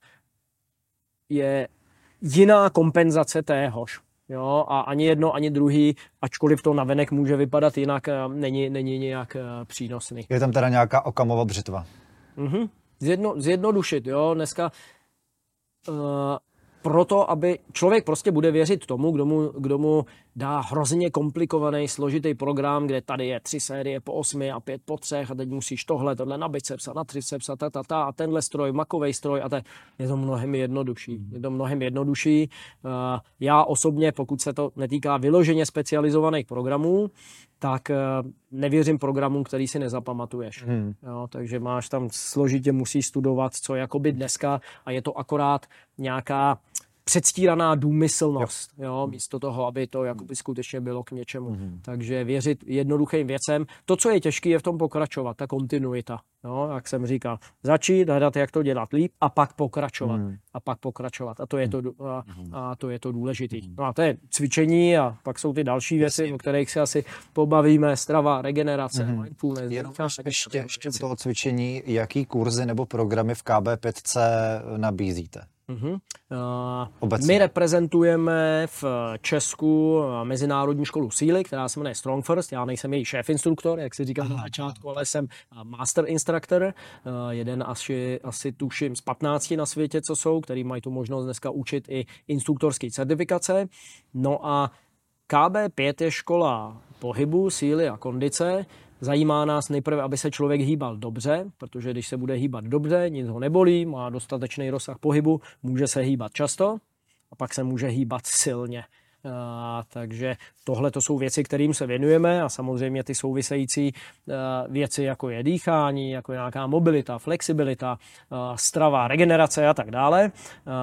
S2: je jiná kompenzace téhož. Jo, a ani jedno, ani druhý, ačkoliv to navenek může vypadat jinak, není nějak přínosný.
S1: Je tam teda nějaká Okamova břitva?
S2: Zjednodušit, jo, dneska proto, aby člověk prostě bude věřit tomu, kdo mu dá hrozně komplikovaný, složitý program, kde tady je 3 série po 8 a 5 po 3 a teď musíš tohle na biceps a na triceps a tenhle stroj, makovej stroj a je to mnohem jednodušší. Já osobně, pokud se to netýká vyloženě specializovaných programů, tak nevěřím programům, který si nezapamatuješ. Jo, takže máš tam složitě, musíš studovat, co jakoby dneska a je to akorát nějaká předstíraná důmyslnost, jo, místo toho, aby to jakoby skutečně bylo k něčemu. Takže věřit jednoduchým věcem. To, co je těžké, je v tom pokračovat, ta kontinuita. Jo, jak jsem říkal, začít hledat, jak to dělat líp a pak pokračovat. A to je to důležité. No a to je cvičení a pak jsou ty další věci, o kterých se asi pobavíme, strava, regenerace, mindfulness.
S1: Jenom ještě v toho cvičení, jaký kurzy nebo programy v KB5C nabízíte?
S2: My reprezentujeme v Česku Mezinárodní školu síly, která se jmenuje Strong First. Já nejsem její šéf-instruktor, jak si říkal na začátku, ale jsem master instructor. Jeden asi tuším z 15 na světě, co jsou, který mají tu možnost dneska učit i instruktorské certifikace. No a KB5 je škola pohybu, síly a kondice. Zajímá nás nejprve, aby se člověk hýbal dobře, protože když se bude hýbat dobře, nic ho nebolí, má dostatečný rozsah pohybu, může se hýbat často a pak se může hýbat silně. Takže tohle to jsou věci, kterým se věnujeme a samozřejmě ty související věci, jako je dýchání, jako je nějaká mobilita, flexibilita, strava, regenerace a tak dále.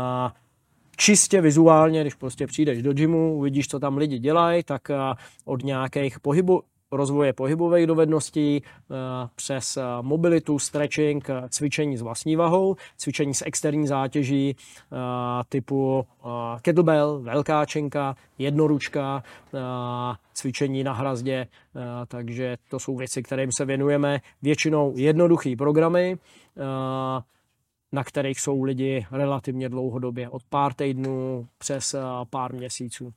S2: Čistě vizuálně, když prostě přijdeš do gymu, uvidíš, co tam lidi dělají, tak od nějakých rozvoje pohybových dovedností přes mobilitu, stretching, cvičení s vlastní vahou, cvičení s externí zátěží typu kettlebell, velká čenka, jednoručka, cvičení na hrazdě, takže to jsou věci, kterým se věnujeme. Většinou jednoduchý programy, na kterých jsou lidi relativně dlouhodobě, od pár týdnů přes pár měsíců.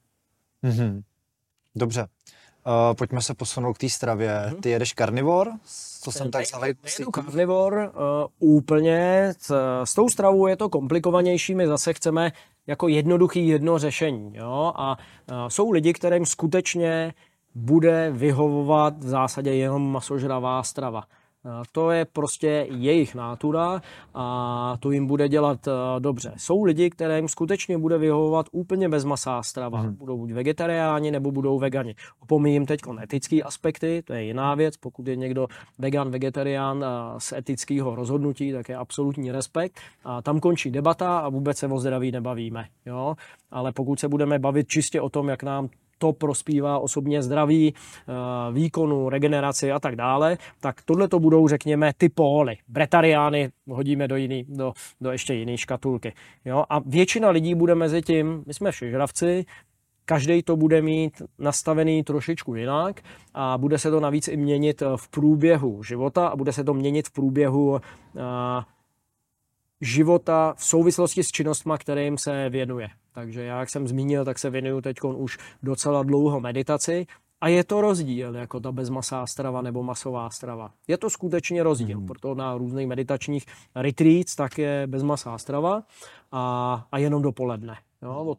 S1: Dobře. Pojďme se posunout k té stravě. Ty jedeš karnivor? Co jsem tak zavej?
S2: Karnivor úplně. S tou stravou je to komplikovanější. My zase chceme jako jednoduchý jedno řešení. Jo? A jsou lidi, kterým skutečně bude vyhovovat v zásadě jenom masožravá strava. To je prostě jejich nátura a to jim bude dělat dobře. Jsou lidi, kterým skutečně bude vyhovovat úplně bezmasá strava. Budou buď vegetariáni, nebo budou vegani. Opomíjím teď etické aspekty, to je jiná věc. Pokud je někdo vegan, vegetarián z etického rozhodnutí, tak je absolutní respekt. A tam končí debata a vůbec se o zdraví nebavíme. Jo? Ale pokud se budeme bavit čistě o tom, jak nám to prospívá osobně zdraví, výkonu, regeneraci a tak dále, tak tohle to budou, řekněme, ty póly. Bretariány hodíme do ještě jiné škatulky. Jo? A většina lidí bude mezi tím, my jsme všežravci, každý to bude mít nastavený trošičku jinak a bude se to navíc i měnit v průběhu života a bude se to měnit v průběhu života v souvislosti s činnostma, kterým se věnuje. Takže já, jak jsem zmínil, tak se věnuju teď už docela dlouho meditaci a je to rozdíl, jako ta bezmasá strava nebo masová strava. Je to skutečně rozdíl, proto na různých meditačních retreats tak je bezmasá strava a jenom dopoledne. Jo,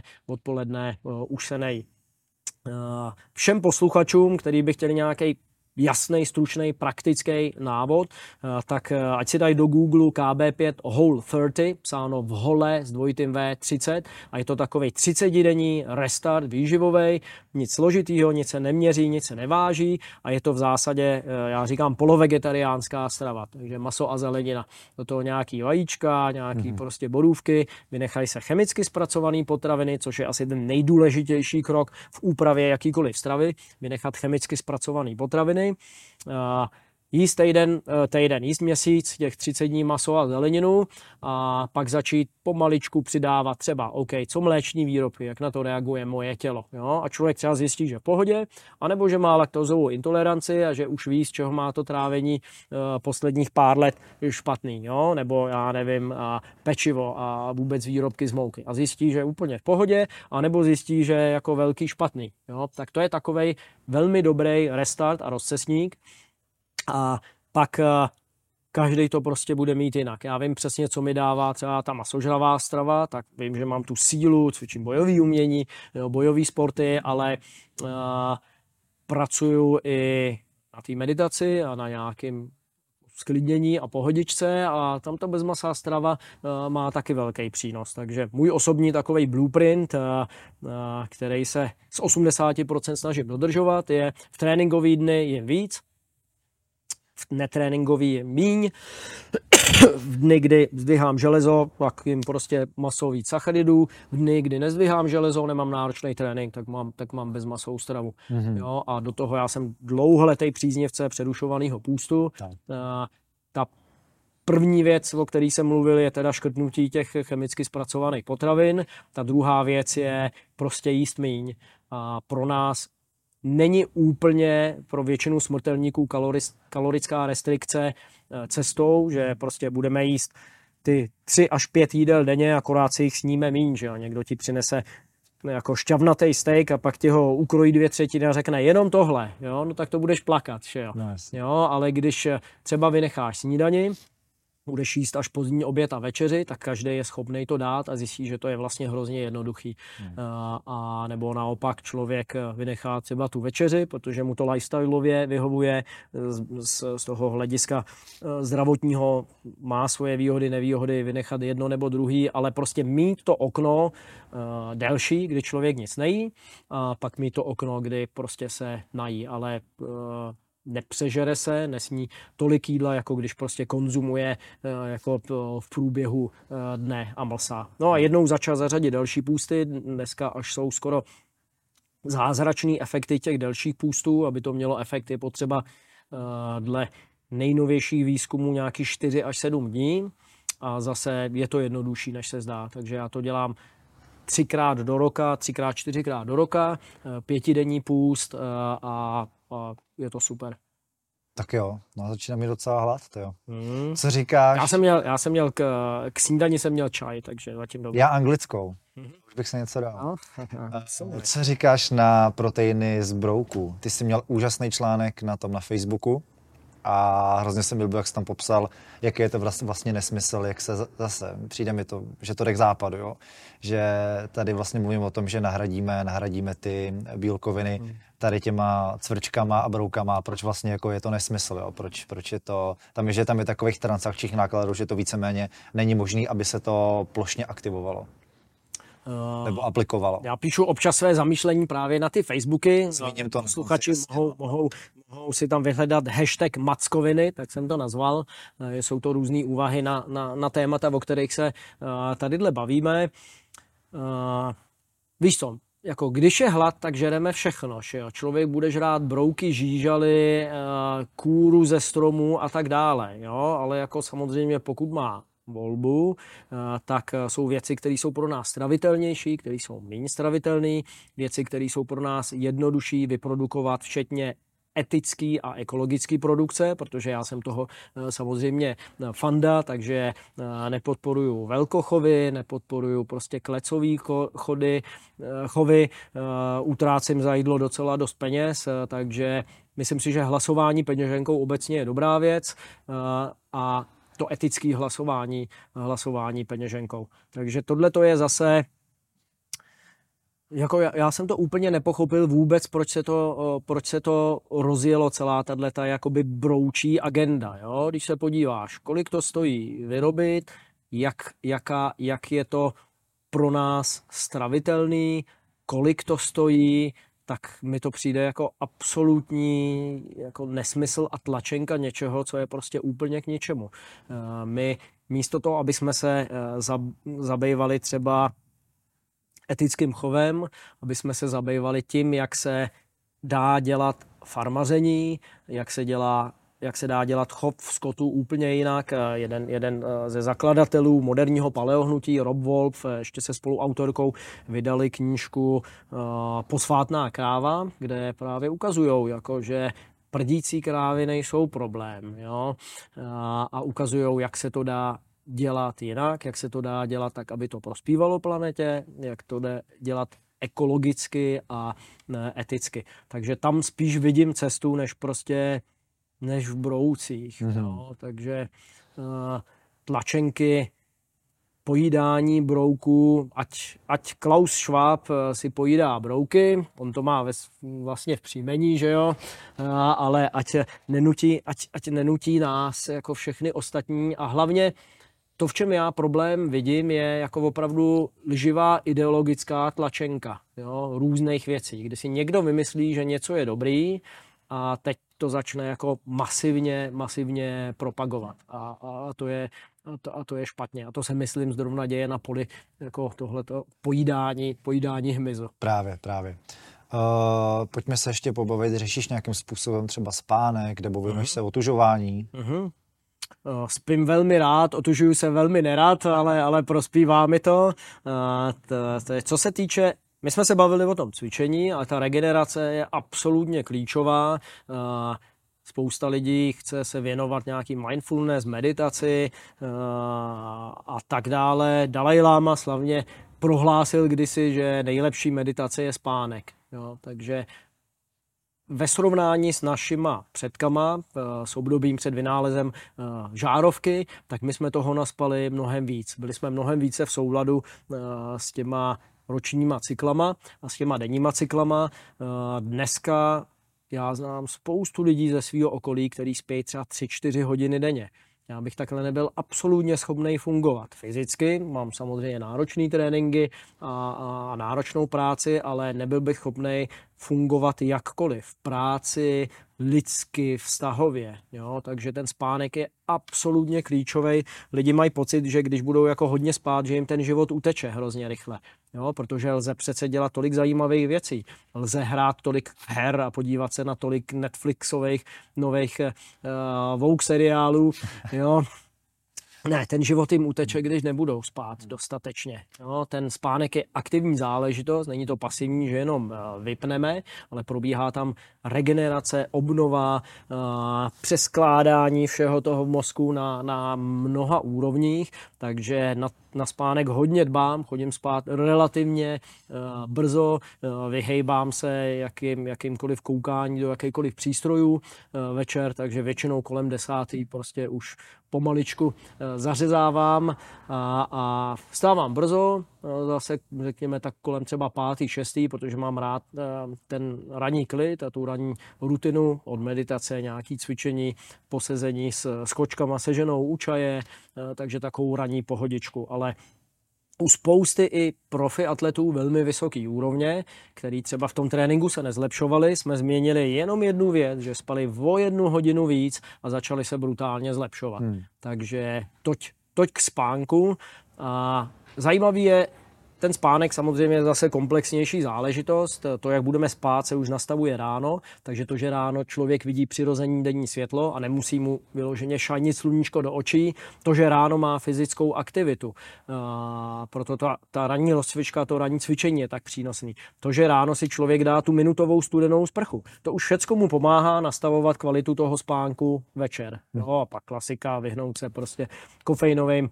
S2: odpoledne už se nejí. Všem posluchačům, kteří by chtěli nějaký jasný, stručný, praktický návod, tak ať si dají do Google KB5 Whole30, psáno v hole s dvojitým V 30 a je to takovej 30denní restart výživový, nic složitýho, nic se neměří, nic se neváží a je to v zásadě, já říkám, polovegetariánská strava, takže maso a zelenina, do toho nějaký vajíčka, nějaký prostě borůvky, vynechají se chemicky zpracované potraviny, což je asi ten nejdůležitější krok v úpravě jakýkoliv stravy, vynechat chemicky zpracované potraviny, jíst týden, jíst měsíc, těch 30 dní maso a zeleninu a pak začít pomaličku přidávat třeba, co mléční výrobky, jak na to reaguje moje tělo. Jo? A člověk třeba zjistí, že v pohodě, anebo že má laktozovou intoleranci a že už ví, z čeho má to trávení posledních pár let špatný, jo? Nebo já nevím, pečivo a vůbec výrobky z mouky. A zjistí, že je úplně v pohodě, anebo zjistí, že je jako velký špatný. Jo? Tak to je takovej velmi dobrý restart a rozcestník. A pak každý to prostě bude mít jinak. Já vím přesně, co mi dává třeba ta masožravá strava, tak vím, že mám tu sílu, cvičím bojové umění, bojové sporty, ale pracuju i na té meditaci a na nějakém sklidnění a pohodičce a tam ta bezmasá strava má taky velký přínos. Takže můj osobní takovej blueprint, který se z 80% snažím dodržovat, je v tréninkový dny jim víc, v netréninkový je míň, v dny, kdy zdvihám železo, tak jim prostě maso víc sacharidů, v dny, kdy nezdvihám železo, nemám náročný trénink, tak mám bezmasovou stravu. Jo, a do toho já jsem dlouholetý příznivce přerušovaného půstu. Ta první věc, o které jsem mluvil, je teda škrtnutí těch chemicky zpracovaných potravin. Ta druhá věc je prostě jíst míň. A pro nás není úplně pro většinu smrtelníků kalorická restrikce cestou, že prostě budeme jíst ty 3 až 5 jídel denně, akorát si jich sníme míň, že jo. Někdo ti přinese jako šťavnatý steak a pak ti ho ukrojí 2/3 a řekne jenom tohle, jo, no tak to budeš plakat, že jo. Jo, ale když třeba vynecháš snídani, budeš jíst až pozdní oběd a večeři, tak každý je schopný to dát a zjistí, že to je vlastně hrozně jednoduchý. A nebo naopak člověk vynechá třeba tu večeři, protože mu to lifestyleově vyhovuje z toho hlediska zdravotního, má svoje výhody, nevýhody, vynechat jedno nebo druhý, ale prostě mít to okno delší, kdy člověk nic nejí, a pak mít to okno, kdy prostě se nají, ale nepřežere se, nesní tolik jídla, jako když prostě konzumuje jako v průběhu dne a mlsá. No a jednou za čas zařadit další půsty, dneska až jsou skoro zázračný efekty těch delších půstů, aby to mělo efekt, je potřeba dle nejnovějších výzkumů nějaký 4 až 7 dní a zase je to jednodušší, než se zdá, takže já to dělám 3x do roka, 3x4x do roka, 5denní půst a je to super.
S1: Tak jo, no začíná mi docela hlad, jo. Co říkáš?
S2: Já jsem měl k snídani jsem měl čaj, takže zatím dobře.
S1: Já anglickou. Už bych se něco dal. Co říkáš na proteiny z brouků? Ty jsi měl úžasný článek na tom na Facebooku a hrozně jsem byl, jak jsi tam popsal, jaký je to vlastně nesmysl, jak se zase, přijde mi to, že to jde k západu, jo? Že tady vlastně mluvím o tom, že nahradíme ty bílkoviny tady těma cvrčkama a broukama, proč vlastně jako je to nesmysl, jo? Proč je to, tam je takových transakčních nákladů, že to víceméně není možné, aby se to plošně aktivovalo. Nebo aplikovalo.
S2: Já píšu občas své zamýšlení právě na ty Facebooky. Posluchači mohou si tam vyhledat hashtag mackoviny, tak jsem to nazval. Jsou to různé úvahy na témata, o kterých se tadyhle bavíme. Víš co, jako když je hlad, tak žereme všechno. Že jo? Člověk bude žrát brouky, žížaly, kůru ze stromů a tak dále. Jo? Ale jako samozřejmě pokud má volbu, tak jsou věci, které jsou pro nás stravitelnější, které jsou méně stravitelné, věci, které jsou pro nás jednodušší vyprodukovat, včetně etický a ekologický produkce, protože já jsem toho samozřejmě fanda, takže nepodporuju velkochovy, nepodporuju prostě klecový chovy, utrácím za jídlo docela dost peněz, takže myslím si, že hlasování peněženkou obecně je dobrá věc a to etické hlasování peněženkou. Takže tohle to je zase Jako já jsem to úplně nepochopil vůbec, proč se to rozjelo celá tato jakoby broučí agenda. Jo? Když se podíváš, kolik to stojí vyrobit, jak je to pro nás stravitelný, kolik to stojí, tak mi to přijde jako absolutní jako nesmysl a tlačenka něčeho, co je prostě úplně k ničemu. My místo toho, aby jsme se zabývali třeba etickým chovem, aby jsme se zabývali tím, jak se dá dělat farmaření, jak se dá dělat chov skotu úplně jinak. Jeden ze zakladatelů moderního paleohnutí, Rob Wolf, ještě se spoluautorkou vydali knížku Posvátná kráva, kde právě ukazujou, jako, že prdící krávy nejsou problém. Jo? A ukazujou, jak se to dá dělat jinak, jak se to dá dělat tak, aby to prospívalo planetě, jak to jde dělat ekologicky a eticky. Takže tam spíš vidím cestu, než v broucích. Mm-hmm. No. Takže tlačenky, pojídání brouků, ať Klaus Schwab si pojídá brouky, on to má vlastně v příjmení, že jo, ale ať nenutí nás jako všechny ostatní a hlavně to, v čem já problém vidím, je jako opravdu lživá ideologická tlačenka, jo, různých věcí, kdy si někdo vymyslí, že něco je dobrý a teď to začne jako masivně propagovat. A to je špatně. A to se myslím zrovna děje na poli jako tohleto pojídání hmyzu.
S1: Právě. Pojďme se ještě pobavit, řešíš nějakým způsobem třeba spánek, nebo věnuješ se otužování?
S2: Spím velmi rád, otužuju se velmi nerad, ale prospívá mi to. Co se týče, my jsme se bavili o tom cvičení, ale ta regenerace je absolutně klíčová. Spousta lidí chce se věnovat nějaký mindfulness, meditaci a tak dále. Dalaj Lama slavně prohlásil kdysi, že nejlepší meditace je spánek. Jo, takže ve srovnání s našima předkama, s obdobím před vynálezem žárovky, tak my jsme toho naspali mnohem víc. Byli jsme mnohem více v souladu s těma ročníma cyklama a s těma denníma cyklama. Dneska já znám spoustu lidí ze svého okolí, který spí třeba 3-4 hodiny denně. Já bych takhle nebyl absolutně schopný fungovat fyzicky, mám samozřejmě náročné tréninky a náročnou práci, ale nebyl bych schopný fungovat jakkoliv v práci, lidsky, vztahově. Jo? Takže ten spánek je absolutně klíčový. Lidi mají pocit, že když budou jako hodně spát, že jim ten život uteče hrozně rychle. Jo? Protože lze přece dělat tolik zajímavých věcí. Lze hrát tolik her a podívat se na tolik Netflixových nových Vogue seriálů. Jo? Ne, ten život jim uteče, když nebudou spát dostatečně. Jo, ten spánek je aktivní záležitost, není to pasivní, že jenom vypneme, ale probíhá tam regenerace, obnova, přeskládání všeho toho v mozku na mnoha úrovních, takže na spánek hodně dbám, chodím spát relativně brzo, vyhejbám se jakýmkoliv koukání do jakýchkoliv přístrojů večer, takže většinou kolem 10. prostě už pomaličku zařezávám a vstávám brzo, zase řekněme tak kolem třeba 5., 6., protože mám rád ten ranní klid a tu ranní rutinu od meditace, nějaký cvičení, posezení s kočkama, se ženou u čaje, takže takovou ranní pohodičku, ale u spousty i profi atletů velmi vysoký úrovně, který třeba v tom tréninku se nezlepšovali, jsme změnili jenom jednu věc, že spali o 1 hodinu víc a začali se brutálně zlepšovat. Takže toť k spánku. A zajímavý je, ten spánek samozřejmě je zase komplexnější záležitost. To, jak budeme spát, se už nastavuje ráno, takže to, že ráno člověk vidí přirozené denní světlo a nemusí mu vyloženě šanit sluníčko do očí, to, že ráno má fyzickou aktivitu. Proto ta ranní rozcvička, to ranní cvičení je tak přínosný. To, že ráno si člověk dá tu minutovou studenou sprchu, to už všecko mu pomáhá nastavovat kvalitu toho spánku večer. Jo, a pak klasika, vyhnout se prostě kofeinovým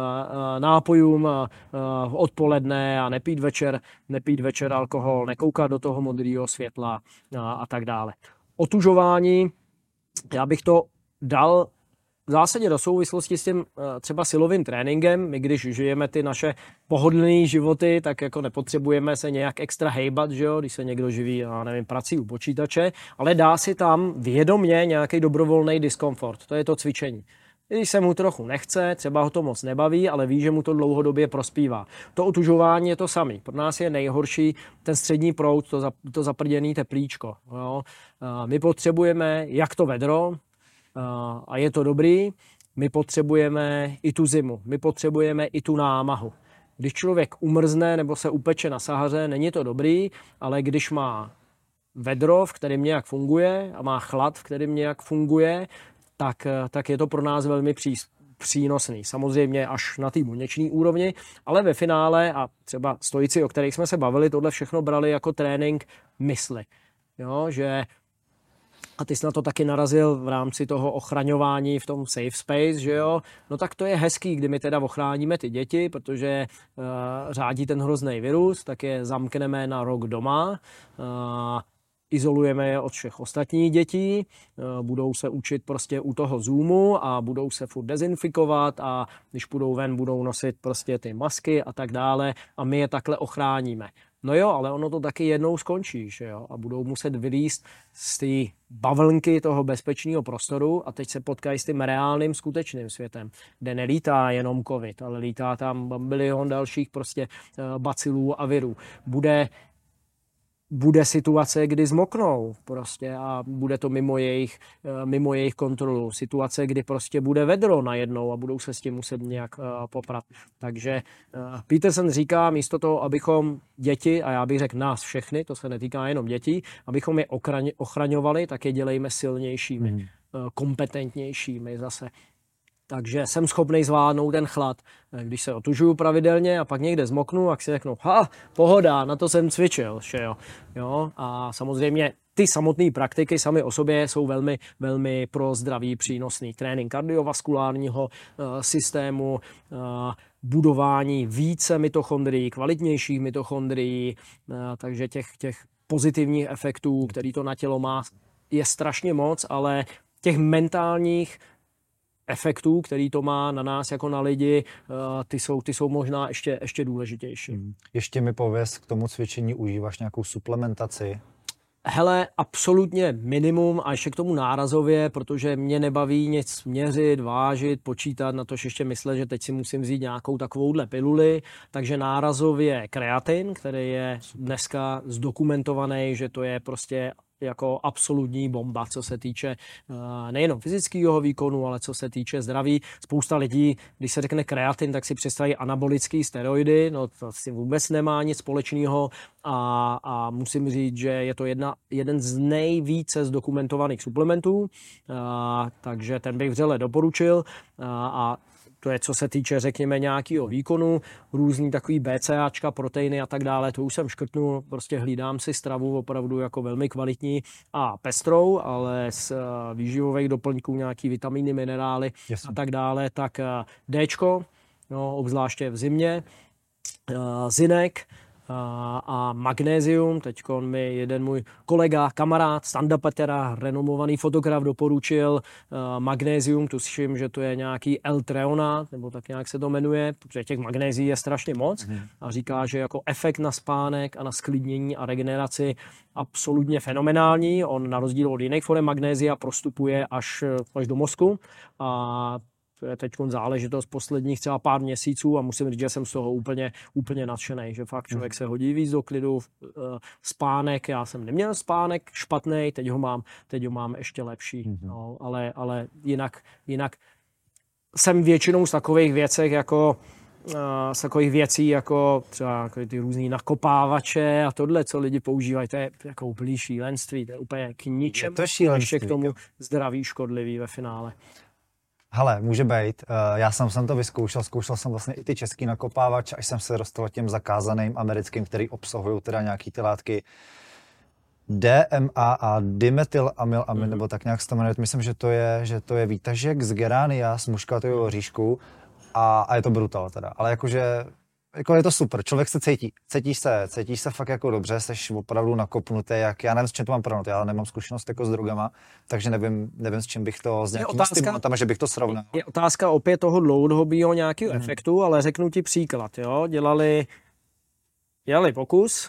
S2: nápojům odpoledne a nepít večer alkohol, nekoukat do toho modrého světla a tak dále. Otužování, já bych to dal v zásadě do souvislosti s tím třeba silovým tréninkem, my když žijeme ty naše pohodlné životy, tak jako nepotřebujeme se nějak extra hejbat, že jo, když se někdo živí, já nevím, prací u počítače, ale dá si tam vědomě nějaký dobrovolný diskomfort, to je to cvičení. Když se mu trochu nechce, třeba ho to moc nebaví, ale ví, že mu to dlouhodobě prospívá. To otužování je to samé. Pro nás je nejhorší ten střední proud, to zaprděný teplíčko. Jo. My potřebujeme jak to vedro, a je to dobrý, my potřebujeme i tu zimu, my potřebujeme i tu námahu. Když člověk umrzne nebo se upeče na Sahaře, není to dobrý, ale když má vedro, v kterém nějak funguje, a má chlad, v kterém nějak funguje, tak je to pro nás velmi přínosný. Samozřejmě až na té buněčné úrovni, ale ve finále, a třeba stoici, o kterých jsme se bavili, tohle všechno brali jako trénink mysli. Jo, že a ty jsi na to taky narazil v rámci toho ochraňování v tom safe space, že jo? No tak to je hezký, kdy my teda ochráníme ty děti, protože řádí ten hrozný virus, tak je zamkneme na rok doma, izolujeme je od všech ostatních dětí, budou se učit prostě u toho Zoomu a budou se furt dezinfikovat a když půjdou ven, budou nosit prostě ty masky a tak dále a my je takhle ochráníme. No jo, ale ono to taky jednou skončí, že jo? A budou muset vylízt z té bavlnky toho bezpečného prostoru a teď se potkají s tím reálným skutečným světem, kde nelítá jenom covid, ale lítá tam bilion dalších prostě bacilů a virů. Bude situace, kdy zmoknou prostě a bude to mimo jejich kontrolu. Situace, kdy prostě bude vedro najednou a budou se s tím muset nějak poprat. Takže Peterson říká, místo toho, abychom děti, a já bych řekl nás všechny, to se netýká jenom dětí, abychom je ochraňovali, tak je dělejme silnějšími, kompetentnějšími zase. Takže jsem schopný zvládnout ten chlad, když se otužuju pravidelně a pak někde zmoknu a si řeknu, pohoda, na to jsem cvičil, že jo. Jo? A samozřejmě ty samotné praktiky samy o sobě jsou velmi, velmi pro zdraví přínosný. Trénink kardiovaskulárního systému, budování více mitochondrií, kvalitnějších mitochondrií, takže těch pozitivních efektů, který to na tělo má, je strašně moc, ale těch mentálních efektů, který to má na nás jako na lidi, ty jsou možná ještě důležitější.
S1: Ještě mi pověz, k tomu cvičení užíváš nějakou suplementaci?
S2: Hele, absolutně minimum a ještě k tomu nárazově, protože mě nebaví nic měřit, vážit, počítat, na to ještě myslet, že teď si musím vzít nějakou takovouhle piluli, takže nárazově kreatin, který je dneska zdokumentovaný, že to je prostě jako absolutní bomba, co se týče nejenom fyzického výkonu, ale co se týče zdraví. Spousta lidí, když se řekne kreatin, tak si představí anabolické steroidy, no to si vůbec nemá nic společného a musím říct, že je to jeden z nejvíce zdokumentovaných suplementů, takže ten bych vřele doporučil a to je, co se týče, řekněme, nějakého výkonu, různý takový BCAčka, proteiny a tak dále, to už jsem škrtnul, prostě hlídám si stravu opravdu jako velmi kvalitní a pestrou, ale z výživových doplňků nějaký vitamíny, minerály a tak dále, tak Dčko, no, obzvláště v zimě, zinek, a magnézium. Teďko mi jeden můj kolega, kamarád, Standa Petera, renomovaný fotograf, doporučil magnézium, tuším, že to je nějaký L-treonát, nebo tak nějak se to jmenuje, protože těch magnézií je strašně moc a říká, že jako efekt na spánek a na sklidnění a regeneraci absolutně fenomenální. On na rozdíl od jiných forem magnézia prostupuje až do mozku a to je teď záležitost posledních třeba pár měsíců a musím říct, že jsem z toho úplně nadšenej, že fakt člověk se hodí víc do klidu, spánek, já jsem neměl spánek špatný, teď ho mám ještě lepší, no, ale jinak jsem většinou z takových věcech jako z takových věcí jako třeba ty různý nakopávače a tohle, co lidi používají, to je jako úplný šílenství, to je úplně k ničemu, ještě k tomu zdraví škodlivý ve finále.
S1: Hele, může být. Já jsem to vyzkoušel, zkoušel jsem vlastně i ty český nakopávač, až jsem se dostal k těm zakázaným americkým, který obsahují teda nějaký ty látky DMA a dimetylamylamin, nebo tak nějak se to jmenuje. Myslím, že to je výtažek z geránia, z muškatového oříšku a je to brutal teda. Ale jakože jako je to super, člověk se cítíš se fakt jako dobře, jsi opravdu nakopnutý, jak já nevím, s čím to mám porovnat, já nemám zkušenost jako s drogama, takže nevím, s čím bych to, s nějakým stimulantem, že bych to srovnal.
S2: Je otázka opět toho dlouhodobého nějakého efektu, ale řeknu ti příklad, jo, dělali pokus,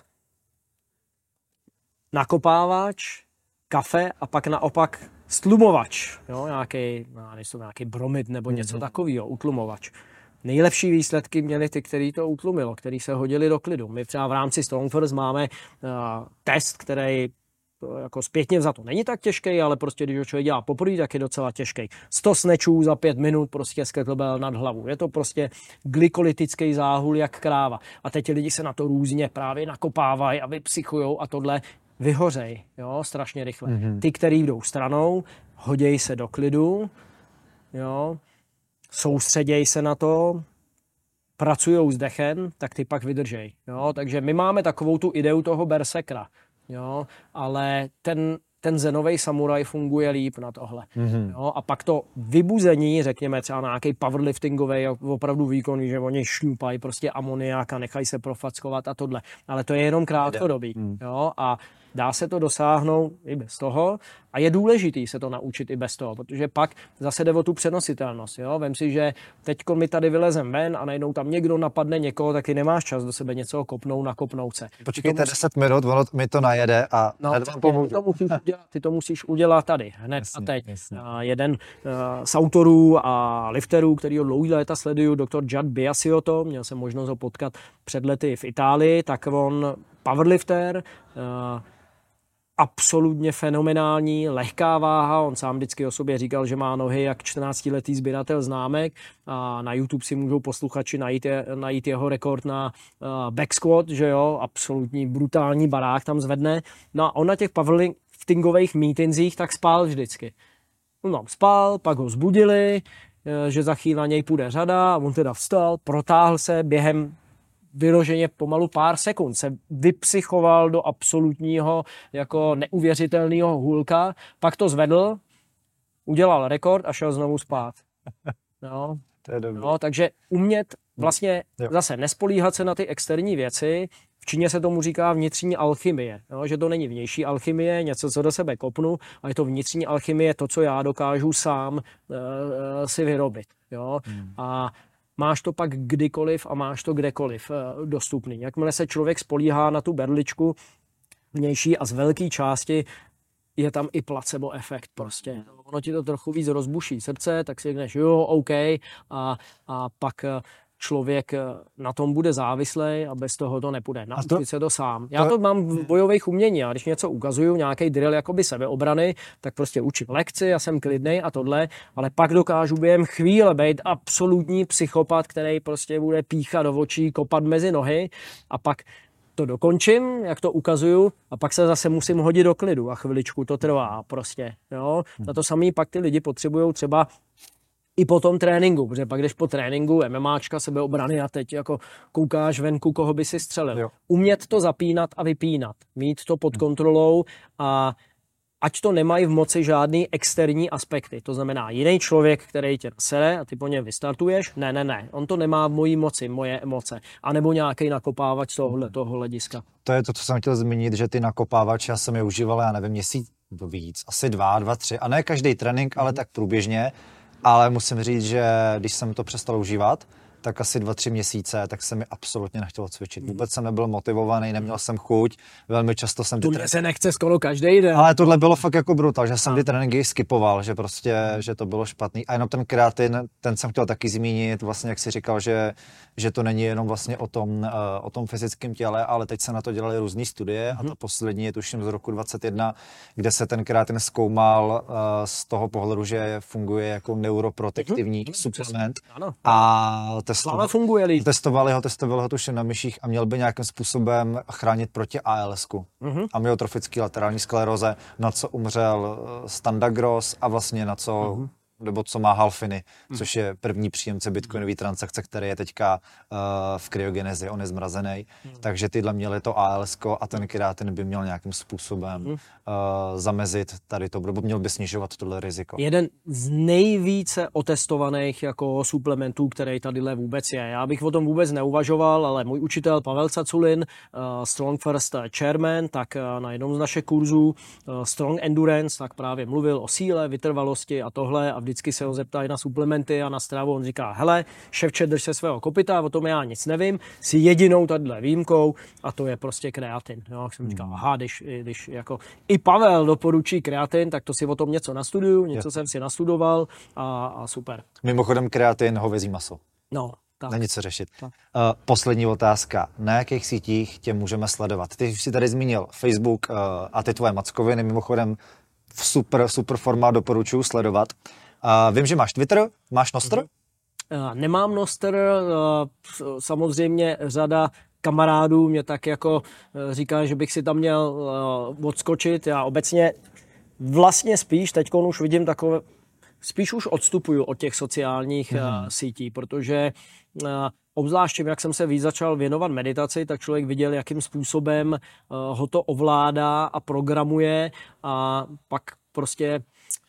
S2: nakopávač, kafe a pak naopak stlumovač, jo, nějaký bromid nebo něco takového, utlumovač. Nejlepší výsledky měli ty, který to utlumilo, který se hodili do klidu. My třeba v rámci Strongfirst máme test, který jako zpětně vzato není tak těžký, ale prostě když ho člověk dělá poprvé, tak je docela těžký. 100 snatchů za 5 minut prostě z kettlebell nad hlavu. Je to prostě glykolytický záhul jak kráva. A teď lidi se na to různě právě nakopávají a vypsychujou a tohle vyhořej, jo, strašně rychle. Ty, který jdou stranou, hoděj se do klidu, jo, soustředěj se na to, pracujou s dechem, tak ty pak vydržej. Jo? Takže my máme takovou tu ideu toho bersekra, jo? Ale ten zenovej samuraj funguje líp na tohle. Jo? A pak to vybuzení, řekněme třeba na nějaký powerliftingový opravdu výkon, že oni šňupají prostě amoniák a nechají se profackovat a tohle. Ale to je jenom krátkodobý. Jo? A dá se to dosáhnout i bez toho a je důležitý se to naučit i bez toho, protože pak zase jde o tu přenositelnost. Jo? Vem si, že teď my tady vylezem ven a najednou tam někdo napadne někoho, tak ty nemáš čas do sebe něco kopnout, nakopnout se.
S1: Počkejte 10 minut, ono mi to najede a vám pomůžu.
S2: Ty to musíš udělat tady, hned jasně, a teď. Jasně. Jeden z autorů a lifterů, který ho dlouhý léta sleduju, doktor Judd Biasiotto, měl jsem možnost ho potkat před lety v Itálii, tak on powerlifter, absolutně fenomenální, lehká váha, on sám vždycky o sobě říkal, že má nohy jak 14letý sběratel známek a na YouTube si můžou posluchači najít jeho rekord na back squat, že jo, absolutní brutální barák tam zvedne. No a on na těch powerliftingových meetingsích tak spál vždycky. On tam spal, pak ho zbudili, že za chvíli na něj půjde řada a on teda vstal, protáhl se během vyloženě pomalu pár sekund, se vypsychoval do absolutního jako neuvěřitelného hůlka, pak to zvedl, udělal rekord a šel znovu spát. No,
S1: to je dobrý.
S2: No, takže umět vlastně zase nespolíhat se na ty externí věci, v Číně se tomu říká vnitřní alchymie, no, že to není vnější alchymie, něco, co do sebe kopnu, ale je to vnitřní alchymie, to, co já dokážu sám si vyrobit. Jo? A máš to pak kdykoliv a máš to kdekoliv dostupný. Jakmile se člověk spolíhá na tu berličku vnější a z velké části je tam i placebo efekt prostě. Ono ti to trochu víc rozbuší srdce, tak si řekneš jo, OK a pak člověk na tom bude závislej a bez toho to nepůjde. Naučit se to sám. Já to mám v bojových umění a když něco ukazuju, nějaký drill jakoby sebeobrany, tak prostě učím lekci, já jsem klidnej a tohle, ale pak dokážu během chvíle být absolutní psychopat, který prostě bude píchat do očí, kopat mezi nohy a pak to dokončím, jak to ukazuju a pak se zase musím hodit do klidu a chviličku to trvá prostě. Jo? Na to samý pak ty lidi potřebují třeba i po tom tréninku, protože pak jdeš po tréninku, MMAčka, sebeobrany a teď jako koukáš venku, koho by si střelil. Jo. Umět to zapínat a vypínat, mít to pod kontrolou a ať to nemají v moci žádný externí aspekty. To znamená, jiný člověk, který tě nasere a ty po něm vystartuješ, ne, on to nemá v mojí moci, moje emoce. A nebo nějaký nakopávač toho hlediska.
S1: To je to, co jsem chtěl zmínit, že ty nakopávač, já jsem je užíval, já nevím, měsíc víc, asi 2, 3, a ne každý trénink, ale tak průběžně. Ale musím říct, že když jsem to přestal užívat, tak asi 2-3 měsíce, tak se mi absolutně nechtělo cvičit. Vůbec jsem nebyl motivovaný, neměl jsem chuť, velmi často jsem...
S2: To se nechce skoro každý den.
S1: Ale tohle bylo fakt jako brutal, že jsem ty tréninky skipoval, že prostě, že to bylo špatný. A jenom ten kreatin, ten jsem chtěl taky zmínit, vlastně jak si říkal, že to není jenom vlastně o tom fyzickém těle, ale teď se na to dělaly různé studie a ta poslední je tuším z roku 2021, kde se ten kreatin zkoumal z toho pohledu, že funguje jako neuroprotektivní suplement.
S2: Ano.
S1: A testovali ho tuším na myších a měl by nějakým způsobem chránit proti ALS-ku, amyotrofické laterální skleróze, na co umřel Standa Gross a vlastně na co nebo co má Halfiny, což je první příjemce bitcoinové transakce, který je teďka v kryogenezi, on je zmrazený. Takže tyhle měly to ALS a ten kreatin by měl nějakým způsobem zamezit tady to, nebo měl by snižovat tohle riziko.
S2: Jeden z nejvíce otestovaných jako suplementů, který tadyhle vůbec je. Já bych o tom vůbec neuvažoval, ale můj učitel Pavel Caculin, Strong First Chairman, tak na jednom z našich kurzů Strong Endurance, tak právě mluvil o síle, vytrvalosti a tohle a vždycky se ho zeptají na suplementy a na stravu. On říká, hele, ševče, drž se svého kopyta, o tom já nic nevím, si jedinou tadyhle výjimkou a to je prostě kreatin. Jo, jak jsem říkal, aha, když jako i Pavel doporučí kreatin, tak to si o tom něco nastuduju, něco jsem si nastudoval a super.
S1: Mimochodem kreatin, hovězí maso.
S2: No, tak.
S1: Není co řešit. Poslední otázka. Na jakých sítích tě můžeme sledovat? Ty jsi tady zmínil Facebook a ty tvoje mackoviny, mimochodem super formát doporučuji sledovat. Vím, že máš Twitter, máš Nostr?
S2: Nemám Nostr, samozřejmě řada kamarádů mě tak jako říká, že bych si tam měl odskočit. Já obecně vlastně spíš, teďko už vidím takové, spíš už odstupuju od těch sociálních sítí, protože obzvlášť, jak jsem se víc začal věnovat meditaci, tak člověk viděl, jakým způsobem ho to ovládá a programuje a pak prostě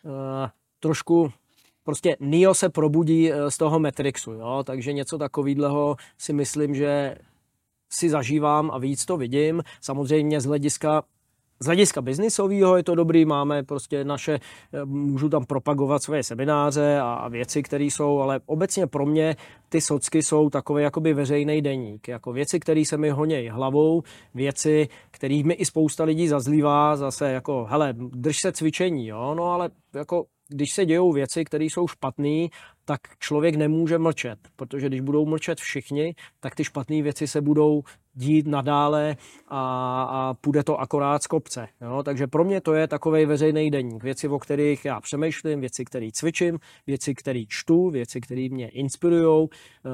S2: trošku prostě Neo se probudí z toho Matrixu, jo? Takže něco takového si myslím, že si zažívám a víc to vidím. Samozřejmě z hlediska biznisového je to dobrý, máme prostě můžu tam propagovat svoje semináře a věci, které jsou, ale obecně pro mě ty socky jsou takové jakoby veřejný deník, jako věci, které se mi honějí hlavou, věci, kterých mi i spousta lidí zazlívá, zase jako, hele, drž se cvičení, jo, no ale jako když se dějou věci, které jsou špatné, tak člověk nemůže mlčet, protože když budou mlčet všichni, tak ty špatné věci se budou dít nadále a půjde to akorát z kopce. Jo? Takže pro mě to je takovej veřejný deník. Věci, o kterých já přemýšlím, věci, které cvičím, věci, které čtu, věci, které mě inspirujou,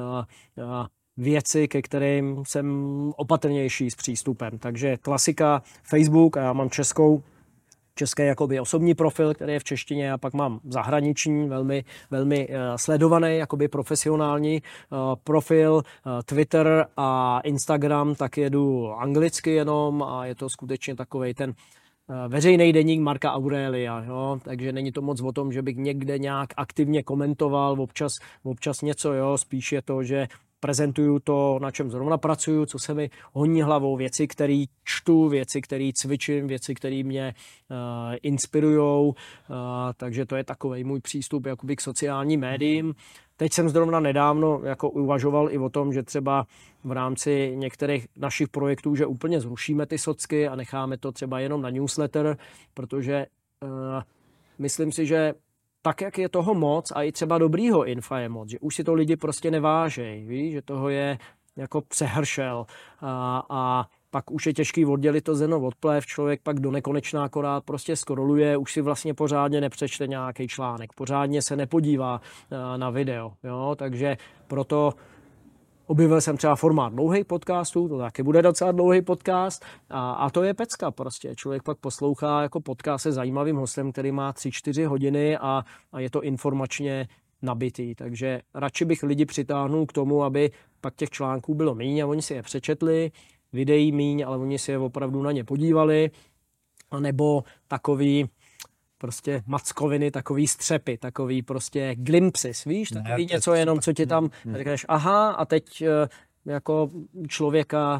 S2: věci, ke kterým jsem opatrnější s přístupem. Takže klasika Facebook a já mám český jakoby osobní profil, který je v češtině, a pak mám zahraniční, velmi sledovaný, jakoby profesionální profil, Twitter a Instagram, tak jedu anglicky jenom a je to skutečně takovej ten veřejný deník Marca Aurelia, jo? Takže není to moc o tom, že bych někde nějak aktivně komentoval, občas něco, jo? Spíš je to, že prezentuju to, na čem zrovna pracuju, co se mi honí hlavou, věci, které čtu, věci, které cvičím, věci, které mě inspirujou, takže to je takovej můj přístup jakoby k sociálním médiím. Teď jsem zrovna nedávno jako uvažoval i o tom, že třeba v rámci některých našich projektů, že úplně zrušíme ty socky a necháme to třeba jenom na newsletter, protože myslím si, že tak, jak je toho moc a i třeba dobrýho infa je moc, že už si to lidi prostě nevážejí, víš, že toho je jako přehršel a pak už je těžký oddělit to zrno od plev, člověk pak do nekonečna akorát prostě scrolluje, už si vlastně pořádně nepřečte nějaký článek, pořádně se nepodívá na video, jo, takže proto objevil jsem třeba formát dlouhých podcastů, to taky bude docela dlouhý podcast a to je pecka prostě. Člověk pak poslouchá jako podcast se zajímavým hostem, který má 3-4 hodiny a je to informačně nabitý. Takže radši bych lidi přitáhnul k tomu, aby pak těch článků bylo míň a oni si je přečetli, videí míň, ale oni si je opravdu na ně podívali, anebo takový prostě mackoviny, takový střepy, takový prostě glimpses, víš, takový něco jenom, co ti tam řekneš, aha, a teď jako člověka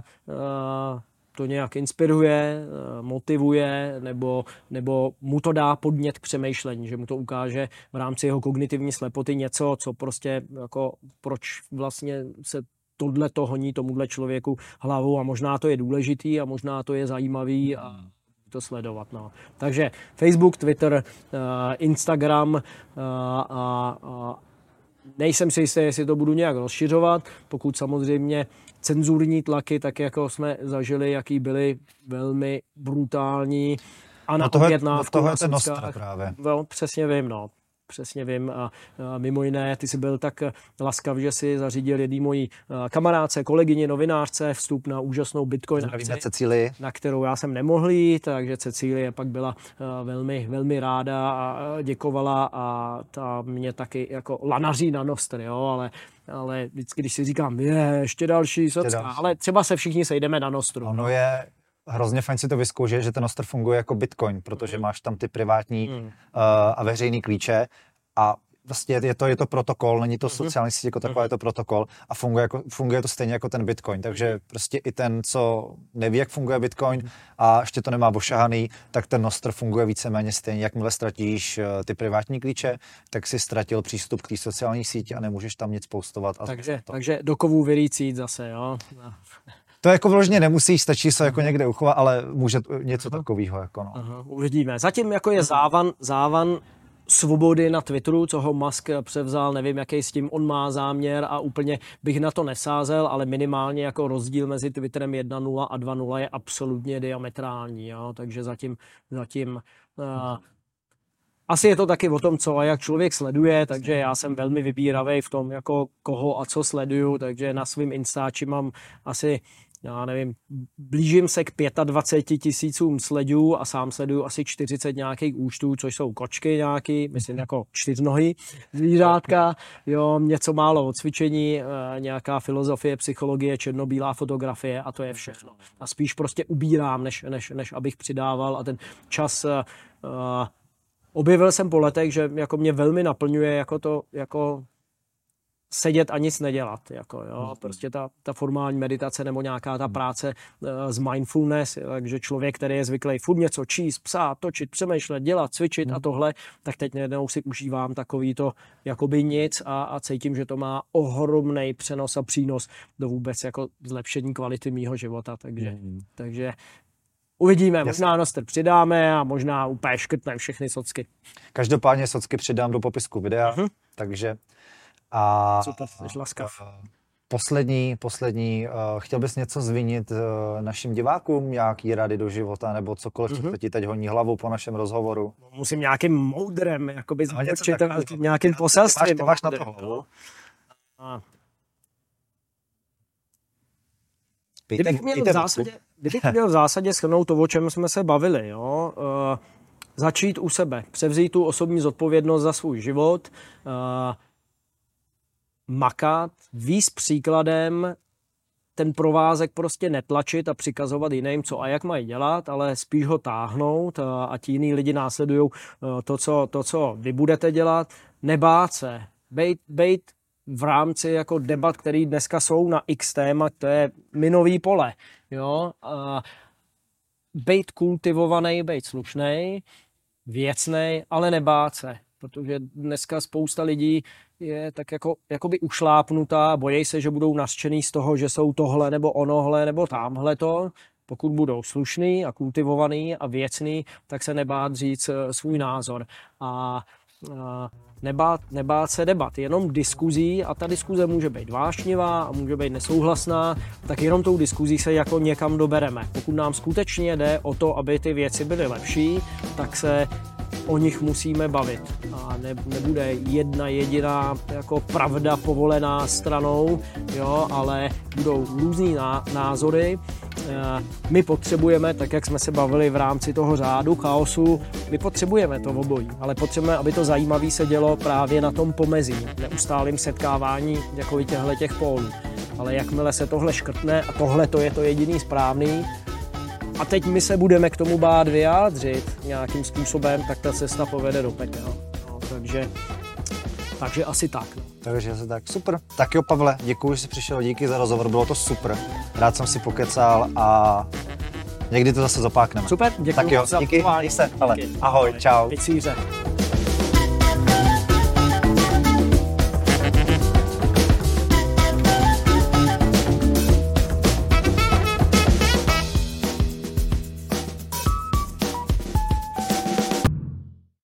S2: to nějak inspiruje, motivuje, nebo mu to dá podnět k přemýšlení, že mu to ukáže v rámci jeho kognitivní slepoty něco, co prostě jako proč vlastně se tohle to honí tomuhle člověku hlavou a možná to je důležitý a možná to je zajímavý a to sledovat. No. Takže Facebook, Twitter, Instagram a nejsem si jistý, jestli to budu nějak rozšiřovat, pokud samozřejmě cenzurní tlaky, tak jako jsme zažili, jaký byly velmi brutální a na objednávku na
S1: Nostr právě.
S2: No, přesně vím, no. přesně vím. A mimo jiné, ty jsi byl tak laskav, že si zařídil jedný mojí kamarádce, kolegyně, novinářce vstup na úžasnou Bitcoin akci, na kterou já jsem nemohl jít, takže Cecílie pak byla velmi, velmi ráda a děkovala a ta mě taky jako lanaří na Nostr, jo, ale vždycky, když si říkám, ještě další socka, ale třeba se všichni sejdeme na Nostru.
S1: Ono je hrozně fajn si to vyzkoušet, že ten Nostr funguje jako Bitcoin, protože máš tam ty privátní a veřejný klíče a vlastně je to protokol, není to sociální síť jako taková, je to protokol a funguje to stejně jako ten Bitcoin, takže prostě i ten, co neví, jak funguje Bitcoin a ještě to nemá ošahaný, tak ten Nostr funguje víceméně stejně. Jakmile ztratíš ty privátní klíče, tak si ztratil přístup k té sociální síti a nemůžeš tam nic postovat.
S2: Takže do kovů vylít zase, jo?
S1: To jako vložně nemusíš, stačí se jako někde uchovat, ale může něco takového. Jako no.
S2: Uvidíme. Zatím jako je závan svobody na Twitteru, co ho Musk převzal, nevím, jaký s tím on má záměr a úplně bych na to nesázel, ale minimálně jako rozdíl mezi Twitterem 1.0 a 2.0 je absolutně diametrální, jo? Takže zatím asi je to taky o tom, co a jak člověk sleduje, takže já jsem velmi vybíravý v tom, jako koho a co sleduju, takže na svým Instači mám asi, já nevím, blížím se k 25 000 sledů a sám sleduju asi 40 nějakých účtů, což jsou kočky nějaký, myslím jako čtyřnohy zvířátka, jo, něco málo o cvičení, nějaká filozofie, psychologie, černobílá fotografie a to je všechno. A spíš prostě ubírám, než abych přidával a ten čas objevil jsem po letech, že jako mě velmi naplňuje jako sedět a nic nedělat. Jako, jo. Prostě ta formální meditace nebo nějaká ta práce z mindfulness, takže člověk, který je zvyklý furt něco číst, psát, točit, přemýšlet, dělat, cvičit a tohle, tak teď najednou si užívám takový to jakoby nic a cítím, že to má ohromný přenos a přínos do vůbec jako zlepšení kvality mýho života. Takže uvidíme, možná Nostr přidáme a možná úplně škrtneme všechny socky.
S1: Každopádně socky přidám do popisku videa, takže
S2: super, jsi laskav.
S1: Poslední, chtěl bys něco zvinit našim divákům, nějaký rady do života, nebo cokoliv, co ti teď honí hlavu po našem rozhovoru?
S2: Musím nějakým moudrem, jakoby nějakým poselstvím.
S1: Máš na to hlavu?
S2: Kdybych měl v zásadě shrnout to, o čem jsme se bavili, jo? Začít u sebe, převzít tu osobní zodpovědnost za svůj život, makat, víc příkladem, ten provázek prostě netlačit a přikazovat jiným, co a jak mají dělat, ale spíš ho táhnout a ti jiní lidi následují to, co vy budete dělat. Nebát se, bejt v rámci jako debat, které dneska jsou na X téma, to je minový pole. Jo? Bejt kultivovaný, bejt slušnej, věcnej, ale nebát se. Protože dneska spousta lidí je tak jakoby ušlápnutá, bojí se, že budou nařčený z toho, že jsou tohle nebo onohle nebo tamhleto. Pokud budou slušný a kultivovaný a věcný, tak se nebát říct svůj názor. A nebát se debat, jenom diskuzí a ta diskuze může být vášnivá a může být nesouhlasná, tak jenom tou diskuzí se jako někam dobereme. Pokud nám skutečně jde o to, aby ty věci byly lepší, tak se o nich musíme bavit. A nebude jedna jediná jako pravda povolená stranou, jo, ale budou různý názory. My potřebujeme, tak jak jsme se bavili v rámci toho řádu chaosu, my potřebujeme to obojí, ale potřebujeme, aby to zajímavé se dělo právě na tom pomezí, neustálým setkávání jako těch pólů. Ale jakmile se tohle škrtne a tohle to je to jediný správný, a teď my se budeme k tomu bát vyjádřit nějakým způsobem, tak ta cesta povede do pekel. No, takže asi tak. No.
S1: Takže asi tak, super. Tak jo, Pavle, děkuji, že jsi přišel, díky za rozhovor, bylo to super. Rád jsem si pokecal a někdy to zase zopákneme.
S2: Super, děkuji.
S1: Tak jo, díky, se, ale ahoj, čau.
S2: Picíře.